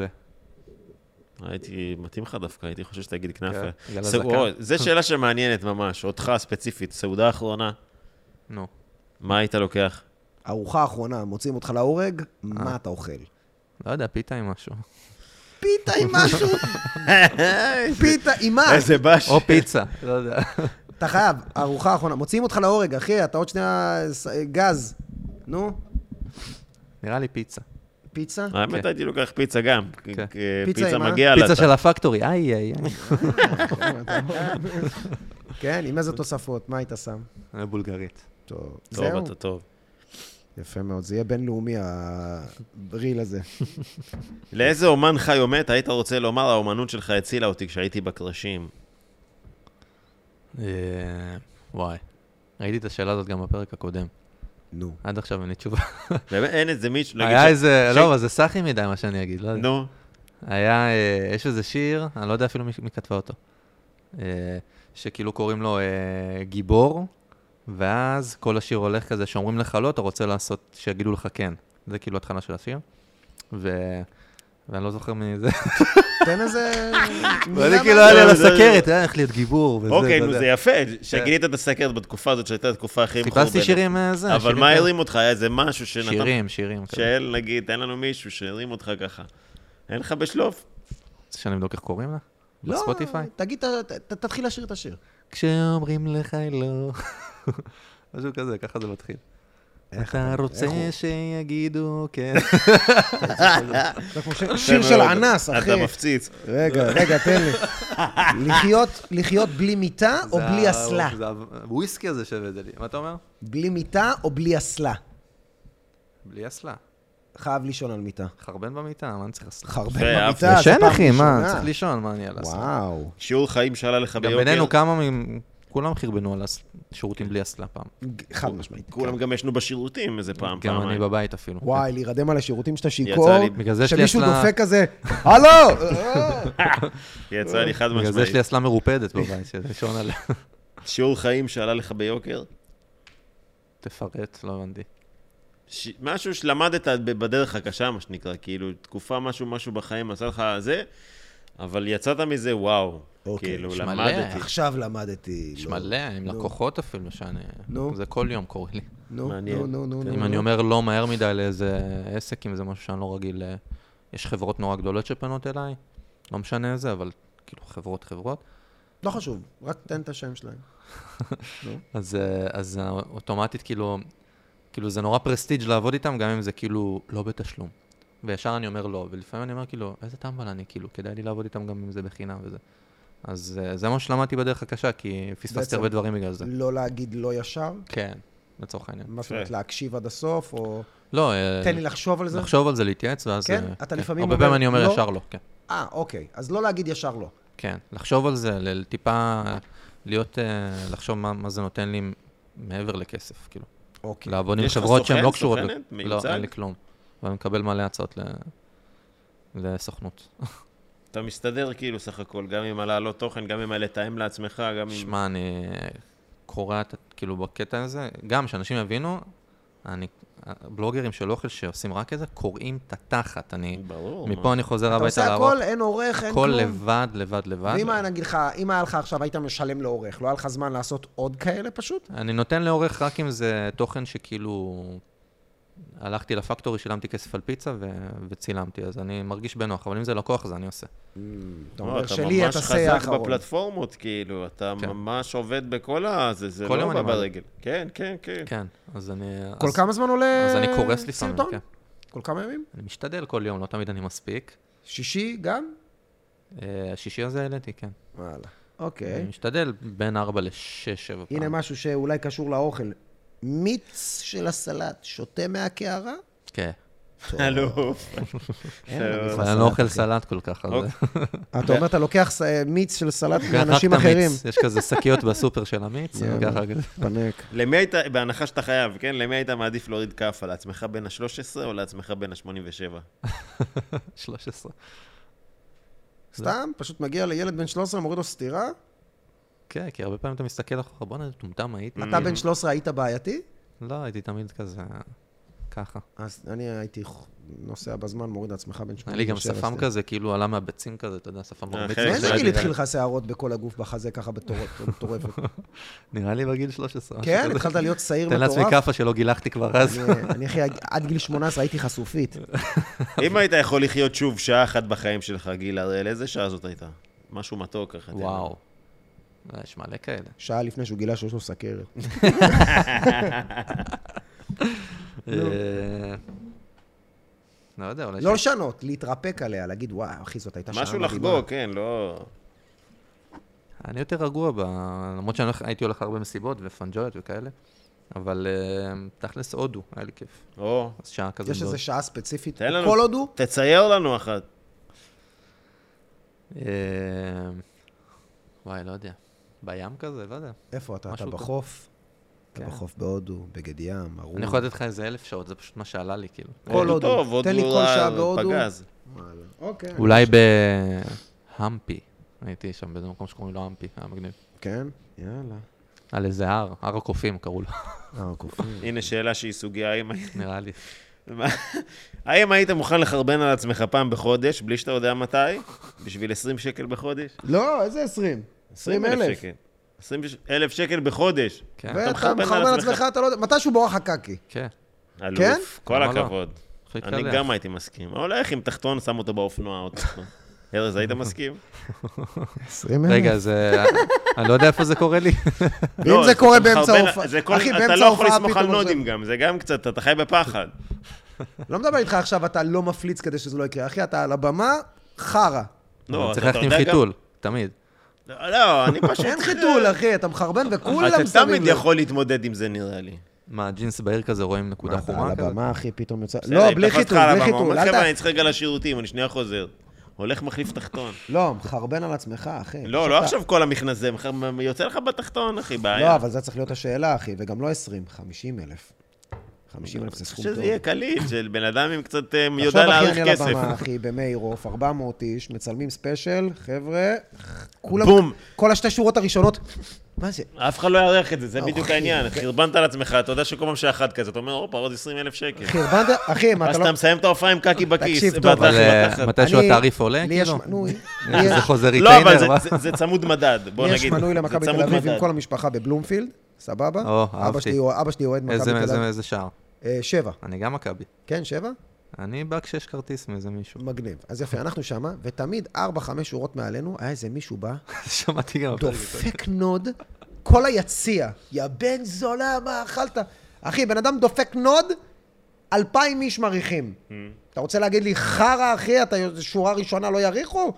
הייתי מתאים לך דווקא, הייתי חושב שתגיד כנאפה. כן, זו שאלה שמעניינת ממש, אותך ספציפית, סעודה האחרונה. נו. מה היית לוקח? ארוחה האחרונה, מוצאים אותך להורג, מה אתה אוכל? לא יודע, פיתה עם משהו. פיתה עם משהו? פיתה עם מה? איזה בש. או פיצה, לא יודע. אתה חייב, ארוחה האחרונה, מוצאים אותך להורג, אחי, אתה עוד שנייה גז. נו? נראה לי פיצה. פיצה? האמת הייתי לוקח פיצה גם. פיצה עם מה? מגיע לה. פיצה של הפקטורי, איי, איי, איי. כן, עם איזה תוספות, מה היית שם? בולגרית. טוב, טוב, זהו. אתה טוב. יפה מאוד, זה יהיה בינלאומי, הריל הזה. לאיזה אומן חי או מת היית רוצה לומר, האומנות שלך הצילה אותי כשהייתי בקרשים? אה, וואי. ראיתי את השאלה הזאת גם בפרק הקודם. נו. עד עכשיו אין לי תשובה. באמת, אין איזה מישהו... נגיד היה ש- איזה, ש- לא, אבל זה סחי מדי מה שאני אגיד, לא יודע. נו, היה, אה, יש איזה שיר, אני לא יודע אפילו מי, מי כתבה אותו, אה, שכאילו קוראים לו אה, גיבור, ואז כל השיר הולך כזה, שאומרים לך לא, אתה רוצה לעשות, שיגידו לך כן. זה כאילו התחלה של השיר. ו... ואני לא זוכר מי זה. תן איזה... ואני כאילו היה לי על הסכרת, היה איך להיות גיבור וזה. אוקיי, אתה נו, יודע. זה יפה, שגילית את הסכרת בתקופה הזאת, שהייתה התקופה הכי מחורבנת. חיפשתי שירים אה, זה. אבל שירים מה כאלה. הרים אותך? היה איזה משהו שנתן... שירים, שירים. כזה. של, נגיד, תן לנו מישהו שהרים אותך ככה. אין לך בשלוף? רוצה שאני אבדוק איך קוראים לה? לא, בספוטיפיי? תגיד, ת- ת- תתחיל לשיר את השיר. כשאומרים לך לא. משהו כזה, ככה זה מתחיל. איך אתה אבל- רוצה איך הוא- שיגידו, כן. זה כמו ש- שיר של אנס, אחי. אתה מפציץ. רגע, רגע, תן לי. לחיות- לחיות בלי מיטה או זה בלי ה- אסלה? זה הוויסקי הזה שווה את זה לי. מה אתה אומר? בלי מיטה או בלי אסלה? בלי אסלה. חייב לישון על מיטה. חרבן במיטה, מה אני צריך לעשות? חרבן ואף- במיטה, זה ישן פעם אחי, מה? ראשונה. צריך לישון, מה אני אעלה לעשות? וואו. שיעור חיים שעלה לך גם ביוקר. בינינו כמה, מ- כולם חרבנו על השירותים בלי אסלה פעם. חד משמעית. כולם גם ישנו בשירותים איזה פעם, גם אני פעמיים. בבית אפילו. וואי, להירדם על השירותים שאתה שיכור, יצא לי- בגלל זה יש לי שמישהו אסלה- דופק כזה, הלו! יצא לי חד בגלל זה יש לי משמעית. אסלה מרופדת בבית, שלישון עליה. שיעור חיים שעלה לך ביוקר. תפרט, לא הבנתי. ש... משהו שלמדת ב- בדרך הקשה, מה שנקרא, כאילו, תקופה משהו, משהו בחיים עשה לך זה, אבל יצאת מזה, וואו. אוקיי, כאילו, יש מלא. למדתי. עכשיו למדתי. יש לא. מלא, עם נו. לקוחות אפילו, שאני... נו. זה כל יום קורה לי. נו, מעניין. נו, נו, נו, נו. אם אני אומר לא מהר מדי לאיזה עסק, אם זה משהו שאני לא רגיל, אה, יש חברות נורא גדולות שפנות אליי, לא משנה איזה, אבל כאילו חברות חברות, לא חשוב, רק תן את השם שלהם. אז, אה, אז אה, אוטומטית כאילו, כאילו זה נורא פרסטיג' לעבוד איתם, גם אם זה כאילו לא בתשלום. וישר אני אומר לא, ולפעמים אני אומר כאילו, איזה טמבל אני, כאילו, כדאי לי לעבוד איתם גם אם זה בחינם וזה. אז אה, זה מה שלמדתי בדרך הקשה, כי פספסתי בעצם- הרבה דברים בגלל זה. לא להגיד לא ישר, כן, לצורך העניין. מה זאת אומרת, להקשיב עד הסוף, או... לא, אה, תן לי לחשוב על זה. לחשוב על זה, להתייעץ, ואז... כן? אה, אתה לפעמים הרבה אומר פעמים אני אומר לא? ישר לא, כן. אה, אוקיי. אז לא להגיד ישר לא. כן, לחשוב על זה, ל- טיפה להיות, אה, לחשוב מה, מה זה נותן לי מעבר לכסף, כאילו. אוקיי. לעבוד עם יש לך חברות שהן סוכן, לא קשורות... סוכנת, ל- לא, מיוצג? אין לי כלום. ואני מקבל מלא הצעות ל... לסוכנות. אתה מסתדר כאילו סך הכל, גם עם הלהעלות תוכן, גם עם הלתאם לעצמך, גם עם... שמע, אני קורא, את- כאילו, בקטע הזה, גם שאנשים יבינו, אני... בלוגרים של אוכל שעושים רק את זה, קוראים את התחת. אני... ברור. מפה אני חוזר אתה הביתה עושה לערוך. הכל, אין עורך, אין הכל כלום. לבד, לבד, לבד. ואם היה, נגיד לך, אם היה לך עכשיו, היית משלם לעורך, לא היה לך זמן לעשות עוד כאלה פשוט? אני נותן לעורך רק אם זה תוכן שכאילו... הלכתי לפקטורי, שילמתי כסף על פיצה ו... וצילמתי, אז אני מרגיש בנוח, אבל אם זה לקוח, זה אני עושה. אתה לא, אומר, אתה שלי ממש את חזק הסי האחרון. בפלטפורמות, כאילו, אתה כן. ממש עובד בכל ה... זה, זה כל לא יום בא אני מעלה. ברגל. כן, כן, כן. כן, אז אני... כל אז, כמה זמן עולה אז אני קורס לפעמים, סרטון? כן. כל כמה ימים? אני משתדל כל יום, לא תמיד אני מספיק. שישי גם? אה, השישי הזה העליתי, כן. וואלה. אני אוקיי. משתדל בין ארבע לשש, שבע פעם. הנה משהו שאולי קשור לאוכל. מיץ של הסלט, שותה מהקערה? כן. אלוף. אין מה, טוב. מיץ אבל אני לסלט, לא אוכל אחי. סלט כל כך, אז... אוקיי. אתה אומר, אתה לוקח ס- מיץ של סלט לוקח רק מאנשים את המיץ. אחרים. יש כזה שקיות בסופר של המיץ, אני יאללה. לוקח רק את זה. פנק. למי היית, בהנחה שאתה חייב, כן? למי היית מעדיף להוריד כאפה? לעצמך בין ה-שלוש עשרה או לעצמך בין ה-שמונים ושבע? שלוש עשרה. סתם, פשוט מגיע לילד בן שלוש עשרה, מוריד לו סטירה. כן, כי הרבה פעמים אתה מסתכל אחורה, בוא'נה, איזה טומטם הייתי. אתה בן שלוש עשרה היית בעייתי? לא, הייתי תמיד כזה... ככה. אז אני הייתי נוסע בזמן, מוריד לעצמך בן היה שמונים לי גם ושבע. שפם כזה, כאילו עלה מהביצים כזה, אתה יודע, שפם אה, מרביץ. חלק מאיזה זה גיל היה התחיל לך שערות בכל הגוף בחזה ככה מטורפת? נראה לי בגיל שלוש עשרה. משהו כן, כזה. התחלת להיות שעיר תן לעצמי מטורף? כאפה שלא גילחתי כבר אז. אני- אני אחי, עד גיל שמונה עשרה הייתי חשופית. אם היית יכול לחיות שוב שעה אחת בחיים שלך, גיל הראל, איזה שעה זאת הייתה? משהו מתוק ככה. תן לנו. וואו. יש מלא כאלה. שעה לפני שהוא גילה שיש לו סכרת. אה, לא יודע, אולי... לא לשנות, להתרפק עליה, להגיד, וואו, אחי, זאת הייתה שעה משהו מדהימה. לחגוג, כן, לא... אני יותר רגוע ב... למרות שאני הייתי הולך הרבה מסיבות ופנג'ויות וכאלה. אבל uh, תכלס הודו, היה לי כיף. או, אז שעה כזה. יש בהודו. איזה שעה ספציפית. תן לנו. כל הודו? תצייר לנו אחת. אה, וואי, לא יודע. בים כזה, לא יודע. איפה אתה? אתה משהו בחוף? אתה כן. בחוף בהודו, בגד ים, ארום. אני יכול לתת לך איזה אלף שעות, זה פשוט מה שעלה לי, כאילו. כל הודו. טוב, הודו תן לי כל שעה בהודו. פגז. וואלה. אוקיי. אולי בהמפי. הייתי שם באיזה מקום שקוראים לו המפי, היה מגניב. כן? יאללה. על איזה הר, הר הקופים קראו לו, אה, קופים. הנה שאלה שהיא סוגיה, האם... נראה לי. האם היית מוכן לחרבן על עצמך פעם בחודש, בלי שאתה יודע מתי? בשביל עשרים שקל בחודש? לא, איזה עשרים? עשרים אלף. שקל. עשרים אלף שקל בחודש. כן, אתה ואתה מחרבן על מחרבן על עצמך. עצמך, אתה לא יודע, מתישהו בורח הקקי. כן. אלוף, כל למה לא? הכבוד. יכול אני להתקלח. גם הייתי מסכים. אבל הולך עם תחתון, שם אותו באופנוע או תחתון. ארז, היית מסכים? עשרים אלף. רגע, זה... אני לא יודע איפה זה קורה לי. ואם לא, זה קורה אתה באמצע מחרבן- ההופעה. זה כל- אחי, אתה באמצע לא יכול ההופעה לסמוך על פתאום נודים עוזר. גם, זה גם קצת, אתה חי בפחד. לא מדבר איתך עכשיו, אתה לא מפליץ כדי שזה לא יקרה. אחי, אתה על הבמה, חרא. לא, צריך אתה ללכת עם יודע גם- חיתול, תמיד. לא, לא, אני פשוט... אין חיתול, אחי, אתה מחרבן וכולם אתה שמים תמיד לב. יכול להתמודד עם זה, נראה לי. מה, ג'ינס בעיר כזה רואים נקודה מה, אתה חומה על כזה? הבמה, אחי, פתאום יוצא... בסדר, לא, אם בלי תפס חיתול, לך על בלי הבמה, חיתול. אומר, אל חבר'ה, ת... אני צריך רגע לשירותים, אני שנייה חוזר. הולך מחליף תחתון. לא, מחרבן על עצמך, אחי. לא, לא עכשיו כל המכנס זה, יוצא לך בתחתון, אחי, לא, בעיה. אבל זה צריך להיות השאלה, אחי, וגם לא עשרים, חמישים אלף. חמישים אלף זה סכום טוב. שזה יהיה קליל, של בן אדם עם קצת אה, יודע עכשיו, אחי, להעריך אני על כסף. הבמה, אחי, במאירוף, ארבע מאות איש, מצלמים ספיישל, חבר'ה, כולם, בום. כל השתי שורות הראשונות, מה זה? אף אחד לא יערך את זה, זה בדיוק אחי, העניין. ו- חרבנת על עצמך, אתה יודע שכל פעם שאחד כזה, אתה אומר, הופה, עוד עשרים אלף שקל. חרבנת, אחי, מה אז אתה לא... אתה מסיים את ההופעה עם קקי בכיס. תקשיב טוב, בתחת, אבל אה, בתחת. מתישהו אני- התעריף עולה, לי יש כאילו? מנוי, לי זה יש- חוזר לא, אבל ריטיינר, זה- מה? זה- זה צמוד מדד, בוא לי נגיד. יש מנוי זה למכבי צמוד תל אביב עם מדד. כל המשפחה בבלומפילד, סבבה? או, אבא אהבתי. שלי- אבא שלי אוהד מכבי איזה- תל איזה- אביב. איזה שער? אה, שבע. אני גם מכבי. כן, שבע? אני בא כשיש כרטיס מאיזה מישהו. מגניב. אז יפה, אנחנו שמה, ותמיד ארבע, חמש שורות מעלינו, היה איזה מישהו בא, שמעתי גם. בפרק. דופק נוד, כל היציע, יא בן זולה, מה אכלת? אחי, בן אדם דופק נוד, אלפיים איש מריחים. אתה רוצה להגיד לי, חרא, אחי, אתה שורה ראשונה לא יריחו?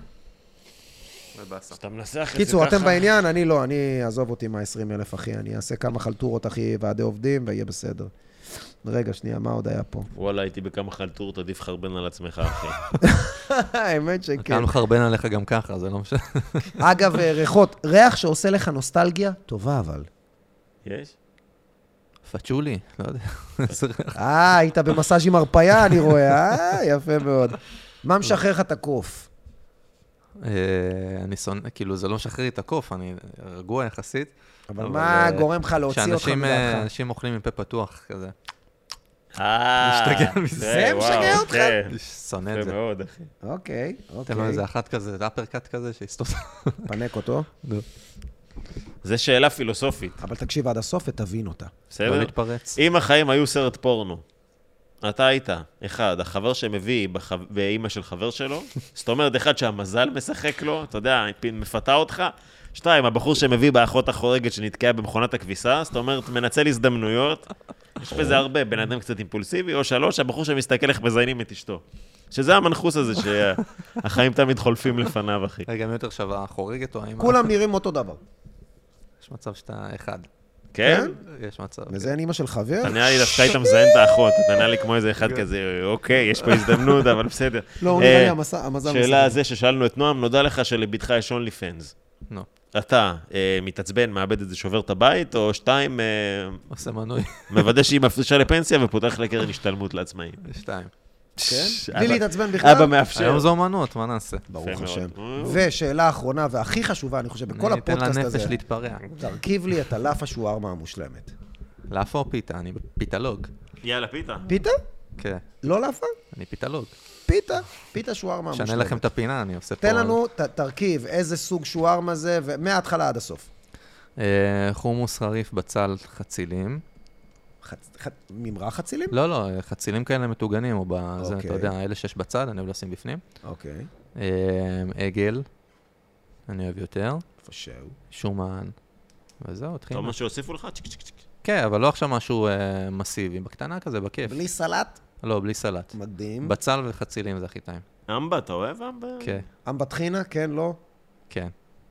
ובאסה. אתה מנסח את זה קיצור, ככה. אתם בעניין, אני לא, אני אעזוב אותי מה-עשרים אלף, אחי, אני אעשה כמה חלטורות, אחי, ועדי עובדים, ויהיה בסדר. רגע, שנייה, מה עוד היה פה? וואלה, הייתי בכמה חלטורות, עדיף חרבן על עצמך, אחי. האמת שכן. כאן מחרבן עליך גם ככה, זה לא משנה. אגב, ריחות, ריח שעושה לך נוסטלגיה, טובה אבל. יש? פצ'ולי, לא יודע. איזה ריח. אה, היית במסאז' עם הרפאיה, אני רואה, אה, יפה מאוד. מה משחרר לך את הקוף? אה, אני שונא, כאילו זה לא משחרר לי את הקוף, אני רגוע יחסית. אבל מה אה, גורם לך להוציא אותך כשאנשים, אה, מדעתך? אנשים אוכלים עם פה פתוח כזה. אה, משתגע מזה. זה וואו, משגע אותך? כן. שונא את יפה זה. מאוד, אחי. אוקיי, תן לו אוקיי. איזה אחת כזה, אפרקאט כזה, שיסתות. פנק אותו. זו שאלה פילוסופית, אבל תקשיב עד הסוף ותבין אותה. לא בסדר? להתפרץ. אם החיים היו סרט פורנו, אתה היית, אחד, החבר שמביא בח- באימא של חבר שלו, זאת אומרת, אחד שהמזל משחק לו, אתה יודע, מפתה אותך, שתיים, הבחור שמביא באחות החורגת שנתקעה במכונת הכביסה, זאת אומרת, מנצל הזדמנויות, יש בזה הרבה, בן אדם קצת אימפולסיבי, או שלוש, הבחור שמסתכל איך מזיינים את אשתו. שזה המנחוס הזה שהחיים תמיד חולפים לפניו, אחי. רגע, מי יותר שווה, חורגת או האמא? כולם נראים אותו דבר. יש מצב שאתה אחד. כן? יש מצב. וזה אין אימא של חבר? אתה נראה לי דווקא היית מזיין את האחות, אתה נראה לי כמו איזה אחד כזה, אוקיי, יש פה הזדמנות, אבל בסדר. לא, הוא נראה לי אה, המזל המזל. שאלה זה ששאלנו את נועם, נודע לך שלביתך יש אונלי פנס. נו, אתה אה, מתעצבן, מאבד את זה, שובר את הבית, או שתיים, אה, עושה מנוי. מוודא שהיא מפרישה לפנסיה ופותח לקרן השתלמות לעצמאים. שתיים. כן? אבא- בלי להתעצבן בכלל? אבא מאפשר. היום זו אומנות, מה נעשה? ברוך יפה השם. מאוד. ושאלה אחרונה והכי חשובה, אני חושב, בכל אני אתן הפודקאסט הזה, לנפש להתפרע. תרכיב לי את הלאפה שווארמה המושלמת. לאפה או פיתה? אני פיתלוג. יאללה, פיתה. פיתה? כן, לא לאפה? אני פיתלוג. פיתה. פיתה שווארמה משנה המושלמת. לכם את הפינה, אני עושה פה... תן לנו, ת- תרכיב, איזה סוג שווארמה זה, ומההתחלה עד הסוף. אה, חומוס חריף, בצל, חצילים. חצ- ח- ממרח חצילים? לא, לא, חצילים כאלה מטוגנים, או בזה, אוקיי. אתה יודע, אלה שיש בצד, אני אוהב לשים בפנים. אוקיי. אה, עגל, אני אוהב יותר. פשעו. שומן. וזהו, טוב, התחיל. מה שהוסיפו לך? צ'יק צ'יק צ'יק. כן, אבל לא עכשיו משהו אה, מסיבי. בקטנה כזה, בכיף. בלי סלט? לא, בלי סלט. מדהים. בצל וחצילים זה הכי טעים. אמבה, אתה אוהב אמבה? כן, אמבטחינה? כן, לא? כן.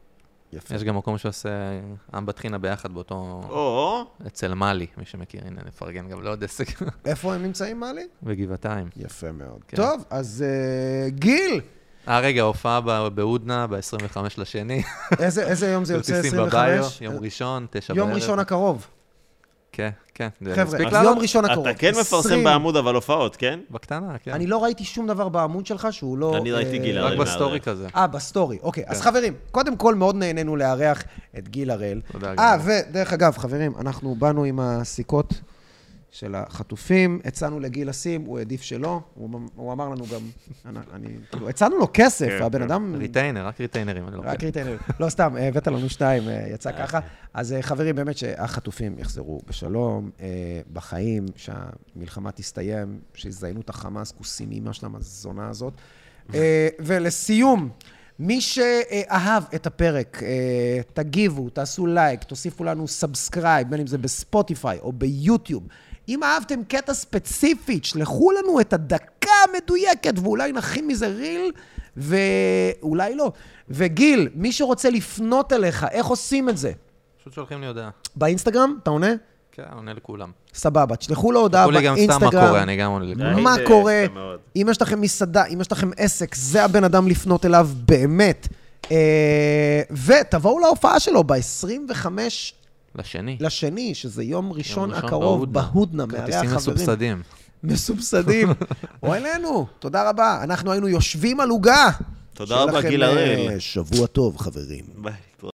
יפה. יש גם מקום שעושה עם בטחינה ביחד באותו... או, אצל מאלי, מי שמכיר, הנה נפרגן גם לעוד עסק. איפה הם נמצאים, מעלי? בגבעתיים. יפה מאוד. כן. טוב, אז אה, גיל, אה, רגע, הופעה ב- בהודנה, ב-עשרים וחמישה לשני. איזה איזה יום זה יוצא כרטיסים עשרים בביו, וחמש? יום ראשון, תשע בערב. יום ראשון הקרוב. כן, כן. זה חבר'ה, מספיק אז לעלות? יום ראשון הקרוב. אתה כן מפרסם עשרים. בעמוד אבל הופעות, כן? בקטנה, כן. אני לא ראיתי שום דבר בעמוד שלך שהוא לא... אני ראיתי אה, גיל רק הראל בסטורי מהרב. כזה. אה, בסטורי. אוקיי, אז כן. חברים, קודם כל מאוד נהנינו לארח את גיל הראל. תודה, אה, גיל. ודרך אגב, חברים, אנחנו באנו עם הסיכות של החטופים, הצענו לגיל לשים, הוא העדיף שלא, הוא, הוא אמר לנו גם, אני, אני, כאילו, הצענו לו כסף, כן, הבן כן. אדם... ריטיינר, רק ריטיינרים. אני לא רק חושב. ריטיינר. לא, סתם, הבאת לנו שניים, יצא ככה. אז חברים, באמת שהחטופים יחזרו בשלום, בחיים, שהמלחמה תסתיים, שיזיינו את החמאס, כוסים אימא שלהם, הזונה הזאת. ולסיום, מי שאהב את הפרק, תגיבו, תעשו לייק, תוסיפו לנו סאבסקרייב, בין אם זה בספוטיפיי או ביוטיוב. אם אהבתם קטע ספציפית, שלחו לנו את הדקה המדויקת, ואולי נכין מזה ריל, ואולי לא. וגיל, מי שרוצה לפנות אליך, איך עושים את זה? פשוט שולחים לי הודעה. באינסטגרם, אתה עונה? כן, עונה לכולם. סבבה, תשלחו לו הודעה תשלחו לי גם סתם מה באינסטגרם. קורה, אני גם עונה לכולם. מה הייתי קורה? יפה מאוד. אם יש לכם מסעדה, אם יש לכם עסק, זה הבן אדם לפנות אליו באמת. אה, ותבואו להופעה שלו ב-עשרים וחמישה לשני. לשני, שזה יום ראשון ראשון הקרוב, בהודנה. בהודנה, מערי כרטיסים החברים. מסובסדים. מסובסדים. או אלינו, תודה רבה. אנחנו היינו יושבים על עוגה. תודה רבה, שיהיה גיל לכם, הראל. אה, שבוע טוב, חברים. ביי.